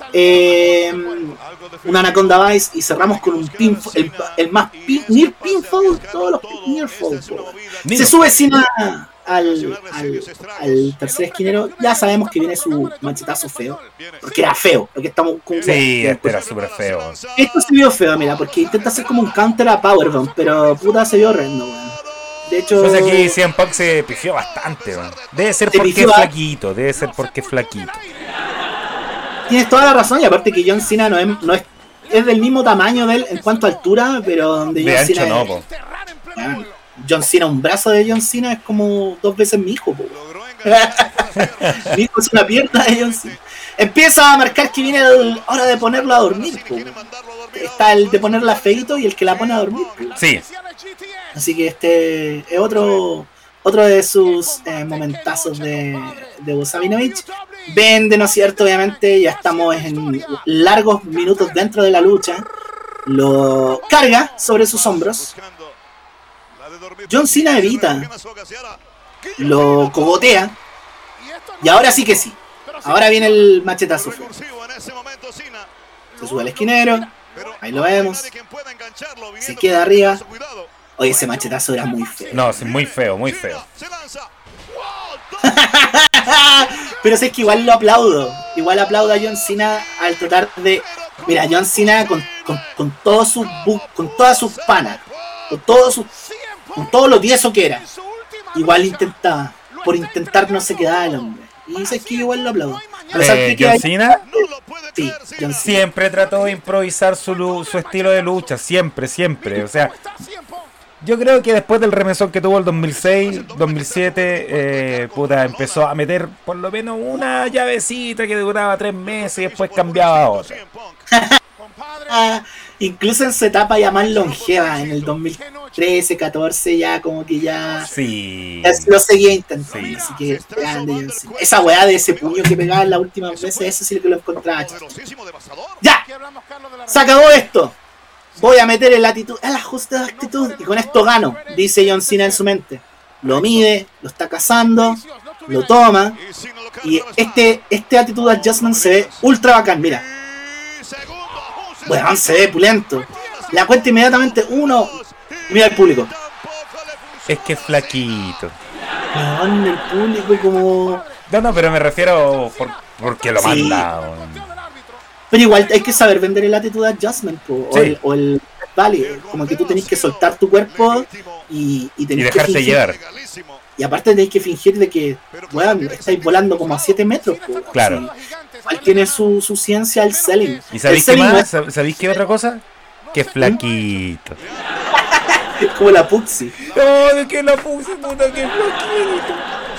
[SPEAKER 1] una Anaconda Vice y cerramos con un pinfall, el más near pinfall, todos los near fall. Se sube Cena al tercer esquinero, ya sabemos que viene su machetazo feo, porque era feo, porque estamos con
[SPEAKER 2] sí, era súper feo.
[SPEAKER 1] Esto se vio feo, mira, porque intenta hacer como un counter a Powerbomb, pero puta se vio horrendo, weón. De hecho,
[SPEAKER 2] entonces aquí CM Punk se pifió bastante, weón. Debe ser porque es flaquito,
[SPEAKER 1] Tienes toda la razón, y aparte que John Cena no es del mismo tamaño de él en cuanto a altura, pero donde
[SPEAKER 2] de
[SPEAKER 1] John
[SPEAKER 2] ancho
[SPEAKER 1] Cena
[SPEAKER 2] no, po.
[SPEAKER 1] John Cena, un brazo de John Cena es como 2 veces mi hijo, po. Mi hijo es una pierna de John Cena. Empieza a marcar que viene la hora de ponerlo a dormir, po. Está el de ponerla feito y el que la pone a dormir, po.
[SPEAKER 2] Sí.
[SPEAKER 1] Así que este es otro de sus momentazos de Sabinovich. Vende, ¿no es cierto? Obviamente ya estamos en largos minutos dentro de la lucha. Lo carga sobre sus hombros. John Cena evita, lo cogotea. Y ahora sí que sí. Ahora viene el machetazo. Se sube al esquinero. Ahí lo vemos. Se queda arriba. Oye, ese machetazo era muy feo.
[SPEAKER 2] No, es muy feo, muy feo.
[SPEAKER 1] Pero es que igual lo aplaudo. Igual aplaudo a John Cena al tratar de... Mira, John Cena con todos sus con todas sus panas, con todo lo tieso que era, igual intentaba. Por intentar no se quedaba el hombre. Y eso es que igual lo aplaudo.
[SPEAKER 2] John Cena,
[SPEAKER 1] sí, John Cena
[SPEAKER 2] siempre trató de improvisar su estilo de lucha, siempre. O sea, yo creo que después del remesón que tuvo el 2006, 2007, empezó a meter por lo menos una llavecita que duraba 3 meses y después cambiaba a otra.
[SPEAKER 1] Incluso en su etapa ya más longeva, en el 2013, 14 ya como que ya,
[SPEAKER 2] Sí.
[SPEAKER 1] ya lo seguía intentando.
[SPEAKER 2] Sí.
[SPEAKER 1] Así que grande John Cena. Esa weá de ese puño que pegaba en las últimas veces, eso sí que lo encontraba. ¡Ya! Se acabó esto. Voy a meter el ajuste de actitud y con esto gano, dice John Cena en su mente. Lo mide, lo está cazando, lo toma y este attitude adjustment se ve ultra bacán, mira. Bueno, se ve pulento. La cuenta inmediatamente uno. Mira el público.
[SPEAKER 2] Es que es flaquito.
[SPEAKER 1] No, el público como.
[SPEAKER 2] No, pero me refiero porque lo
[SPEAKER 1] Sí.
[SPEAKER 2] manda.
[SPEAKER 1] Pero igual hay que saber vender el attitude adjustment po,
[SPEAKER 2] Sí.
[SPEAKER 1] o el vale, como que tú tenés que soltar tu cuerpo y
[SPEAKER 2] Y
[SPEAKER 1] tenés que
[SPEAKER 2] dejarte
[SPEAKER 1] fingir,
[SPEAKER 2] llevar.
[SPEAKER 1] y aparte tenés que fingir de que bueno, estáis volando como a 7 metros po,
[SPEAKER 2] Claro.
[SPEAKER 1] así. Igual tiene su ciencia el selling.
[SPEAKER 2] ¿Y sabéis
[SPEAKER 1] El
[SPEAKER 2] qué
[SPEAKER 1] selling
[SPEAKER 2] más?
[SPEAKER 1] no
[SPEAKER 2] ¿Sabéis qué otra cosa? Que es flaquito.
[SPEAKER 1] es como la Puxi.
[SPEAKER 2] ¡Oh, de que la puse, puta, que flaquito!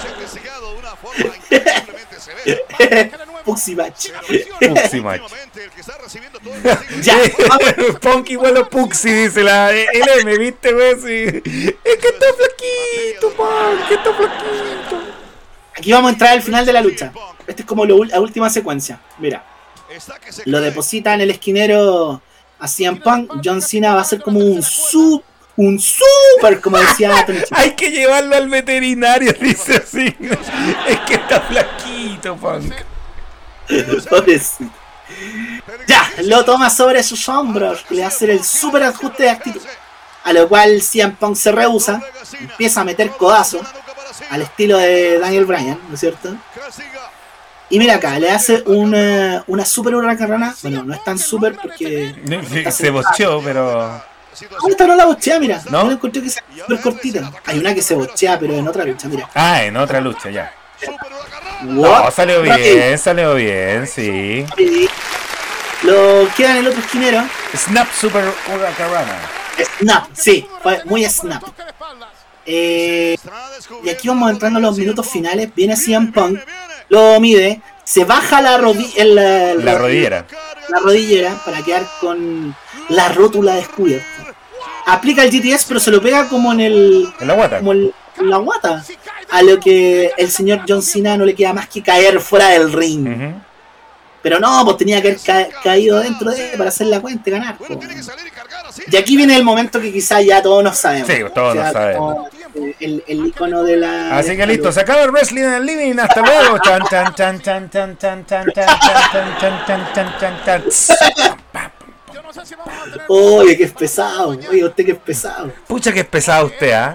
[SPEAKER 1] Puxi Batch.
[SPEAKER 2] Puxi match.
[SPEAKER 1] Ya, vamos.
[SPEAKER 2] Punk igual a Puxi, dice la LM, ¿viste, güey? Sí. Es que está flaquito, Punk, que está flaquito.
[SPEAKER 1] Aquí vamos a entrar al final de la lucha. Esta es como la última secuencia. Mira, lo deposita en el esquinero a CM Punk. John Cena va a ser como un super, como decía Tony Chico.
[SPEAKER 2] Hay que llevarlo al veterinario, dice así. Es que está flaquito, Punk.
[SPEAKER 1] Pobrecito. Ya, lo toma sobre sus hombros. Le va a hacer el super ajuste de actitud. A lo cual CM Punk se rehúsa. Empieza a meter codazo al estilo de Daniel Bryan, ¿no es cierto? Y mira acá, le hace una super hurracarrana. Bueno, no es tan super porque
[SPEAKER 2] Se bocheó, pero.
[SPEAKER 1] esta no la bochea, mira.
[SPEAKER 2] ¿No?
[SPEAKER 1] No la encontré que sea súper cortita. Hay una que se bochea, pero en otra lucha, mira.
[SPEAKER 2] Ah, en otra lucha, ya.
[SPEAKER 1] What?
[SPEAKER 2] No, salió bien, sí.
[SPEAKER 1] Y lo queda en el otro esquinero.
[SPEAKER 2] Snap Super Hurracarana.
[SPEAKER 1] Snap, sí, fue muy snap. Y aquí vamos entrando a los minutos finales. Viene CM Punk, lo mide, se baja la rodillera para quedar con la rótula descubierta. Aplica el GTS, pero se lo pega como en
[SPEAKER 2] la guata.
[SPEAKER 1] Como en la guata. A lo que el señor John Cena no le queda más que caer fuera del ring.
[SPEAKER 2] Uh-huh.
[SPEAKER 1] Pero no, pues tenía que haber caído dentro para hacer la cuenta y ganar. Pues. Y aquí viene el momento que quizás ya todos nos sabemos.
[SPEAKER 2] Sí, todos lo sabemos.
[SPEAKER 1] El icono de la.
[SPEAKER 2] Así que listo, se acaba el wrestling en el living. Hasta luego. Chan, chan, chan, chan, chan, chan, chan, chan, chan, chan, chan, chan, chan, chan.
[SPEAKER 1] Oye, que es pesado. Oye, usted que es pesado.
[SPEAKER 2] Pucha que es pesado usted, ¿ah?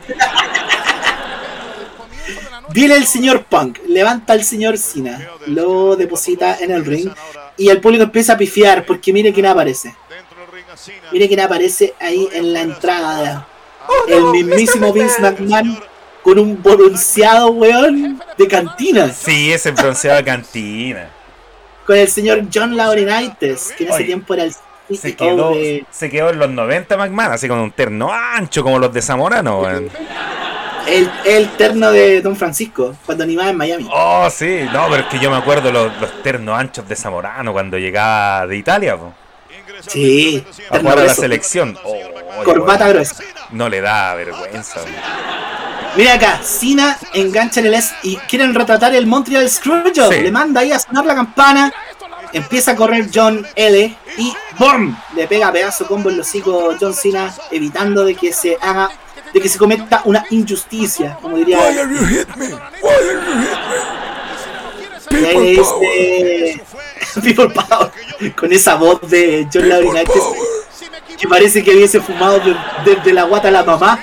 [SPEAKER 1] Viene el señor Punk, levanta al señor Cena, lo deposita en el ring y el público empieza a pifiar porque mire quién aparece. Mire quién aparece ahí en la entrada. El mismísimo Vince McMahon con un bronceado weón de cantina.
[SPEAKER 2] Sí, ese bronceado de cantina.
[SPEAKER 1] Con el señor John Laurinaitis, que en ese tiempo era el
[SPEAKER 2] Se
[SPEAKER 1] CEO
[SPEAKER 2] quedó en los 90 McMahon, así con un terno ancho como los de Zamorano, weón.
[SPEAKER 1] el terno de Don Francisco, cuando animaba en Miami.
[SPEAKER 2] Oh, sí, no, pero es que yo me acuerdo los ternos anchos de Zamorano cuando llegaba de Italia, po.
[SPEAKER 1] Sí,
[SPEAKER 2] A jugar a la selección.
[SPEAKER 1] Corbata
[SPEAKER 2] bueno,
[SPEAKER 1] gruesa.
[SPEAKER 2] no le da vergüenza.
[SPEAKER 1] Mira acá, Cena engancha en el S y quieren retratar el Montreal Screwjob.
[SPEAKER 2] Sí.
[SPEAKER 1] Le manda ahí a sonar la campana. Empieza a correr John L. Y ¡BOOM! Le pega pedazo combo en los hocico John Cena, evitando de que se cometa una injusticia, como diría.
[SPEAKER 2] Why are you hit me? Why are you hit me?
[SPEAKER 1] Y ahí le dice People Power, con esa voz de John Laurinaitis que parece que hubiese fumado desde la guata a la mamá.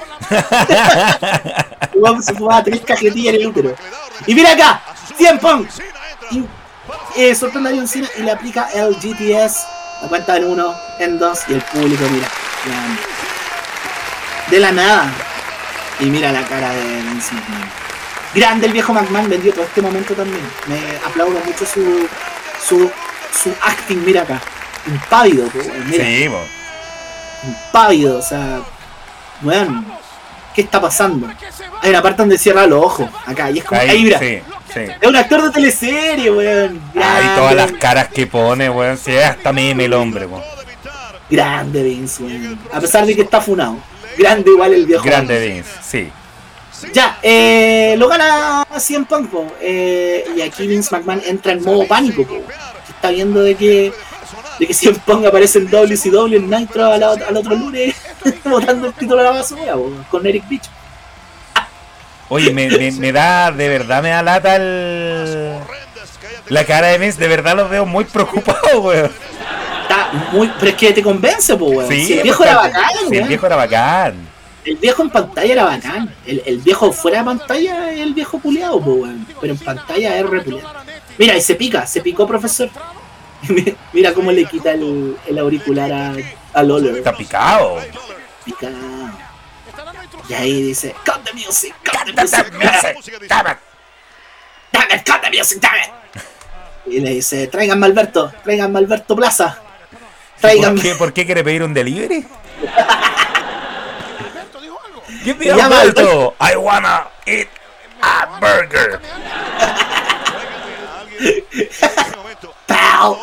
[SPEAKER 1] Se fumaba 3 cajetillas en el útero. Y mira acá, 100 Punk sorprende a John Cena y le aplica el GTS. La cuenta en 1, en 2 y el público mira de la nada. Y mira la cara de Vince McMahon. Grande el viejo McMahon, vendió todo este momento también. Me aplaudo mucho su acting, mira acá. Impávido, mira.
[SPEAKER 2] Sí, po.
[SPEAKER 1] Impávido, o sea, bueno, ¿qué está pasando? Hay una parte donde cierra los ojos, acá, y es como, ahí mira,
[SPEAKER 2] sí, sí.
[SPEAKER 1] es un actor de teleserie, weón.
[SPEAKER 2] Ay, todas las caras que pone, weón, si es hasta meme el hombre, weón.
[SPEAKER 1] Grande Vince, weón. A pesar de que está funado. Grande igual el viejo.
[SPEAKER 2] Grande Vince, sí.
[SPEAKER 1] Ya, lo gana CM Punk, po. Y aquí Vince McMahon entra en modo pánico, po. Está viendo de que CM Punk aparece en WCW, en Nitro al otro lunes, botando el título a la basura, po, con Eric Bicho.
[SPEAKER 2] Oye, me da, de verdad me da lata la cara de Vince, de verdad los veo muy preocupados, weón.
[SPEAKER 1] Está muy... Pero es que te convence, po, weón.
[SPEAKER 2] Sí,
[SPEAKER 1] Si el viejo era bacán,
[SPEAKER 2] sí, el viejo era bacán.
[SPEAKER 1] El viejo en pantalla era bacán. El viejo fuera de pantalla es el viejo culiado, po, weón. Pero en pantalla es repuliado. Mira, y se picó, profesor. Mira cómo le quita el auricular a Lawler.
[SPEAKER 2] Está picado.
[SPEAKER 1] Picado. Y ahí dice, cut the music, cut the music, damn it, cut the music, damn it. Y le dice, tráiganme a Alberto Plaza. Tráiganme.
[SPEAKER 2] ¿Por qué quiere pedir un delivery? Give me
[SPEAKER 1] Se
[SPEAKER 2] a
[SPEAKER 1] llama
[SPEAKER 2] Alberto. I wanna eat a burger.
[SPEAKER 1] ¡Pau!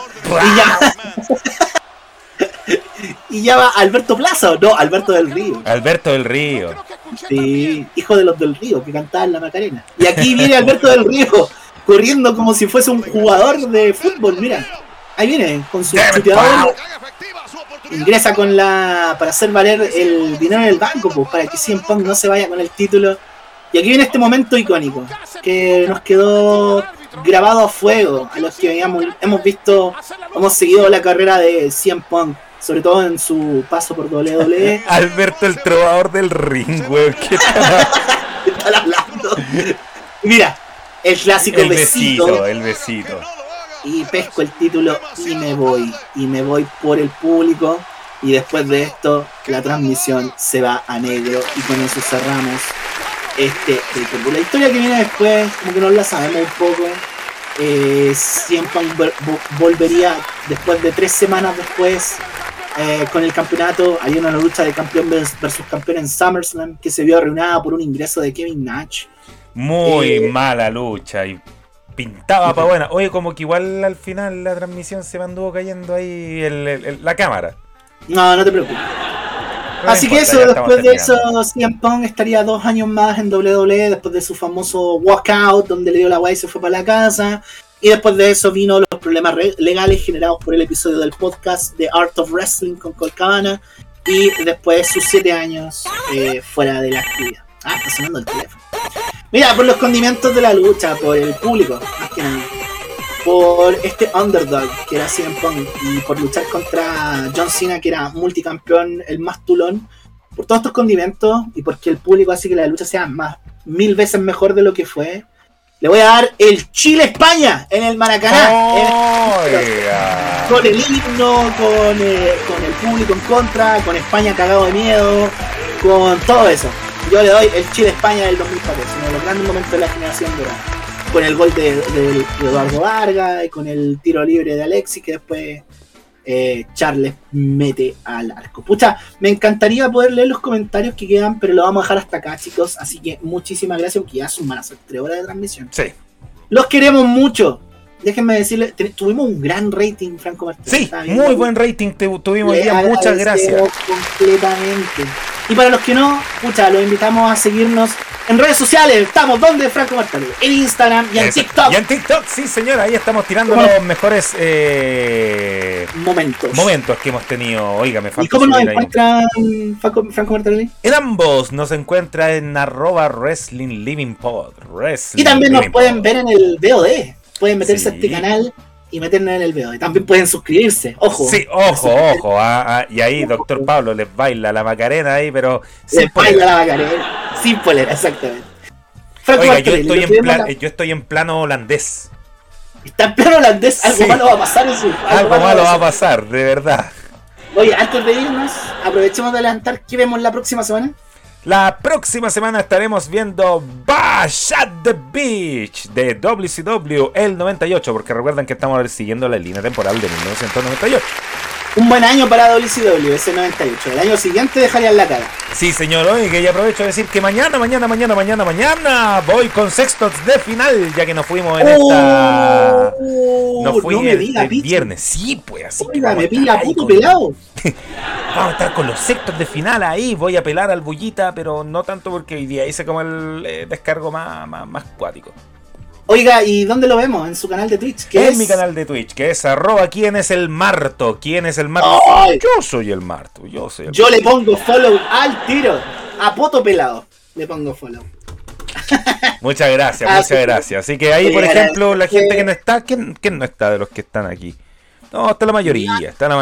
[SPEAKER 1] Y llama a Alberto Plaza, no, Alberto del Río.
[SPEAKER 2] Alberto del Río.
[SPEAKER 1] Sí, hijo de los del Río, que cantaban la Macarena. Y aquí viene Alberto del Río, corriendo como si fuese un jugador de fútbol, mira. Ahí viene, con su chuteador. Ingresa para hacer valer el dinero en el banco, pues, para que CM Punk no se vaya con el título. Y aquí viene este momento icónico, que nos quedó grabado a fuego, a los que hemos seguido la carrera de CM Punk, sobre todo en su paso por WWE.
[SPEAKER 2] Alberto el trovador del ring, weón. ¿Qué
[SPEAKER 1] están hablando? Mira, el clásico
[SPEAKER 2] el besito. Y
[SPEAKER 1] pesco el título y me voy por el público. Y después de esto, la transmisión se va a negro y con eso cerramos la historia que viene después, como que no la sabemos un poco. CM Punk volvería después de 3 semanas después con el campeonato. Hay una lucha de campeón versus campeón en SummerSlam que se vio arruinada por un ingreso de Kevin Nash.
[SPEAKER 2] Muy mala lucha y pintaba para buena. Oye, como que igual al final la transmisión se me anduvo cayendo ahí la cámara.
[SPEAKER 1] No te preocupes. Así que eso, después de eso, CM Punk estaría 2 años más en WWE, después de su famoso walkout, donde le dio la guay y se fue para la casa. Y después de eso vino los problemas legales generados por el episodio del podcast The Art of Wrestling con Colt Cabana. Y después sus 7 años fuera de la actividad. Está sonando el teléfono. Mira, por los condimentos de la lucha, por el público, más que nada. Por este underdog que era CM Punk y por luchar contra John Cena, que era multicampeón, el más tulón, por todos estos condimentos y porque el público hace que la lucha sea 1000 veces mejor de lo que fue, le voy a dar el Chile-España en el Maracaná. Con el himno, con el público en contra, con España cagado de miedo, con todo eso. Yo le doy el Chile-España del 2014, uno de los grandes momentos de la generación dorada. Con el gol de Eduardo Vargas y con el tiro libre de Alexis que después Charles mete al arco. Pucha, me encantaría poder leer los comentarios que quedan, pero lo vamos a dejar hasta acá, chicos. Así que muchísimas gracias, porque ya van a ser 3 horas de transmisión.
[SPEAKER 2] Sí.
[SPEAKER 1] Los queremos mucho. Déjenme decirles, tuvimos un gran rating, Franco Martínez.
[SPEAKER 2] Sí, muy buen rating tuvimos hoy día. Muchas gracias.
[SPEAKER 1] Completamente. Y para los que no, pucha, los invitamos a seguirnos en redes sociales. Estamos donde, Franco Martínez, en Instagram y en TikTok.
[SPEAKER 2] Y en TikTok, sí, señora, ahí estamos tirando los mejores momentos que hemos tenido. Oiga, me falta.
[SPEAKER 1] ¿Y cómo nos encuentran, Franco Martínez?
[SPEAKER 2] En ambos nos encuentra en @WrestlingLivingPod.
[SPEAKER 1] Y también nos pueden ver en el VOD. Pueden meterse a este canal y meternos en el VOD. También pueden suscribirse, ojo.
[SPEAKER 2] Sí, ojo. Y ahí Doctor Pablo les baila la Macarena ahí, pero
[SPEAKER 1] sin polera. La Macarena, sin polera, exactamente.
[SPEAKER 2] Oiga, yo estoy en plano holandés.
[SPEAKER 1] Está en plano holandés, algo malo va a pasar en su.
[SPEAKER 2] Algo malo va a pasar, de verdad.
[SPEAKER 1] Oye, antes de irnos, aprovechemos de adelantar qué vemos la próxima semana.
[SPEAKER 2] La próxima semana estaremos viendo Bash at the Beach de WCW el 98, porque recuerden que estamos siguiendo la línea temporal de 1998.
[SPEAKER 1] Un buen año para WCW, ese 98. El año siguiente dejarían la cara.
[SPEAKER 2] Sí, señor, oye, que ya aprovecho de decir que mañana voy con sextos de final, ya que nos fuimos en esta... Nos fuimos el viernes. Sí, pues, así.
[SPEAKER 1] Oiga, me pilla puto pelado.
[SPEAKER 2] Vamos a estar con los sextos de final ahí. Voy a pelar al Bullita, pero no tanto porque hoy día hice como el descargo más cuático.
[SPEAKER 1] Oiga, ¿y dónde lo vemos? En su canal de Twitch.
[SPEAKER 2] En mi canal de Twitch, que es @quién es el Marto. ¿Quién es el Marto?
[SPEAKER 1] ¡Ay!
[SPEAKER 2] Yo soy el Marto.
[SPEAKER 1] Yo le pongo follow al tiro. A poto pelado le pongo follow.
[SPEAKER 2] Muchas gracias. Así que ahí, por ejemplo, la gente que no está, ¿quién no está de los que están aquí? No, está la mayoría.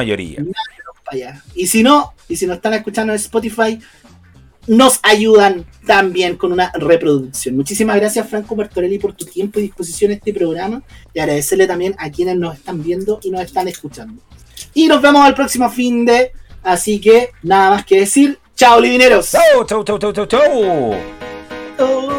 [SPEAKER 1] Y si no están escuchando en Spotify, nos ayudan también con una reproducción. Muchísimas gracias, Franco Martorelli, por tu tiempo y disposición a este programa, y agradecerle también a quienes nos están viendo y nos están escuchando. Y nos vemos al próximo fin de, así que nada más que decir, chao, livineros.
[SPEAKER 2] Chau.